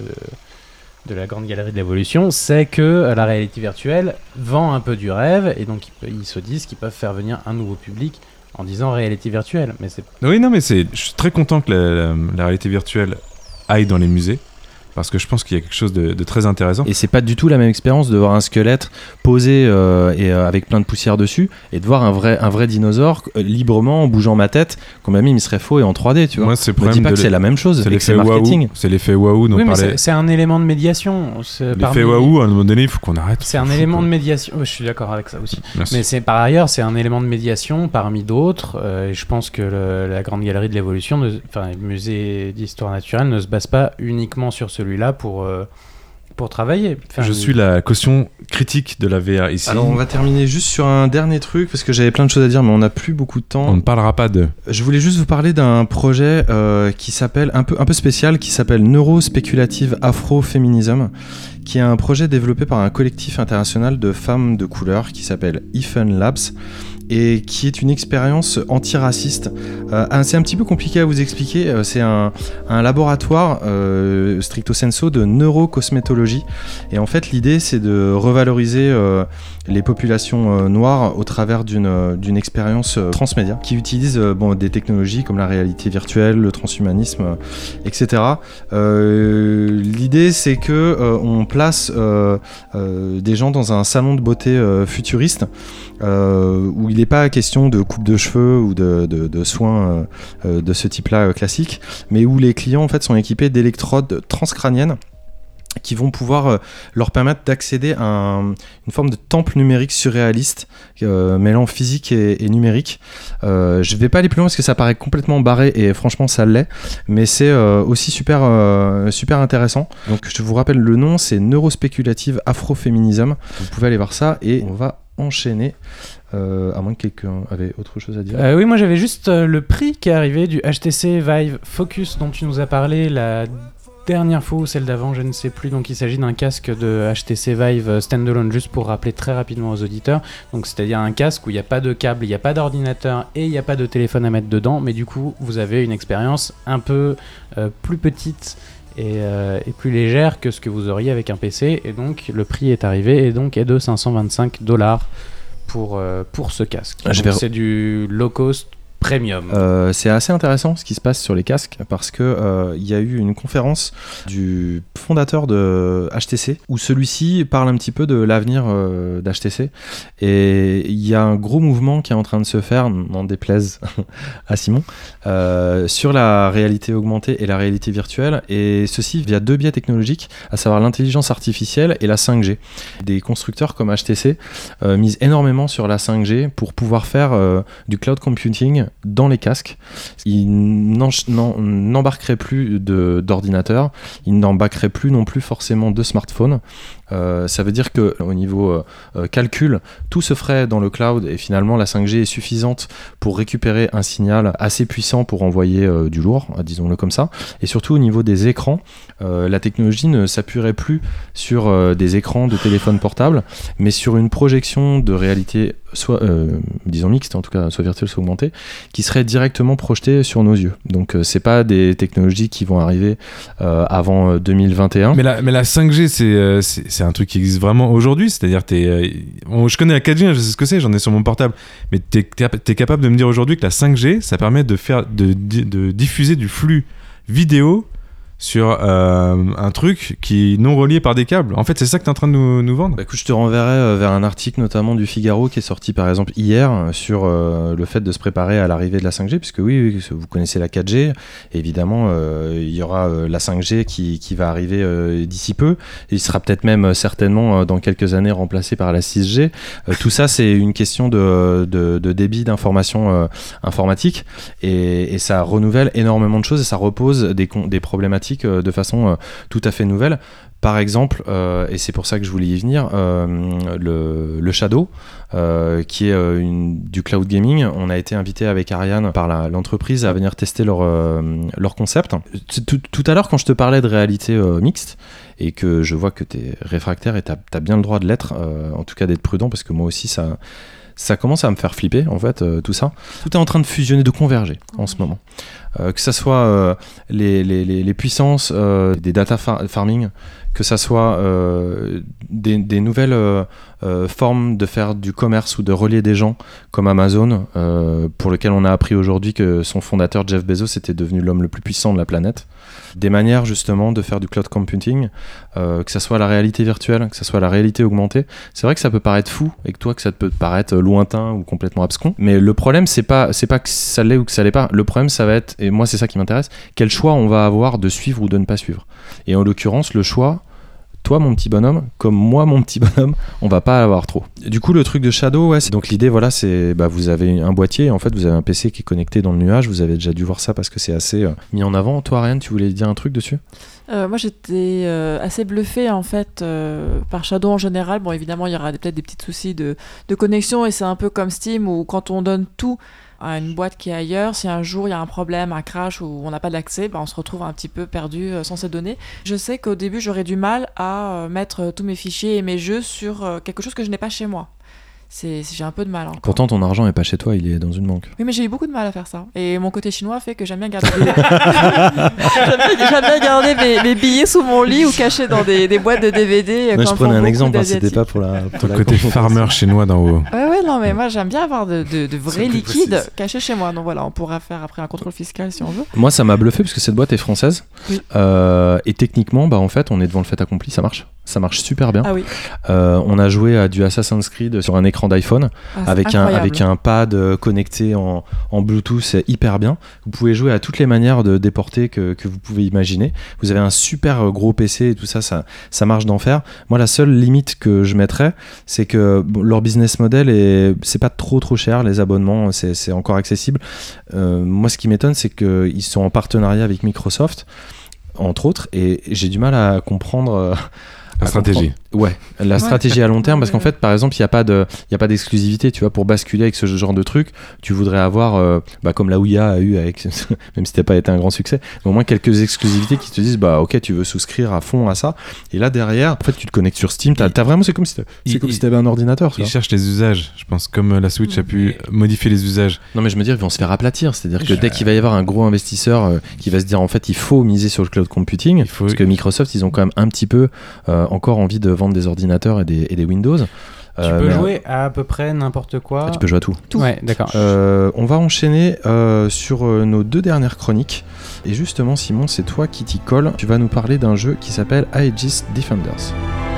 de la Grande Galerie de l'Évolution, c'est que la réalité virtuelle vend un peu du rêve et donc ils, ils se disent qu'ils peuvent faire venir un nouveau public en disant réalité virtuelle. Mais c'est Oui, non, mais c'est, je suis très content que la, la- la réalité virtuelle aille dans les musées. Parce que je pense qu'il y a quelque chose de, de très intéressant. Et c'est pas du tout la même expérience de voir un squelette posé euh, et euh, avec plein de poussière dessus et de voir un vrai, un vrai dinosaure euh, librement en bougeant ma tête, qu'on m'a mis, il serait faux et en trois D, tu vois. Moi, c'est le Me dis problème pas de que l'e- c'est la même chose, c'est et que c'est l'effet marketing. waouh. C'est l'effet waouh dont oui, mais parlait. c'est, c'est un élément de médiation. C'est L'effet parmi- waouh, à un moment donné, il faut qu'on arrête. C'est un Faut élément qu'on- de médiation. Ouais, je suis d'accord avec ça aussi. Merci. Mais c'est par ailleurs, c'est un élément de médiation parmi d'autres. euh, et je pense que le- la Grande Galerie de l'Évolution, ne- enfin le musée d'histoire naturelle, ne se base pas uniquement sur celui-là pour euh, pour travailler. Enfin, Je il- suis la caution critique de la V R ici. Alors on va terminer juste sur un dernier truc parce que j'avais plein de choses à dire mais on n'a plus beaucoup de temps. On ne parlera pas de. Je voulais juste vous parler d'un projet euh, qui s'appelle un peu, un peu spécial, qui s'appelle Neurospeculative Afroféminism, qui est un projet développé par un collectif international de femmes de couleur qui s'appelle Ifen Labs et qui est une expérience antiraciste. Euh, c'est un petit peu compliqué à vous expliquer. C'est un, un laboratoire euh, stricto sensu de neurocosmétologie. Et en fait, l'idée, c'est de revaloriser euh, les populations euh, noires au travers d'une, euh, d'une expérience euh, transmédia qui utilise euh, bon, des technologies comme la réalité virtuelle, le transhumanisme, euh, et cetera. Euh, l'idée, c'est que euh, on place euh, euh, des gens dans un salon de beauté euh, futuriste euh, où il n'est pas question de coupe de cheveux ou de, de, de soins euh, de ce type-là euh, classique, mais où les clients en fait sont équipés d'électrodes transcrâniennes qui vont pouvoir euh, leur permettre d'accéder à un, une forme de temple numérique surréaliste euh, mêlant physique et, et numérique. Euh, je vais pas aller plus loin parce que ça paraît complètement barré et franchement ça l'est, mais c'est euh, aussi super, euh, super intéressant. Donc je vous rappelle le nom, c'est Neurospéculative Afroféminisme. Vous pouvez aller voir ça et on va enchaîner. Euh, à moins que quelqu'un avait autre chose à dire. Euh, oui, moi j'avais juste euh, le prix qui est arrivé du H T C Vive Focus dont tu nous as parlé la dernière fois ou celle d'avant, je ne sais plus. Donc il s'agit d'un casque de H T C Vive standalone, juste pour rappeler très rapidement aux auditeurs. Donc c'est-à-dire un casque où il n'y a pas de câble, il n'y a pas d'ordinateur et il n'y a pas de téléphone à mettre dedans, mais du coup vous avez une expérience un peu euh, plus petite et, euh, et plus légère que ce que vous auriez avec un P C. Et donc le prix est arrivé et donc est de cinq cent vingt-cinq dollars pour, euh, pour ce casque. Donc, vais... C'est du low cost premium. Euh, c'est assez intéressant ce qui se passe sur les casques parce que euh, il y a eu une conférence du fondateur de H T C où celui-ci parle un petit peu de l'avenir euh, d'H T C et il y a un gros mouvement qui est en train de se faire, n'en déplaise à Simon, euh, sur la réalité augmentée et la réalité virtuelle, et ceci via deux biais technologiques, à savoir l'intelligence artificielle et la cinq G. Des constructeurs comme H T C euh, misent énormément sur la cinq G pour pouvoir faire euh, du cloud computing dans les casques. Ils n'embarqueraient plus de, d'ordinateurs, ils n'embarqueraient plus non plus forcément de smartphones. Euh, ça veut dire qu'au niveau euh, calcul, tout se ferait dans le cloud et finalement la cinq G est suffisante pour récupérer un signal assez puissant pour envoyer euh, du lourd, disons-le comme ça. Et surtout au niveau des écrans, euh, la technologie ne s'appuierait plus sur euh, des écrans de téléphone portable, mais sur une projection de réalité soit euh, disons mixte, en tout cas soit virtuelle soit augmentée, qui serait directement projetée sur nos yeux. Donc euh, c'est pas des technologies qui vont arriver euh, avant deux mille vingt et un. Mais la, mais la cinq G c'est, euh, c'est, c'est un truc qui existe vraiment aujourd'hui, c'est-à-dire t'es, euh, bon, je connais la quatre G, je sais ce que c'est, j'en ai sur mon portable, mais t'es, t'es, t'es capable de me dire aujourd'hui que la cinq G ça permet de faire de, de, de diffuser du flux vidéo sur euh, un truc qui est non relié par des câbles. En fait, c'est ça que tu es en train de nous, nous vendre. Bah, écoute, je te renverrai euh, vers un article notamment du Figaro qui est sorti par exemple hier euh, sur euh, le fait de se préparer à l'arrivée de la cinq G, puisque oui, oui vous connaissez la quatre G, et évidemment euh, il y aura euh, la cinq G qui, qui va arriver euh, d'ici peu, il sera peut-être même euh, certainement euh, dans quelques années remplacé par la six G. Euh, tout ça c'est une question de, de, de débit d'information euh, informatique, et, et ça renouvelle énormément de choses et ça repose des, des problématiques de façon euh, tout à fait nouvelle. Par exemple, euh, et c'est pour ça que je voulais y venir, euh, le, le Shadow, euh, qui est euh, une, du cloud gaming. On a été invité avec Ariane par la, l'entreprise à venir tester leur, euh, leur concept. Tout, tout à l'heure, quand je te parlais de réalité euh, mixte, et que je vois que tu es réfractaire et tu as bien le droit de l'être, euh, en tout cas d'être prudent, parce que moi aussi, ça... ça commence à me faire flipper en fait, euh, tout ça. Tout est en train de fusionner, de converger en ce moment. Euh, que ça soit euh, les, les, les, les puissances euh, des data far- farming, que ça soit euh, des, des nouvelles euh, euh, formes de faire du commerce ou de relier des gens comme Amazon, euh, pour lequel on a appris aujourd'hui que son fondateur Jeff Bezos était devenu l'homme le plus puissant de la planète. Des manières justement de faire du cloud computing, euh, que ça soit la réalité virtuelle, que ça soit la réalité augmentée. C'est vrai que ça peut paraître fou et que toi que ça peut te paraître lointain ou complètement abscon, mais le problème c'est pas, c'est pas que ça l'est ou que ça l'est pas. Le problème ça va être, et moi c'est ça qui m'intéresse, quel choix on va avoir de suivre ou de ne pas suivre. Et en l'occurrence le choix, toi mon petit bonhomme, comme moi mon petit bonhomme, on va pas avoir trop. Du coup le truc de Shadow, ouais, c'est, donc l'idée voilà, c'est bah, vous avez un boîtier, en fait vous avez un P C qui est connecté dans le nuage, vous avez déjà dû voir ça parce que c'est assez euh, mis en avant. Toi Ariane, tu voulais dire un truc dessus ? Euh, moi j'étais euh, assez bluffée en fait euh, par Shadow en général. Bon évidemment il y aura des, peut-être des petits soucis de, de connexion, et c'est un peu comme Steam où quand on donne tout à une boîte qui est ailleurs, si un jour il y a un problème, un crash ou on n'a pas d'accès, bah, on se retrouve un petit peu perdu euh, sans ces données. Je sais qu'au début j'aurais du mal à euh, mettre tous mes fichiers et mes jeux sur euh, quelque chose que je n'ai pas chez moi. c'est, c'est- j'ai un peu de mal. encore. Pourtant, ton argent est pas chez toi, il est dans une banque. Oui, mais j'ai eu beaucoup de mal à faire ça. Et mon côté chinois fait que j'aime bien garder, des... j'aime bien, j'aime bien garder mes, mes billets sous mon lit ou cachés dans des, des boîtes de D V D. Moi, comme je prenais font un beaucoup exemple, hein, c'était d'Asiatiques. pas pour la. Pour Ton la côté conférence. farmer chinois d'en haut. Ouais, ouais, non, mais moi j'aime bien avoir de, de, de vrais C'est plus liquides précis. cachés chez moi. Donc voilà, on pourra faire après un contrôle fiscal si on veut. Moi, ça m'a bluffé parce que cette boîte est française. Oui. Euh, et techniquement, bah, en fait, on est devant le fait accompli, ça marche. Ça marche super bien. Ah oui, Euh, on a joué à du Assassin's Creed sur un écran d'iPhone ah, c'est avec, un, incroyable. avec un pad euh, connecté en, en Bluetooth, c'est hyper bien. Vous pouvez jouer à toutes les manières de déporter que, que vous pouvez imaginer. Vous avez un super euh, gros P C et tout ça, ça, ça marche d'enfer. Moi, la seule limite que je mettrais, c'est que bon, leur business model, est, c'est pas trop trop cher, les abonnements, c'est, c'est encore accessible. Euh, moi, ce qui m'étonne, c'est qu'ils sont en partenariat avec Microsoft, entre autres, et j'ai du mal à comprendre... euh, La à stratégie. comprendre- Ouais, la Ouais. stratégie à long terme, Ouais, parce qu'en ouais. fait, par exemple, il n'y a pas de, il y a pas d'exclusivité, tu vois, pour basculer avec ce genre de truc, tu voudrais avoir, euh, bah, comme la Ouya a eu avec, même si t'as pas été un grand succès, mais au moins quelques exclusivités qui te disent, bah, ok, tu veux souscrire à fond à ça, et là derrière, en fait, tu te connectes sur Steam, t'as, t'as vraiment, c'est comme si t'as- c'est Il- comme il- si t'avais un ordinateur, tu Ils vois. cherchent les usages, je pense, comme euh, la Switch a pu modifier les usages. Non, mais je me dis, ils vont se faire aplatir, c'est-à-dire que Je- dès qu'il va y avoir un gros investisseur euh, qui va se dire, en fait, il faut miser sur le cloud computing, Il faut- parce que Microsoft, ils ont quand même un petit peu euh, encore envie de vendre des ordinateurs et des, et des Windows. Tu Euh, peux mais, jouer à à peu près n'importe quoi. ah, tu peux jouer à tout. Tout. Ouais, d'accord. Euh, on va enchaîner euh, sur euh, nos deux dernières chroniques. Et justement, Simon, c'est toi qui t'y colle. Tu vas nous parler d'un jeu qui s'appelle Aegis Defenders.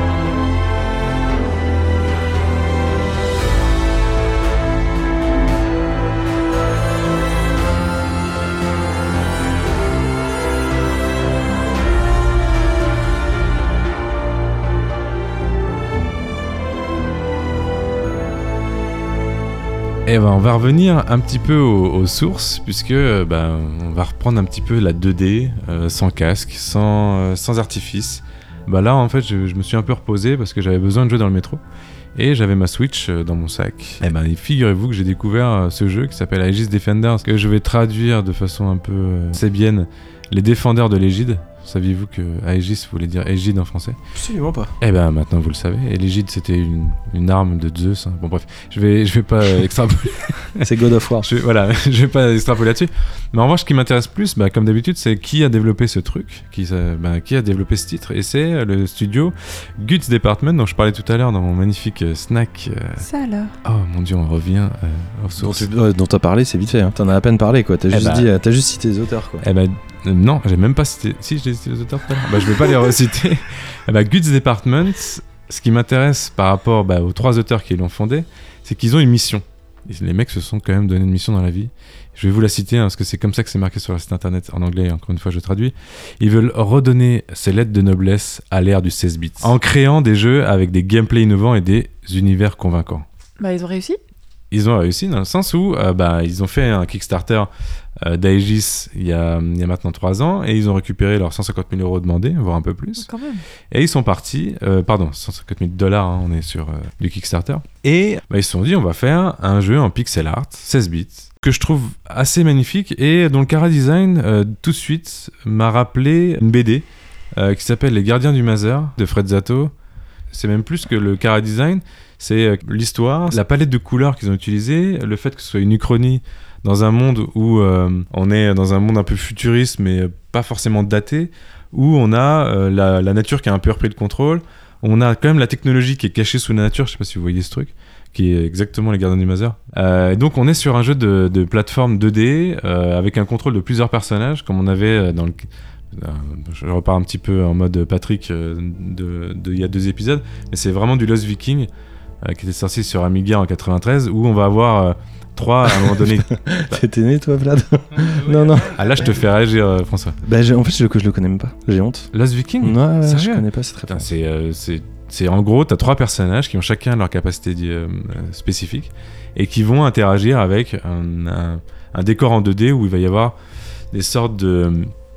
Et ben, on va revenir un petit peu aux, aux sources, puisque euh, ben, on va reprendre un petit peu la deux D, euh, sans casque, sans, euh, sans artifice. Bah là, en fait, je, je me suis un peu reposé parce que j'avais besoin de jouer dans le métro. Et j'avais ma Switch euh, dans mon sac. Et ben, figurez-vous que j'ai découvert euh, ce jeu qui s'appelle Aegis Defenders, que je vais traduire de façon un peu euh, sébienne, les défendeurs de l'égide. Saviez-vous que Aegis voulait dire égide en français? Absolument pas. Eh ben maintenant vous le savez. Et l'égide c'était une, une arme de Zeus. hein. Bon bref, je vais je vais pas euh, extrapoler. C'est God of War. je, voilà, je vais pas extrapoler là-dessus. Mais en revanche, ce qui m'intéresse plus, bah, comme d'habitude, c'est qui a développé ce truc, qui, euh, bah, qui a développé ce titre. Et c'est le studio Guts Department dont je parlais tout à l'heure dans mon magnifique euh, snack. euh. Ça alors. Oh mon dieu, on revient euh, aux Dont sources. tu euh, dont t'as parlé, c'est vite fait. Hein. T'en as à peine parlé, quoi. T'as Eh juste bah. dit, euh, t'as juste cité les auteurs, quoi. Eh ben euh, non, j'ai même pas cité. Si, j'ai cité les auteurs tout à l'heure. Bah, je vais pas les reciter. Eh ben, Guts Department, ce qui m'intéresse par rapport bah, aux trois auteurs qui l'ont fondé, c'est qu'ils ont une mission. Et les mecs se sont quand même donné une mission dans la vie. Je vais vous la citer hein, parce que c'est comme ça que c'est marqué sur leur site internet en anglais. Encore une fois, je traduis. Ils veulent redonner ces lettres de noblesse à l'ère du seize bits en créant des jeux avec des gameplays innovants et des univers convaincants. Bah, ils ont réussi. Ils ont réussi dans le sens où euh, bah, ils ont fait un Kickstarter euh, d'Aegis il y a, il y a maintenant trois ans et ils ont récupéré leurs cent cinquante mille euros demandés, voire un peu plus. Quand même. Et ils sont partis, euh, pardon, cent cinquante mille dollars, hein, on est sur euh, du Kickstarter. Et bah, ils se sont dit, on va faire un jeu en pixel art, seize bits, que je trouve assez magnifique et dont le chara design, euh, tout de suite, m'a rappelé une B D euh, qui s'appelle Les Gardiens du Mazer de Fred Zato. C'est même plus que le chara design, c'est euh, l'histoire, la palette de couleurs qu'ils ont utilisée, le fait que ce soit une uchronie dans un monde où euh, on est dans un monde un peu futuriste mais pas forcément daté, où on a euh, la, la nature qui a un peu repris le contrôle, on a quand même la technologie qui est cachée sous la nature, je sais pas si vous voyez ce truc, qui est exactement les Gardiens du Mazer. Euh, et donc on est sur un jeu de, de plateforme deux D euh, avec un contrôle de plusieurs personnages comme on avait dans le... Euh, je repars un petit peu en mode Patrick euh, de, de il y a deux épisodes, mais c'est vraiment du Lost Viking euh, qui était sorti sur Amiga en quatre-vingt-treize où on va avoir euh, trois à un moment donné. T'étais né, toi, Vlad? Non, non. Ah là je te fais réagir euh, François. Bah, j'ai- en fait, je, je le connais même pas. J'ai honte. Lost Viking. Ouais, ouais, je Sérieux connais pas, c'est très Putain, fort. c'est, euh, c'est, c'est en gros, t'as trois personnages qui ont chacun leur capacité euh, spécifique et qui vont interagir avec un, un, un décor en deux D où il va y avoir des sortes de,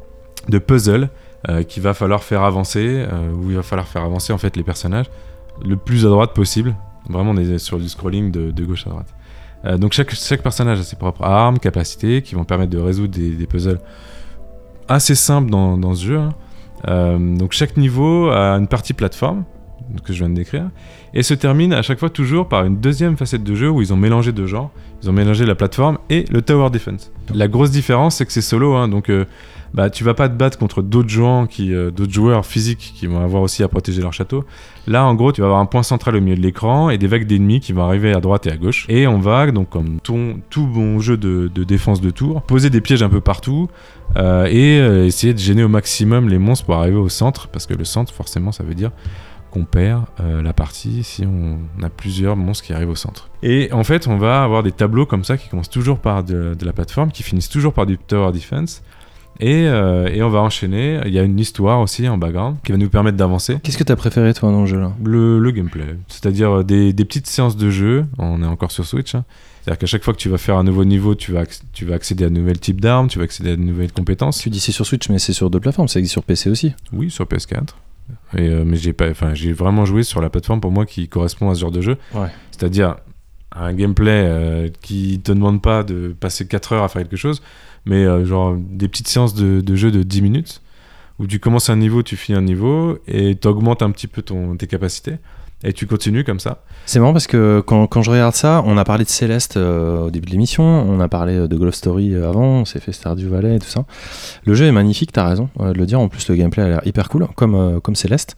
de puzzles euh, qu'il va falloir faire avancer, euh, où il va falloir faire avancer en fait les personnages le plus à droite possible. Vraiment, on est sur du scrolling de, de gauche à droite. Euh, donc chaque, chaque personnage a ses propres armes, capacités qui vont permettre de résoudre des, des puzzles assez simples dans, dans ce jeu. Hein. Euh, donc chaque niveau a une partie plateforme que je viens de décrire, et se termine à chaque fois toujours par une deuxième facette de jeu où ils ont mélangé deux genres. Ils ont mélangé la plateforme et le tower defense. La grosse différence, c'est que c'est solo, hein, donc euh, bah, tu vas pas te battre contre d'autres joueurs, qui, euh, d'autres joueurs physiques qui vont avoir aussi à protéger leur château. Là, en gros, tu vas avoir un point central au milieu de l'écran et des vagues d'ennemis qui vont arriver à droite et à gauche. Et on va, donc comme ton, tout bon jeu de, de défense de tour, poser des pièges un peu partout euh, et euh, essayer de gêner au maximum les monstres pour arriver au centre, parce que le centre, forcément, ça veut dire qu'on perd euh, la partie si on a plusieurs monstres qui arrivent au centre. Et en fait, on va avoir des tableaux comme ça qui commencent toujours par de, de la plateforme, qui finissent toujours par du tower defense. Et, euh, et on va enchaîner. Il y a une histoire aussi en background qui va nous permettre d'avancer. Qu'est-ce que t'as préféré toi dans le jeu là ? Le, le gameplay, c'est-à-dire des, des petites séances de jeu. On est encore sur Switch. Hein. C'est-à-dire qu'à chaque fois que tu vas faire un nouveau niveau, tu vas, tu vas accéder à de nouveaux types d'armes, tu vas accéder à de nouvelles compétences. Tu dis c'est sur Switch, mais c'est sur d'autres plateformes. Ça existe sur P C aussi ? Oui, sur P S quatre. Et euh, mais j'ai pas, enfin j'ai vraiment joué sur la plateforme pour moi qui correspond à ce genre de jeu. Ouais. C'est-à-dire un gameplay euh, qui te demande pas de passer quatre heures à faire quelque chose, mais euh, genre des petites séances de, de jeu de dix minutes où tu commences un niveau, tu finis un niveau et tu augmentes un petit peu ton, tes capacités et tu continues comme ça. C'est marrant parce que quand, quand je regarde ça, on a parlé de Céleste euh, au début de l'émission, on a parlé de Golf Story avant, on s'est fait Stardew Valley et tout ça. Le jeu est magnifique, t'as raison euh, de le dire, en plus le gameplay a l'air hyper cool, comme, euh, comme Céleste.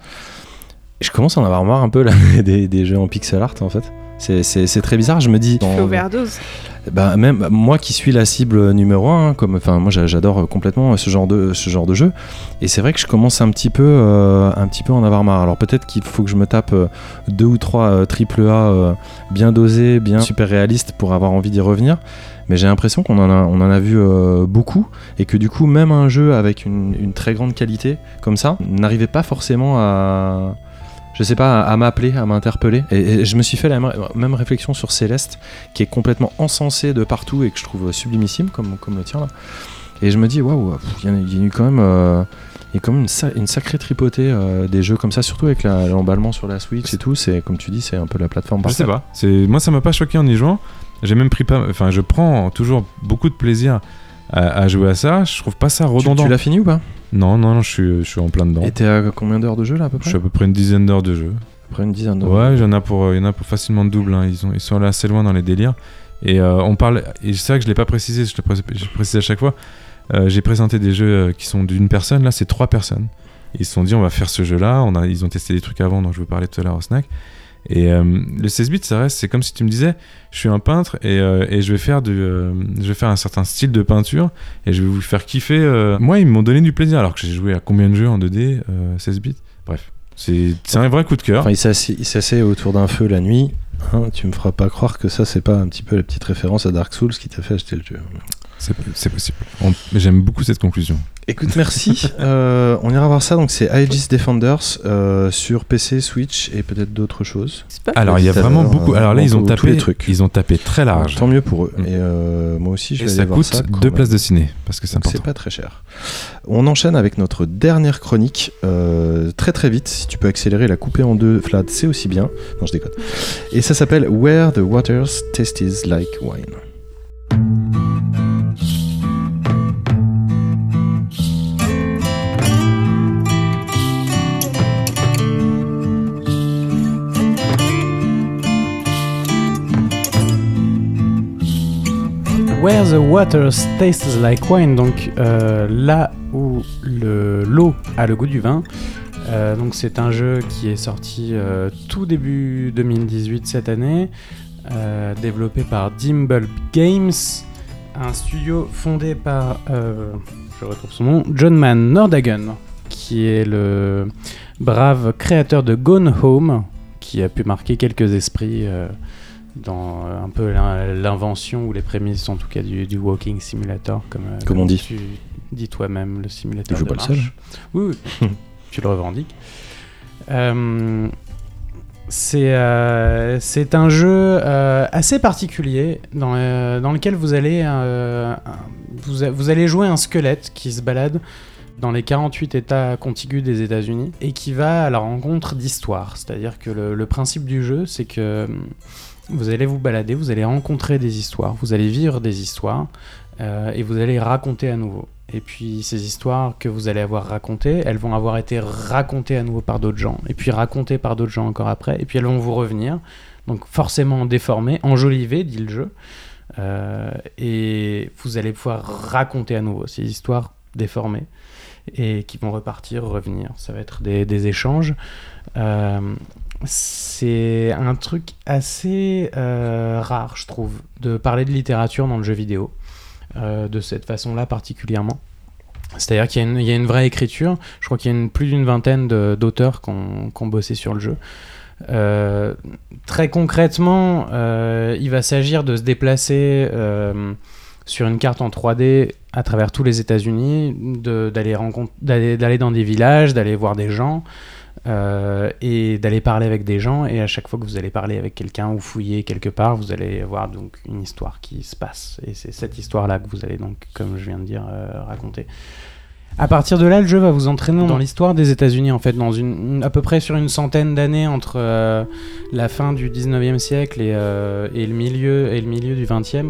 Et je commence à en avoir marre un peu là, des, des jeux en pixel art en fait. C'est, c'est, c'est très bizarre, je me dis... Tu fais overdose. Bah, même moi qui suis la cible numéro un, hein, comme, enfin, moi j'adore complètement ce genre, de, ce genre de jeu, et c'est vrai que je commence un petit peu, euh, un petit peu à en avoir marre. Alors peut-être qu'il faut que je me tape euh, deux ou trois euh, triple A euh, bien dosés, bien super réalistes pour avoir envie d'y revenir, mais j'ai l'impression qu'on en a, on en a vu euh, beaucoup, et que du coup même un jeu avec une, une très grande qualité comme ça n'arrivait pas forcément à... je sais pas, à, à m'appeler, à m'interpeller. Et, et je me suis fait la même réflexion sur Céleste, qui est complètement encensé de partout et que je trouve sublimissime, comme, comme le tien là. Et je me dis, waouh, il y, y a eu quand même, euh, y a quand même une, sa- une sacrée tripotée euh, des jeux comme ça, surtout avec la, l'emballement sur la Switch et tout. C'est, comme tu dis, c'est un peu la plateforme Je parfaite. sais pas. C'est... Moi, ça m'a pas choqué en y jouant. J'ai même pris pas. Enfin, je prends toujours beaucoup de plaisir à, à jouer à ça. Je trouve pas ça Tu, redondant. tu l'as fini ou pas ? Non, non, non, je suis, je suis en plein dedans. Et t'es à combien d'heures de jeu là à peu Je près ? suis à peu près une dizaine d'heures de jeu. Après une dizaine d'heures. Ouais, il y en a pour, il y en a pour facilement double. Hein. Ils, ont, ils sont allés assez loin dans les délires. Et euh, on parle. Et c'est vrai que je l'ai pas précisé. Je le pré- je précise à chaque fois. Euh, j'ai présenté des jeux euh, qui sont d'une personne. Là, c'est trois personnes. Ils se sont dit, on va faire ce jeu-là. On a, ils ont testé des trucs avant, dont je vous parlais tout à l'heure au snack. Et euh, le seize bits, ça reste. C'est comme si tu me disais, je suis un peintre et, euh, et je vais faire du, euh, je vais faire un certain style de peinture et je vais vous faire kiffer. Euh... Moi, ils m'ont donné du plaisir alors que j'ai joué à combien de jeux en deux D, euh, seize bits. Bref. C'est, c'est un vrai coup de cœur. Enfin, il s'assied, il s'assied autour d'un feu la nuit. Hein, tu me feras pas croire que ça, c'est pas un petit peu la petite référence à Dark Souls qui t'a fait acheter le jeu. C'est, c'est possible. On, mais j'aime beaucoup cette conclusion. Écoute, merci. euh, on ira voir ça. Donc, c'est Aegis Defenders euh, sur P C, Switch et peut-être d'autres choses. C'est pas Alors, il y a vraiment beaucoup. Alors là, ils ont tapé, tous les trucs. ils ont tapé très large. Tant mieux pour eux. Mm. Et euh, moi aussi, je Et vais ça aller voir coûte ça. quand deux même. places de ciné parce que c'est Donc, important. c'est pas très cher. On enchaîne avec notre dernière chronique euh, très très vite. Si tu peux accélérer, la couper en deux, Vlad, c'est aussi bien. Non, je déconne. Et ça s'appelle Where the Waters Tastes Like Wine. Where the water tastes like wine, donc euh, là où le, l'eau a le goût du vin. Euh, donc c'est un jeu qui est sorti euh, tout début deux mille dix-huit cette année, euh, développé par Dimble Games, un studio fondé par, euh, je retrouve son nom, John Man Nordhagen, qui est le brave créateur de Gone Home, qui a pu marquer quelques esprits euh, dans euh, un peu l'in- l'invention ou les prémices en tout cas du, du walking simulator, comme, euh, Comme on dit. tu dis toi-même, le simulateur Je de joue pas le marche. Oui, oui, tu le revendiques. Euh, c'est, euh, c'est un jeu euh, assez particulier dans, euh, dans lequel vous allez, euh, vous, a- vous allez jouer un squelette qui se balade dans les quarante-huit États contigus des États-Unis et qui va à la rencontre d'histoires. C'est-à-dire que le, le principe du jeu, c'est que vous allez vous balader, vous allez rencontrer des histoires, vous allez vivre des histoires euh, et vous allez raconter à nouveau. et puis ces histoires que vous allez avoir racontées, elles vont avoir été racontées à nouveau par d'autres gens, et puis racontées par d'autres gens encore après, et puis elles vont vous revenir, donc forcément déformées, enjolivées, dit le jeu, euh, et vous allez pouvoir raconter à nouveau ces histoires déformées, et qui vont repartir, revenir. Ça va être des, des échanges. Euh, c'est un truc assez euh, rare, je trouve, de parler de littérature dans le jeu vidéo, euh, de cette façon-là particulièrement. C'est-à-dire qu'il y a une, il y a une vraie écriture. Je crois qu'il y a une, plus d'une vingtaine de, d'auteurs qui ont, qui ont bossé sur le jeu. Euh, très concrètement, euh, il va s'agir de se déplacer euh, sur une carte en trois D à travers tous les États-Unis, de, d'aller, rencontre, d'aller, d'aller dans des villages, d'aller voir des gens euh, et d'aller parler avec des gens. Et à chaque fois que vous allez parler avec quelqu'un ou fouiller quelque part, vous allez avoir donc une histoire qui se passe. Et c'est cette histoire-là que vous allez donc, comme je viens de dire, euh, raconter. À partir de là, le jeu va vous entraîner dans l'histoire des États-Unis, en fait, dans une, à peu près sur une centaine d'années entre euh, la fin du dix-neuvième siècle et, euh, et, le milieu, et le milieu du vingtième.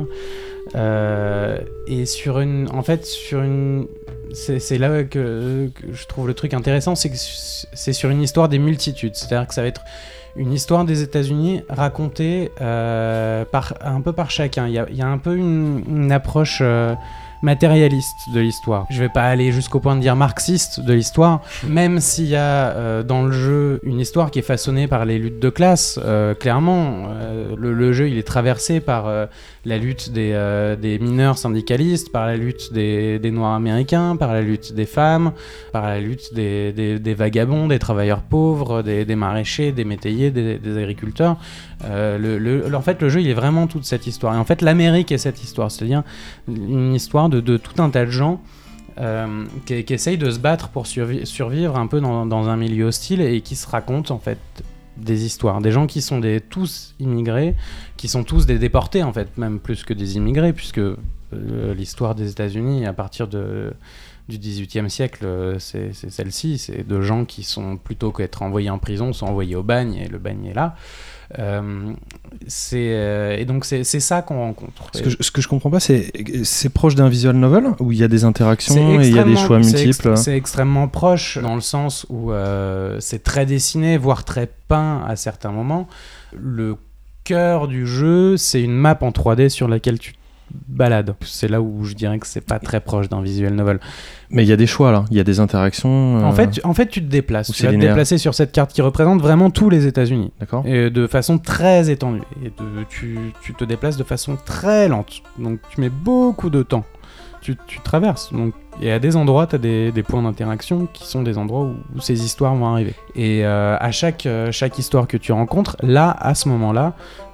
Euh, et sur une, en fait, sur une, c'est, c'est là que, que je trouve le truc intéressant, c'est que c'est sur une histoire des multitudes, c'est-à-dire que ça va être une histoire des États-Unis racontée euh, par, un peu par chacun. Il y a, il y a un peu une, une approche euh, matérialiste de l'histoire. Je vais pas aller jusqu'au point de dire marxiste de l'histoire, même s'il y a euh, dans le jeu une histoire qui est façonnée par les luttes de classe, euh, clairement, euh, le, le jeu il est traversé par euh, la lutte des, euh, des mineurs syndicalistes, par la lutte des, des noirs américains, par la lutte des femmes, par la lutte des, des, des vagabonds, des travailleurs pauvres, des, des maraîchers, des métayers, des, des agriculteurs. Euh, le, le, en fait, le jeu il est vraiment toute cette histoire. Et en fait, l'Amérique est cette histoire, c'est-à-dire une histoire de, de tout un tas de gens euh, qui, qui essayent de se battre pour survi- survivre un peu dans, dans un milieu hostile et qui se racontent en fait des histoires. Des gens qui sont des, tous immigrés, qui sont tous des déportés en fait, même plus que des immigrés, puisque euh, l'histoire des États-Unis à partir de, du dix-huitième siècle, euh, c'est, c'est celle-ci. C'est de gens qui sont, plutôt qu'être envoyés en prison, sont envoyés au bagne, et le bagne est là. Euh, c'est, euh, et donc c'est, c'est ça qu'on rencontre. Ce que, je, ce que je comprends pas, c'est c'est proche d'un visual novel où il y a des interactions et il y a des choix c'est multiples. Ex, c'est extrêmement proche dans le sens où euh, c'est très dessiné, voire très peint à certains moments. Le cœur du jeu, c'est une map en trois D sur laquelle tu balade. C'est là où je dirais que c'est pas très proche d'un visual novel. Mais il y a des choix là, il y a des interactions. Euh... En fait, tu, en fait, tu te déplaces. Tu vas linéaire. te déplacer sur cette carte qui représente vraiment tous les États-Unis. D'accord. Et de façon très étendue. Et de, tu, tu te déplaces de façon très lente. Donc tu mets beaucoup de temps. Tu, tu traverses. Donc, et à des endroits, tu as des, des points d'interaction qui sont des endroits où, où ces histoires vont arriver. Et euh, à chaque, euh, chaque histoire que tu rencontres, là, à ce moment-là,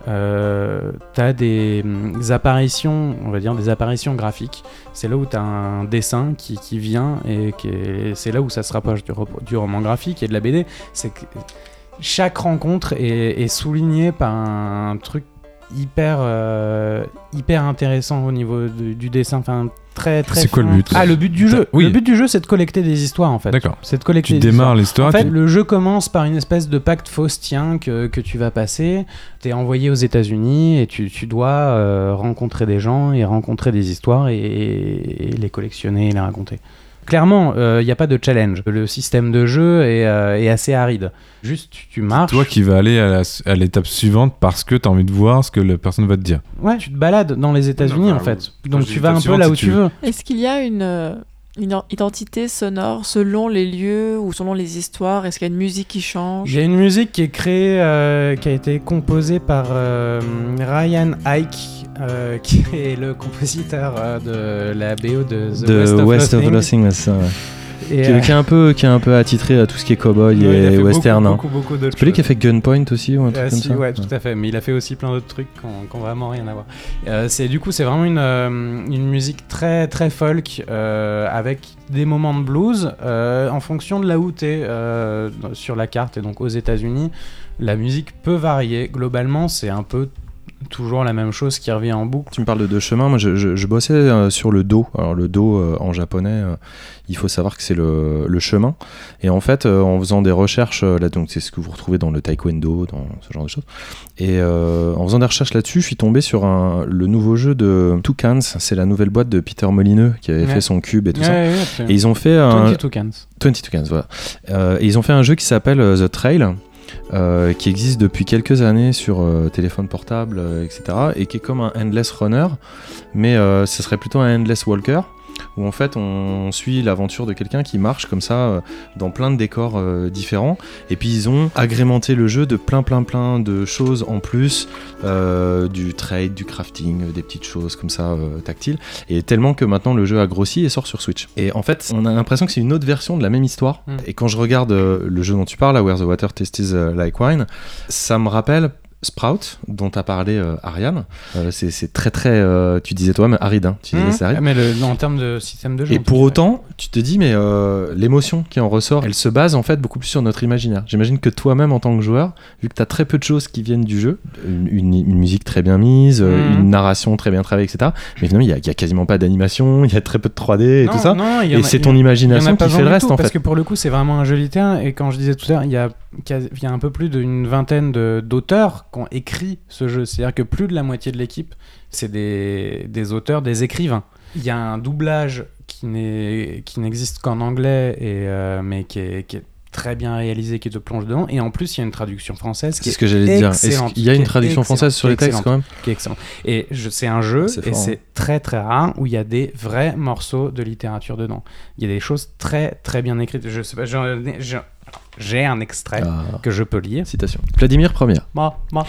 euh, tu as des, des apparitions, on va dire des apparitions graphiques. C'est là où tu as un dessin qui, qui vient et qui est, c'est là où ça se rapproche du, du roman graphique et de la B D. C'est que chaque rencontre est, est soulignée par un truc hyper, euh, hyper intéressant au niveau du, du dessin. Enfin, très très c'est quoi le but? Ah, le but du jeu. Oui. Le but du jeu, c'est de collecter des histoires en fait. D'accord. C'est de collecter Tu des démarres histoires. l'histoire. En fait, tu... le jeu commence par une espèce de pacte faustien que, que tu vas passer. T'es envoyé aux États-Unis et tu, tu dois euh, rencontrer des gens et rencontrer des histoires et, et les collectionner et les raconter. Clairement, il euh, n'y a pas de challenge. Le système de jeu est, euh, est assez aride. Juste, tu, tu marches. Toi qui vas aller à, la, à l'étape suivante parce que tu as envie de voir ce que la personne va te dire. Ouais, tu te balades dans les États-Unis non, en enfin, fait. Donc tu vas un peu là si où tu tu veux. Est-ce qu'il y a une, euh, une identité sonore selon les lieux ou selon les histoires? Est-ce qu'il y a une musique qui change? Il y a une musique qui est créée, euh, qui a été composée par euh, Ryan Ike, euh, qui est le compositeur euh, de la B O de The de West of West of Nothing. Nothing, c'est ça, ouais. Et, qui, euh, qui est un peu qui est un peu attitré à tout ce qui est cowboy ouais, il a et fait western. beaucoup, beaucoup, beaucoup d'autres C'est lui choses. qui a fait Gunpoint aussi ou un truc Euh, comme si, ça. ouais, tout à fait. Mais il a fait aussi plein d'autres trucs qui n'ont vraiment rien à voir. Euh, c'est, du coup, c'est vraiment une, euh, une musique très, très folk euh, avec des moments de blues euh, en fonction de là où tu es euh, sur la carte. Et donc aux États-Unis, la musique peut varier. Globalement, c'est un peu toujours la même chose qui revient en boucle. Tu me parles de deux chemins, moi je, je, je bossais euh, sur le do. Alors le do euh, en japonais, euh, il faut savoir que c'est le, le chemin. Et en fait, euh, en faisant des recherches, euh, là, donc c'est ce que vous retrouvez dans le taekwondo, dans ce genre de choses. Et euh, en faisant des recherches là-dessus, je suis tombé sur un, le nouveau jeu de Toucans. C'est la nouvelle boîte de Peter Molineux qui avait ouais. fait son cube et tout ouais, ça. Ouais, ouais, et ils ont fait un... vingt Toucans. vingt Toucans, voilà. Euh, et ils ont fait un jeu qui s'appelle euh, The Trail. Euh, qui existe depuis quelques années sur euh, téléphone portable, euh, et cetera. Et qui est comme un Endless Runner, mais euh, ce serait plutôt un Endless Walker, où en fait on suit l'aventure de quelqu'un qui marche comme ça euh, dans plein de décors euh, différents. Et puis ils ont agrémenté le jeu de plein plein plein de choses en plus, euh, du trade, du crafting, des petites choses comme ça euh, tactiles. Et tellement que maintenant le jeu a grossi et sort sur Switch. Et en fait on a l'impression que c'est une autre version de la même histoire. Mm. Et quand je regarde euh, le jeu dont tu parles, là, Where the Water Tastes uh, Like Wine, ça me rappelle Sprout, dont tu as parlé euh, Ariane, euh, c'est, c'est très très, euh, tu disais toi-même aride, hein, tu disais mmh. c'est aride. Mais le, en termes de système de jeu. Et pour autant, tu te dis, mais euh, l'émotion qui en ressort, elle se base en fait beaucoup plus sur notre imaginaire. J'imagine que toi-même en tant que joueur, vu que tu as très peu de choses qui viennent du jeu, une, une, une musique très bien mise, mmh. une narration très bien travaillée, et cetera. Mais finalement, il n'y a, a quasiment pas d'animation, il y a très peu de trois D et non, tout ça. Non, et a, c'est ton imagination qui fait le reste tout, en fait. Parce que pour le coup, c'est vraiment un jeu littéraire. Et quand je disais tout à l'heure, il y a, il y a un peu plus d'une vingtaine de, d'auteurs qui ont écrit ce jeu. C'est-à-dire que plus de la moitié de l'équipe, c'est des, des auteurs, des écrivains. Il y a un doublage qui, n'est, qui n'existe qu'en anglais, et, euh, mais qui est, qui est très bien réalisé, qui te plonge dedans. Et en plus, il y a une traduction française qui c'est est ce que j'allais dire. Est-ce qu'il y a une traduction française sur les textes quand même ? Qui est excellent. Et je, c'est un jeu, c'est et fort, c'est hein. très très rare, où il y a des vrais morceaux de littérature dedans. Il y a des choses très très bien écrites. Je sais pas, je, je, j'ai un extrait ah. que je peux lire. Citation. Vladimir Première. Ma, ma.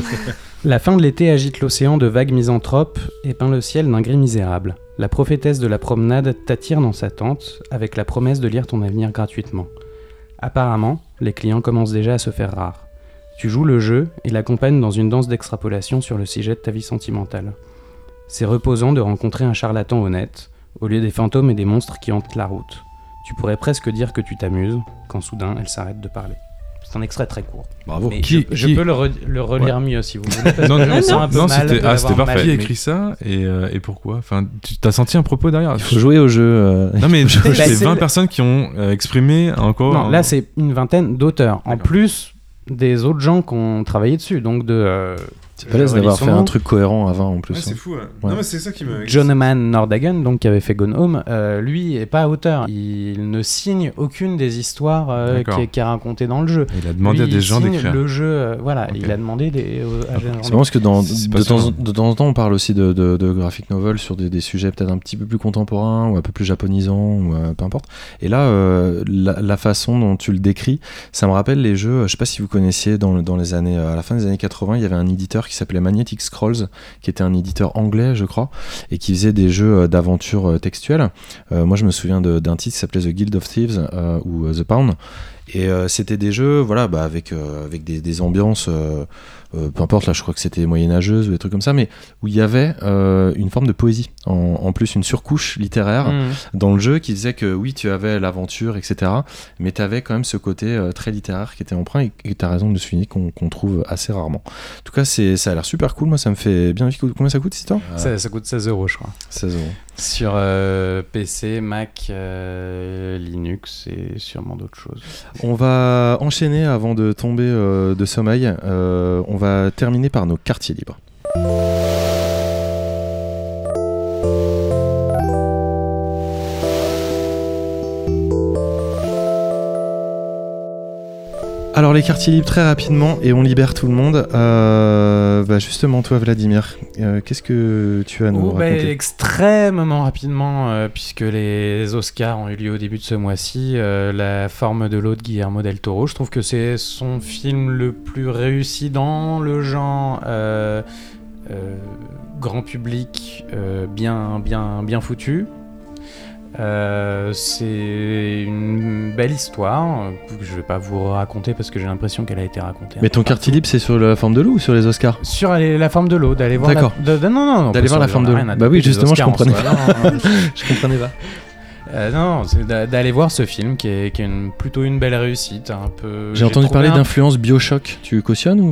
La fin de l'été agite l'océan de vagues misanthropes et peint le ciel d'un gris misérable. La prophétesse de la promenade t'attire dans sa tente avec la promesse de lire ton avenir gratuitement. Apparemment, les clients commencent déjà à se faire rares. Tu joues le jeu et l'accompagnes dans une danse d'extrapolation sur le sujet de ta vie sentimentale. C'est reposant de rencontrer un charlatan honnête, au lieu des fantômes et des monstres qui hantent la route. Tu pourrais presque dire que tu t'amuses, quand soudain elle s'arrête de parler. C'est un extrait très court. Bravo. Mais qui, je, je qui... peux le, re, le relire ouais. mieux si vous voulez. Parce non, que non, je me sens un peu non, mal c'était, de ah, c'était parfait. mal Qui a aimé. écrit ça et, euh, et pourquoi enfin, tu as senti un propos derrière. Il faut jouer au jeu. Euh... Non, mais bah, c'est vingt le... personnes qui ont euh, exprimé encore. Non, un... là, c'est une vingtaine d'auteurs. D'accord. En plus des autres gens qui ont travaillé dessus. Donc, de. Euh, c'est pas l'aise d'avoir fait un truc cohérent avant en plus. Ouais, c'est fou. Ouais. Ouais. Non, mais c'est ça qui me. Jonathan Nordhagen, donc qui avait fait Gone Home, euh, lui est pas auteur. Il ne signe aucune des histoires euh, qui, qui est racontée dans le jeu. Il a demandé lui, à des gens d'écrire. Le jeu, euh, voilà, okay. il a demandé des. Euh, à okay. C'est marrant parce que dans, de, temps, de temps en temps, on parle aussi de, de, de graphic novel sur des, des sujets peut-être un petit peu plus contemporains ou un peu plus japonisants ou euh, peu importe. Et là, euh, la, la façon dont tu le décris, ça me rappelle les jeux. Je sais pas si vous connaissiez dans, dans les années, à la fin des années quatre-vingts, il y avait un éditeur qui s'appelait Magnetic Scrolls, qui était un éditeur anglais, je crois, et qui faisait des jeux d'aventure textuelle. Euh, moi, je me souviens de, d'un titre qui s'appelait The Guild of Thieves euh, ou uh, The Pound. Et euh, c'était des jeux, voilà, bah, avec, euh, avec des, des ambiances, euh, euh, peu importe, là, je crois que c'était moyenâgeuse ou des trucs comme ça, mais où il y avait euh, une forme de poésie, en, en plus une surcouche littéraire mmh. dans le jeu qui faisait que oui, tu avais l'aventure, et cetera, mais tu avais quand même ce côté euh, très littéraire qui était emprunt et tu as raison de le souligner qu'on, qu'on trouve assez rarement. En tout cas, c'est, ça a l'air super cool, moi ça me fait bien vivre. Combien ça coûte cette histoire ? ça, ça coûte seize euros, je crois. seize euros. Sur euh, P C, Mac, euh, Linux et sûrement d'autres choses. On va enchaîner avant de tomber euh, de sommeil. Euh, on va terminer par nos quartiers libres. Alors les quartiers libres très rapidement et on libère tout le monde. Euh, bah justement toi Vladimir, euh, qu'est-ce que tu as à nous oh, raconter ? bah, extrêmement rapidement, euh, puisque les Oscars ont eu lieu au début de ce mois-ci. Euh, La forme de l'eau de Guillermo del Toro, je trouve que c'est son film le plus réussi dans le genre euh, euh, grand public, euh, bien, bien, bien foutu. Euh, c'est une belle histoire que je vais pas vous raconter parce que j'ai l'impression qu'elle a été racontée. Mais ton quartier libre, c'est sur la forme de l'eau ou sur les Oscars ? Sur la, la forme de l'eau, d'aller voir. D'accord. La, de, de, non, non, non. D'aller voir la forme de l'eau. Bah oui, justement, je comprenais pas. Non, non, je comprenais pas. Euh, non, c'est d'aller voir ce film qui est, qui est une, plutôt une belle réussite. Un peu. J'ai, j'ai entendu parler un... d'influence Bioshock. Tu cautionnes ou pas ?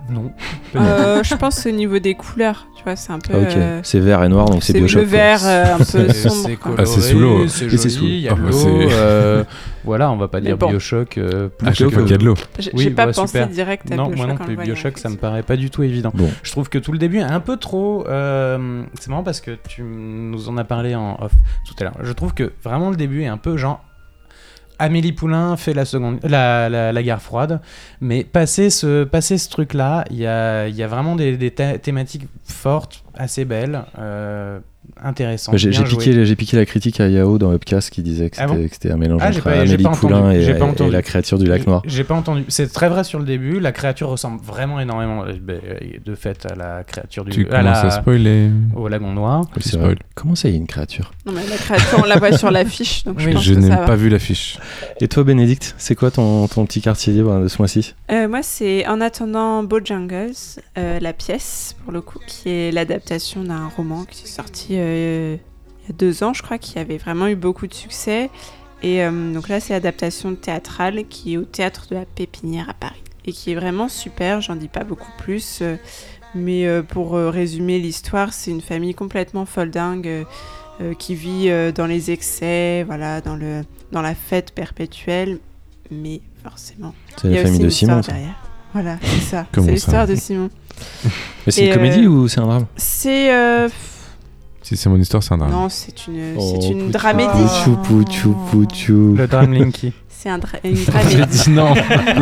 Non. Euh, je pense au niveau des couleurs, tu vois, c'est un peu. Ah, ok, euh, c'est vert et noir, donc c'est, c'est Bioshock. le vert euh, un peu C'est- sombre. c'est quoi. coloré, Ah, c'est sous l'eau. c'est Et c'est joli, sous- il y a Ah, de bah, l'eau. c'est- euh, voilà, on va pas Mais dire bon. Bioshock. euh, À plus chaque que- fois qu'il y a de l'eau. J'ai, Oui, j'ai pas ouais, pensé super. direct à Non, Bioshock moi non en plus. le voyant, Bioshock, ça me effectivement. paraît pas du tout évident. Bon. Je trouve que tout le début est un peu trop. euh, c'est marrant parce que tu nous en as parlé en off tout à l'heure. Je trouve que vraiment le début est un peu genre. Amélie Poulain fait la, seconde, la, la, la guerre froide, mais passer ce, passer ce truc-là, il y a, y a vraiment des, des thé- thématiques fortes, assez belles, euh, intéressantes. Bah, j'ai, bien j'ai, jouées. piqué, j'ai piqué la critique à Yao dans Upcast qui disait que Ah c'était, bon que c'était un mélange Ah, j'ai entre pas- j'ai Amélie pas Poulain entendu, et, j'ai pas et- et entendu. la créature du lac Noir. J'ai pas entendu. C'est très vrai sur le début. La créature ressemble vraiment énormément, euh, bah, de fait, à la créature du. Tu à commences la- à spoiler. au lagon noir. Oui, c'est Spoil. vrai. Comment ça, il y a une créature? Non, mais la créature, on la voit sur l'affiche, donc je Oui, pense Je que n'ai ça va. pas vu l'affiche. Et toi, Bénédicte, c'est quoi ton, ton petit quartier libre de ce mois-ci? Euh, moi, c'est En attendant Bojangles, euh, la pièce, pour le coup, qui est l'adaptation d'un roman qui est sorti euh, il y a deux ans, je crois, qui avait vraiment eu beaucoup de succès. Et euh, donc là, c'est l'adaptation théâtrale qui est au Théâtre de la Pépinière à Paris. Et qui est vraiment super, j'en dis pas beaucoup plus. euh, mais euh, pour euh, résumer l'histoire, c'est une famille complètement folle dingue euh, euh, qui vit euh, dans les excès, voilà, dans, le, dans la fête perpétuelle. Mais forcément, C'est il y la a famille aussi de une Simon, histoire ça. derrière. Voilà, c'est ça. Comment c'est ça l'histoire de Simon. Mais c'est Et, une comédie euh, ou c'est un drame? C'est... euh, Si c'est mon histoire, c'est un drame. Non, c'est une, Oh, c'est une poutou. dramédie. Poutou, poutou, poutou. Le drame Linky. C'est un dra- une J'ai dramédie. dit non.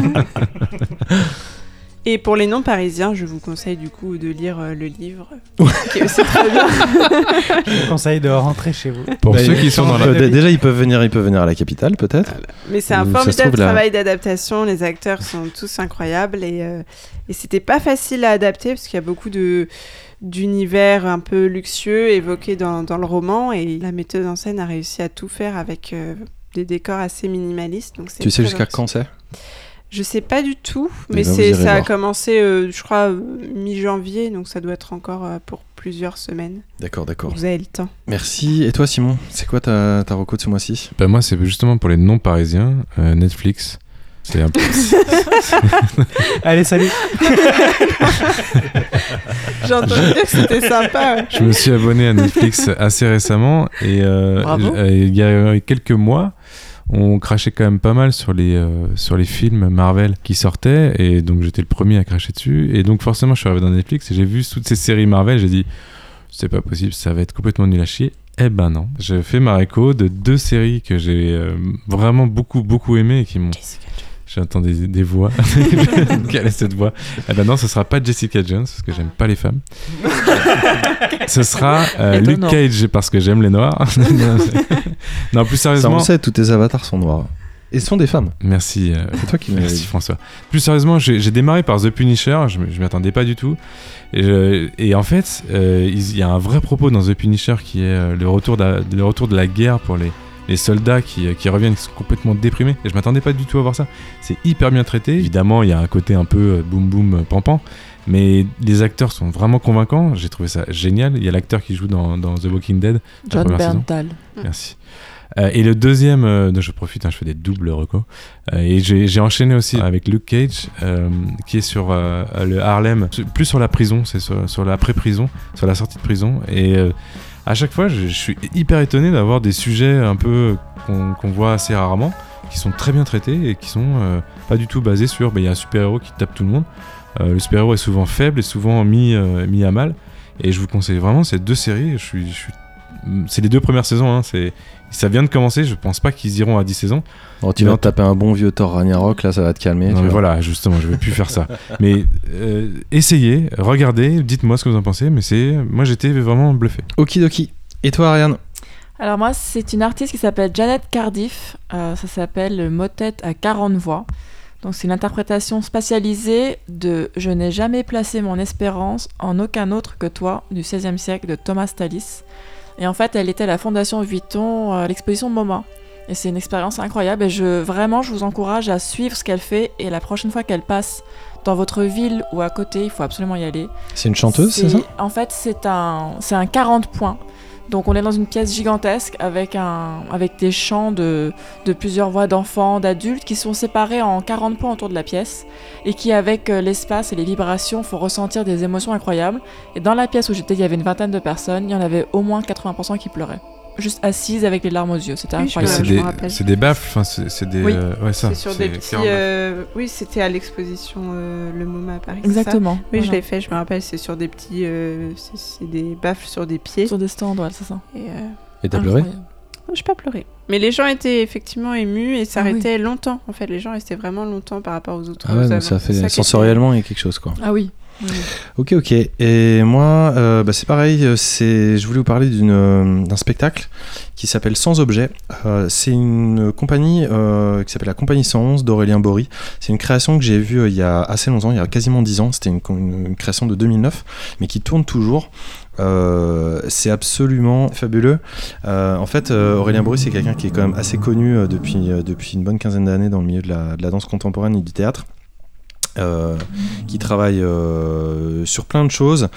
Et pour les non-parisiens, je vous conseille du coup de lire euh, le livre, qui est aussi très bien. Je vous conseille de rentrer chez vous. Pour Bah, ceux ils- qui sont dans la. Euh, d- Déjà, ils peuvent venir, ils peuvent venir à la capitale, peut-être. Mais c'est un Ou ça se formidable trouve, là- travail d'adaptation. Les acteurs sont tous incroyables et, euh, et c'était pas facile à adapter parce qu'il y a beaucoup de d'univers un peu luxueux évoqués dans, dans le roman et la metteuse en scène a réussi à tout faire avec euh, des décors assez minimalistes. Donc c'est Tu sais très jusqu'à réussi. quand c'est? Je sais pas du tout, Eh mais ben, vous c'est, irez ça a voir. commencé, euh, je crois, euh, mi-janvier, donc ça doit être encore euh, pour plusieurs semaines. D'accord, d'accord. Vous avez le temps. Merci. Et toi, Simon, c'est quoi ta, ta reco de ce mois-ci? Bah, moi, c'est justement pour les non-parisiens, euh, Netflix. C'est un peu. Allez, salut. J'ai entendu dire que c'était sympa. ouais. Je me suis abonné à Netflix assez récemment et euh, Bravo. j- euh, il y a quelques mois, on crachait quand même pas mal sur les, euh, sur les films Marvel qui sortaient et donc j'étais le premier à cracher dessus et donc forcément je suis arrivé dans Netflix et j'ai vu toutes ces séries Marvel, j'ai dit c'est pas possible, ça va être complètement nul à chier. Eh ben non, j'ai fait ma réco de deux séries que j'ai euh, vraiment beaucoup beaucoup aimées et qui m'ont... Jessica Jones. J'entends des, des voix. Quelle est cette voix? Eh ben non, ce sera pas Jessica Jones parce que j'aime pas les femmes. Ce sera euh, Luke Étonnant. Cage parce que j'aime les noirs. Non, plus Ça, on sérieusement. le sait, tous tes avatars sont noirs. Et sont des femmes. Merci. euh, C'est toi qui me l'as Merci dit. François. Plus sérieusement, j'ai j'ai démarré par The Punisher, je, m- je m'y attendais pas du tout. Et, je- et en fait, euh, il y a un vrai propos dans The Punisher qui est euh, le, retour de la, le retour de la guerre pour les, les soldats qui, euh, qui reviennent, qui sont complètement déprimés. Et je m'attendais pas du tout à voir ça. C'est hyper bien traité. Évidemment, il y a un côté un peu euh, boum boum euh, pampan. Mais les acteurs sont vraiment convaincants. J'ai trouvé ça génial. Il y a l'acteur qui joue dans, dans The Walking Dead. la John première saison. Berntal. Merci. Euh, et le deuxième, euh, dont je profite, hein, je fais des doubles recos. Euh, et j'ai j'ai enchaîné aussi avec Luke Cage, euh, qui est sur euh, le Harlem, plus sur la prison, c'est sur, sur l'après-prison, sur la sortie de prison. Et euh, à chaque fois, je, je suis hyper étonné d'avoir des sujets un peu qu'on qu'on voit assez rarement, qui sont très bien traités et qui sont euh, pas du tout basés sur bah, il y a un super-héros qui tape tout le monde. Euh, le super-héros est souvent faible et souvent mis, euh, mis à mal. Et je vous conseille vraiment ces deux séries. Je suis, je suis... C'est les deux premières saisons, hein, c'est... ça vient de commencer. Je pense pas qu'ils iront à dix saisons. Oh, tu Mais vas en- te taper un bon vieux Thor Ragnarok, là, ça va te calmer. Non, tu mais vois. voilà, justement, je vais plus faire ça. Mais euh, essayez, regardez, dites-moi ce que vous en pensez. Mais c'est, moi, j'étais vraiment bluffé. Okidoki. Et toi, Ariane? Alors moi, c'est une artiste qui s'appelle Janet Cardiff. Euh, ça s'appelle Motet à quarante voix. Donc c'est une interprétation spatialisée de « Je n'ai jamais placé mon espérance en aucun autre que toi » du seizième siècle de Thomas Tallis. Et en fait, elle était à la Fondation Vuitton, à l'exposition MoMA. Et c'est une expérience incroyable. Et je, vraiment, je vous encourage à suivre ce qu'elle fait. Et la prochaine fois qu'elle passe dans votre ville ou à côté, il faut absolument y aller. C'est une chanteuse, c'est ça? En fait, c'est un, c'est un quarante points. Donc on est dans une pièce gigantesque avec, un, avec des chants de, de plusieurs voix d'enfants, d'adultes qui sont séparés en quarante points autour de la pièce et qui avec euh, l'espace et les vibrations font ressentir des émotions incroyables. Et dans la pièce où j'étais, il y avait une vingtaine de personnes, il y en avait au moins quatre-vingts pour cent qui pleuraient. Juste assises avec les larmes aux yeux, c'était Oui, incroyable. C'est je me des, rappelle. c'est des baffles, enfin, c'est, c'est des. Oui. euh, ouais, ça. C'est sur des petits. quarante-neuf. euh, Oui, c'était à l'exposition euh, Le MoMA à Paris. c'est Exactement. ça Oui, je voilà. l'ai fait, je me rappelle, c'est sur des petits. euh, c'est, c'est des baffles sur des pieds. Sur des stands, ouais, c'est ça. Et, euh, Et t'as pleuré? Incroyable. non, j'ai pas pleuré. Mais les gens étaient effectivement émus et Ah s'arrêtaient longtemps. En fait, les gens restaient vraiment longtemps par rapport aux autres. Ah ouais, donc œuvres. ça C'est fait qui était- sensoriellement, il y a quelque chose quoi. Ah oui. Oui, oui. Ok, ok. Et moi, euh, bah, c'est pareil. euh, C'est, je voulais vous parler d'une, euh, d'un spectacle qui s'appelle Sans Objet. Euh, c'est une compagnie euh, qui s'appelle la Compagnie cent onze d'Aurélien Bory. C'est une création que j'ai vue euh, il y a assez longtemps, il y a quasiment dix ans. C'était une, une, une création de deux mille neuf, mais qui tourne toujours. Euh, c'est absolument fabuleux. Euh, en fait, euh, Aurélien Bory, c'est quelqu'un qui est quand même assez connu euh, depuis, euh, depuis une bonne quinzaine d'années dans le milieu de la, de la danse contemporaine et du théâtre. Euh, qui travaille euh, sur plein de choses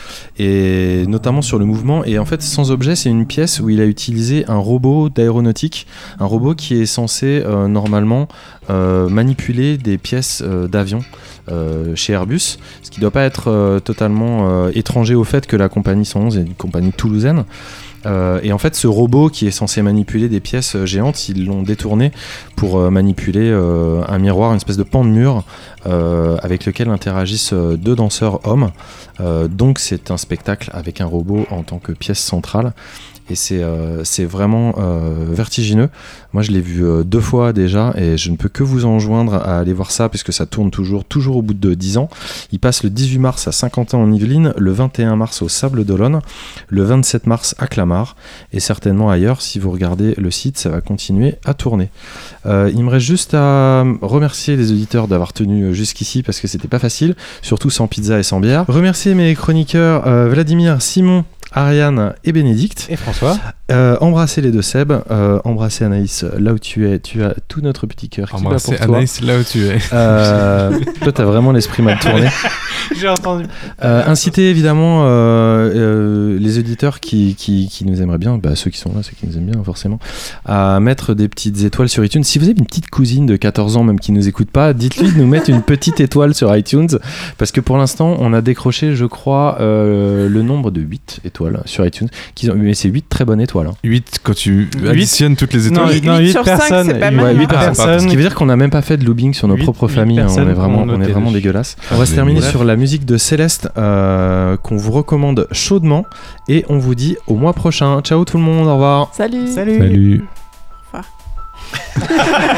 et notamment sur le mouvement. Et en fait, Sans Objet, c'est une pièce où il a utilisé un robot d'aéronautique, un robot qui est censé euh, normalement euh, manipuler des pièces euh, d'avion euh, chez Airbus, ce qui ne doit pas être euh, totalement euh, étranger au fait que la compagnie cent onze est une compagnie toulousaine. Euh, et en fait, ce robot qui est censé manipuler des pièces euh, géantes, ils l'ont détourné pour euh, manipuler euh, un miroir, une espèce de pan de mur euh, avec lequel interagissent euh, deux danseurs hommes. Euh, donc c'est un spectacle avec un robot en tant que pièce centrale. Et c'est, euh, c'est vraiment euh, vertigineux. Moi, je l'ai vu euh, deux fois déjà et je ne peux que vous enjoindre à aller voir ça puisque ça tourne toujours, toujours au bout de dix ans. Il passe le dix-huit mars à Saint-Quentin en Yvelines, le vingt et un mars au Sable d'Olonne, le vingt-sept mars à Clamart et certainement ailleurs. Si vous regardez le site, ça va continuer à tourner. Euh, il me reste juste à remercier les auditeurs d'avoir tenu jusqu'ici parce que c'était pas facile, surtout sans pizza et sans bière. Remercier mes chroniqueurs euh, Vladimir, Simon, Ariane et Bénédicte. Et François. Euh, embrasser les deux Seb, euh, embrasser Anaïs là où tu es, tu as tout notre petit cœur qui bat Embrasser pour toi. Anaïs là où tu es. Euh, toi t'as vraiment l'esprit mal tourné. J'ai entendu. Euh, inciter évidemment euh, euh, les auditeurs qui, qui, qui nous aimeraient bien, bah, ceux qui sont là, ceux qui nous aiment bien forcément, à mettre des petites étoiles sur iTunes. Si vous avez une petite cousine de quatorze ans même qui nous écoute pas, dites-lui de nous mettre une petite étoile sur iTunes parce que pour l'instant on a décroché je crois euh, le nombre de huit étoiles sur iTunes, qui ont, mais c'est huit très bonnes étoiles. Hein. huit quand tu huit additionnes toutes les étoiles. Non, huit non, huit sur cinq, personnes. c'est pas huit- mal, Ouais, hein. huit Ah, personnes. pardon. Ce qui veut dire qu'on n'a même pas fait de lobbying sur nos Huit- propres huit familles. Hein. On personnes est vraiment, pour on est noter vraiment dessus. dégueulasse. On va se mais terminer bref. sur la musique de Céleste euh, qu'on vous recommande chaudement et on vous dit au mois prochain. Ciao tout le monde, au revoir. Salut. Salut. Salut. Au revoir.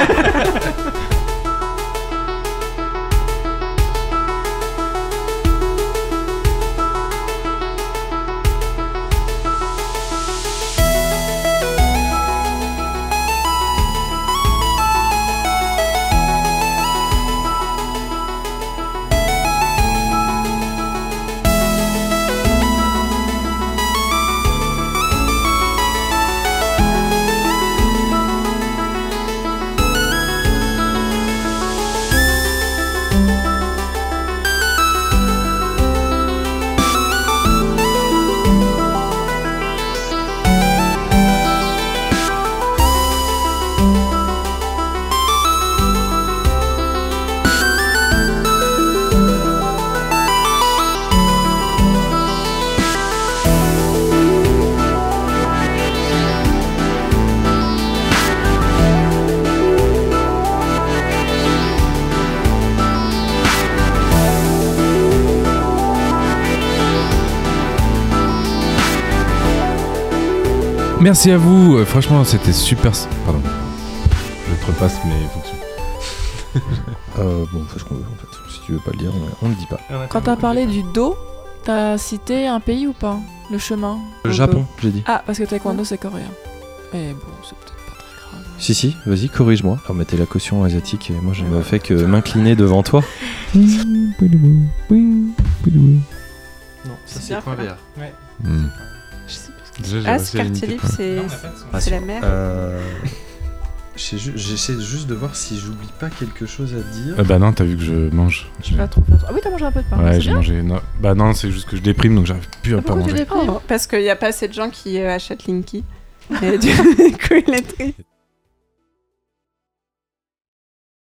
Merci à vous. Euh, franchement, c'était super. Pardon. Je repasse mes fonctions. Euh, bon, c'est ce qu'on veut en fait. Si tu veux pas le dire, on, on le dit pas. Quand t'as parlé du dos, t'as cité un pays ou pas? Le chemin Le au Japon, dos. j'ai dit. Ah, parce que taekwondo c'est coréen. Et bon, c'est peut-être pas très grave. Si, si, vas-y, corrige-moi. Alors, mettez la caution asiatique et moi je ne fais que m'incliner devant toi. Non, ça, c'est point V R. Ouais. Hmm. Je sais pas ce que Déjà, j'ai Ah, réussi ce à quartier limiter. libre, c'est Non, on a pas de son. c'est la mer. Euh, J'essaie ju- j'essaie juste de voir si j'oublie pas quelque chose à dire. Euh, bah non, t'as vu que je mange. J'ai pas trop fait attention. Ah oui, t'as mangé un peu de pain. Ouais, c'est j'ai bien. mangé. Non. Bah non, c'est juste que je déprime donc j'arrive plus à Ah, pas pourquoi tu manger. déprimes Oh, parce qu'il n'y a pas assez de gens qui euh, achètent Linky. Et du coup, il est triste.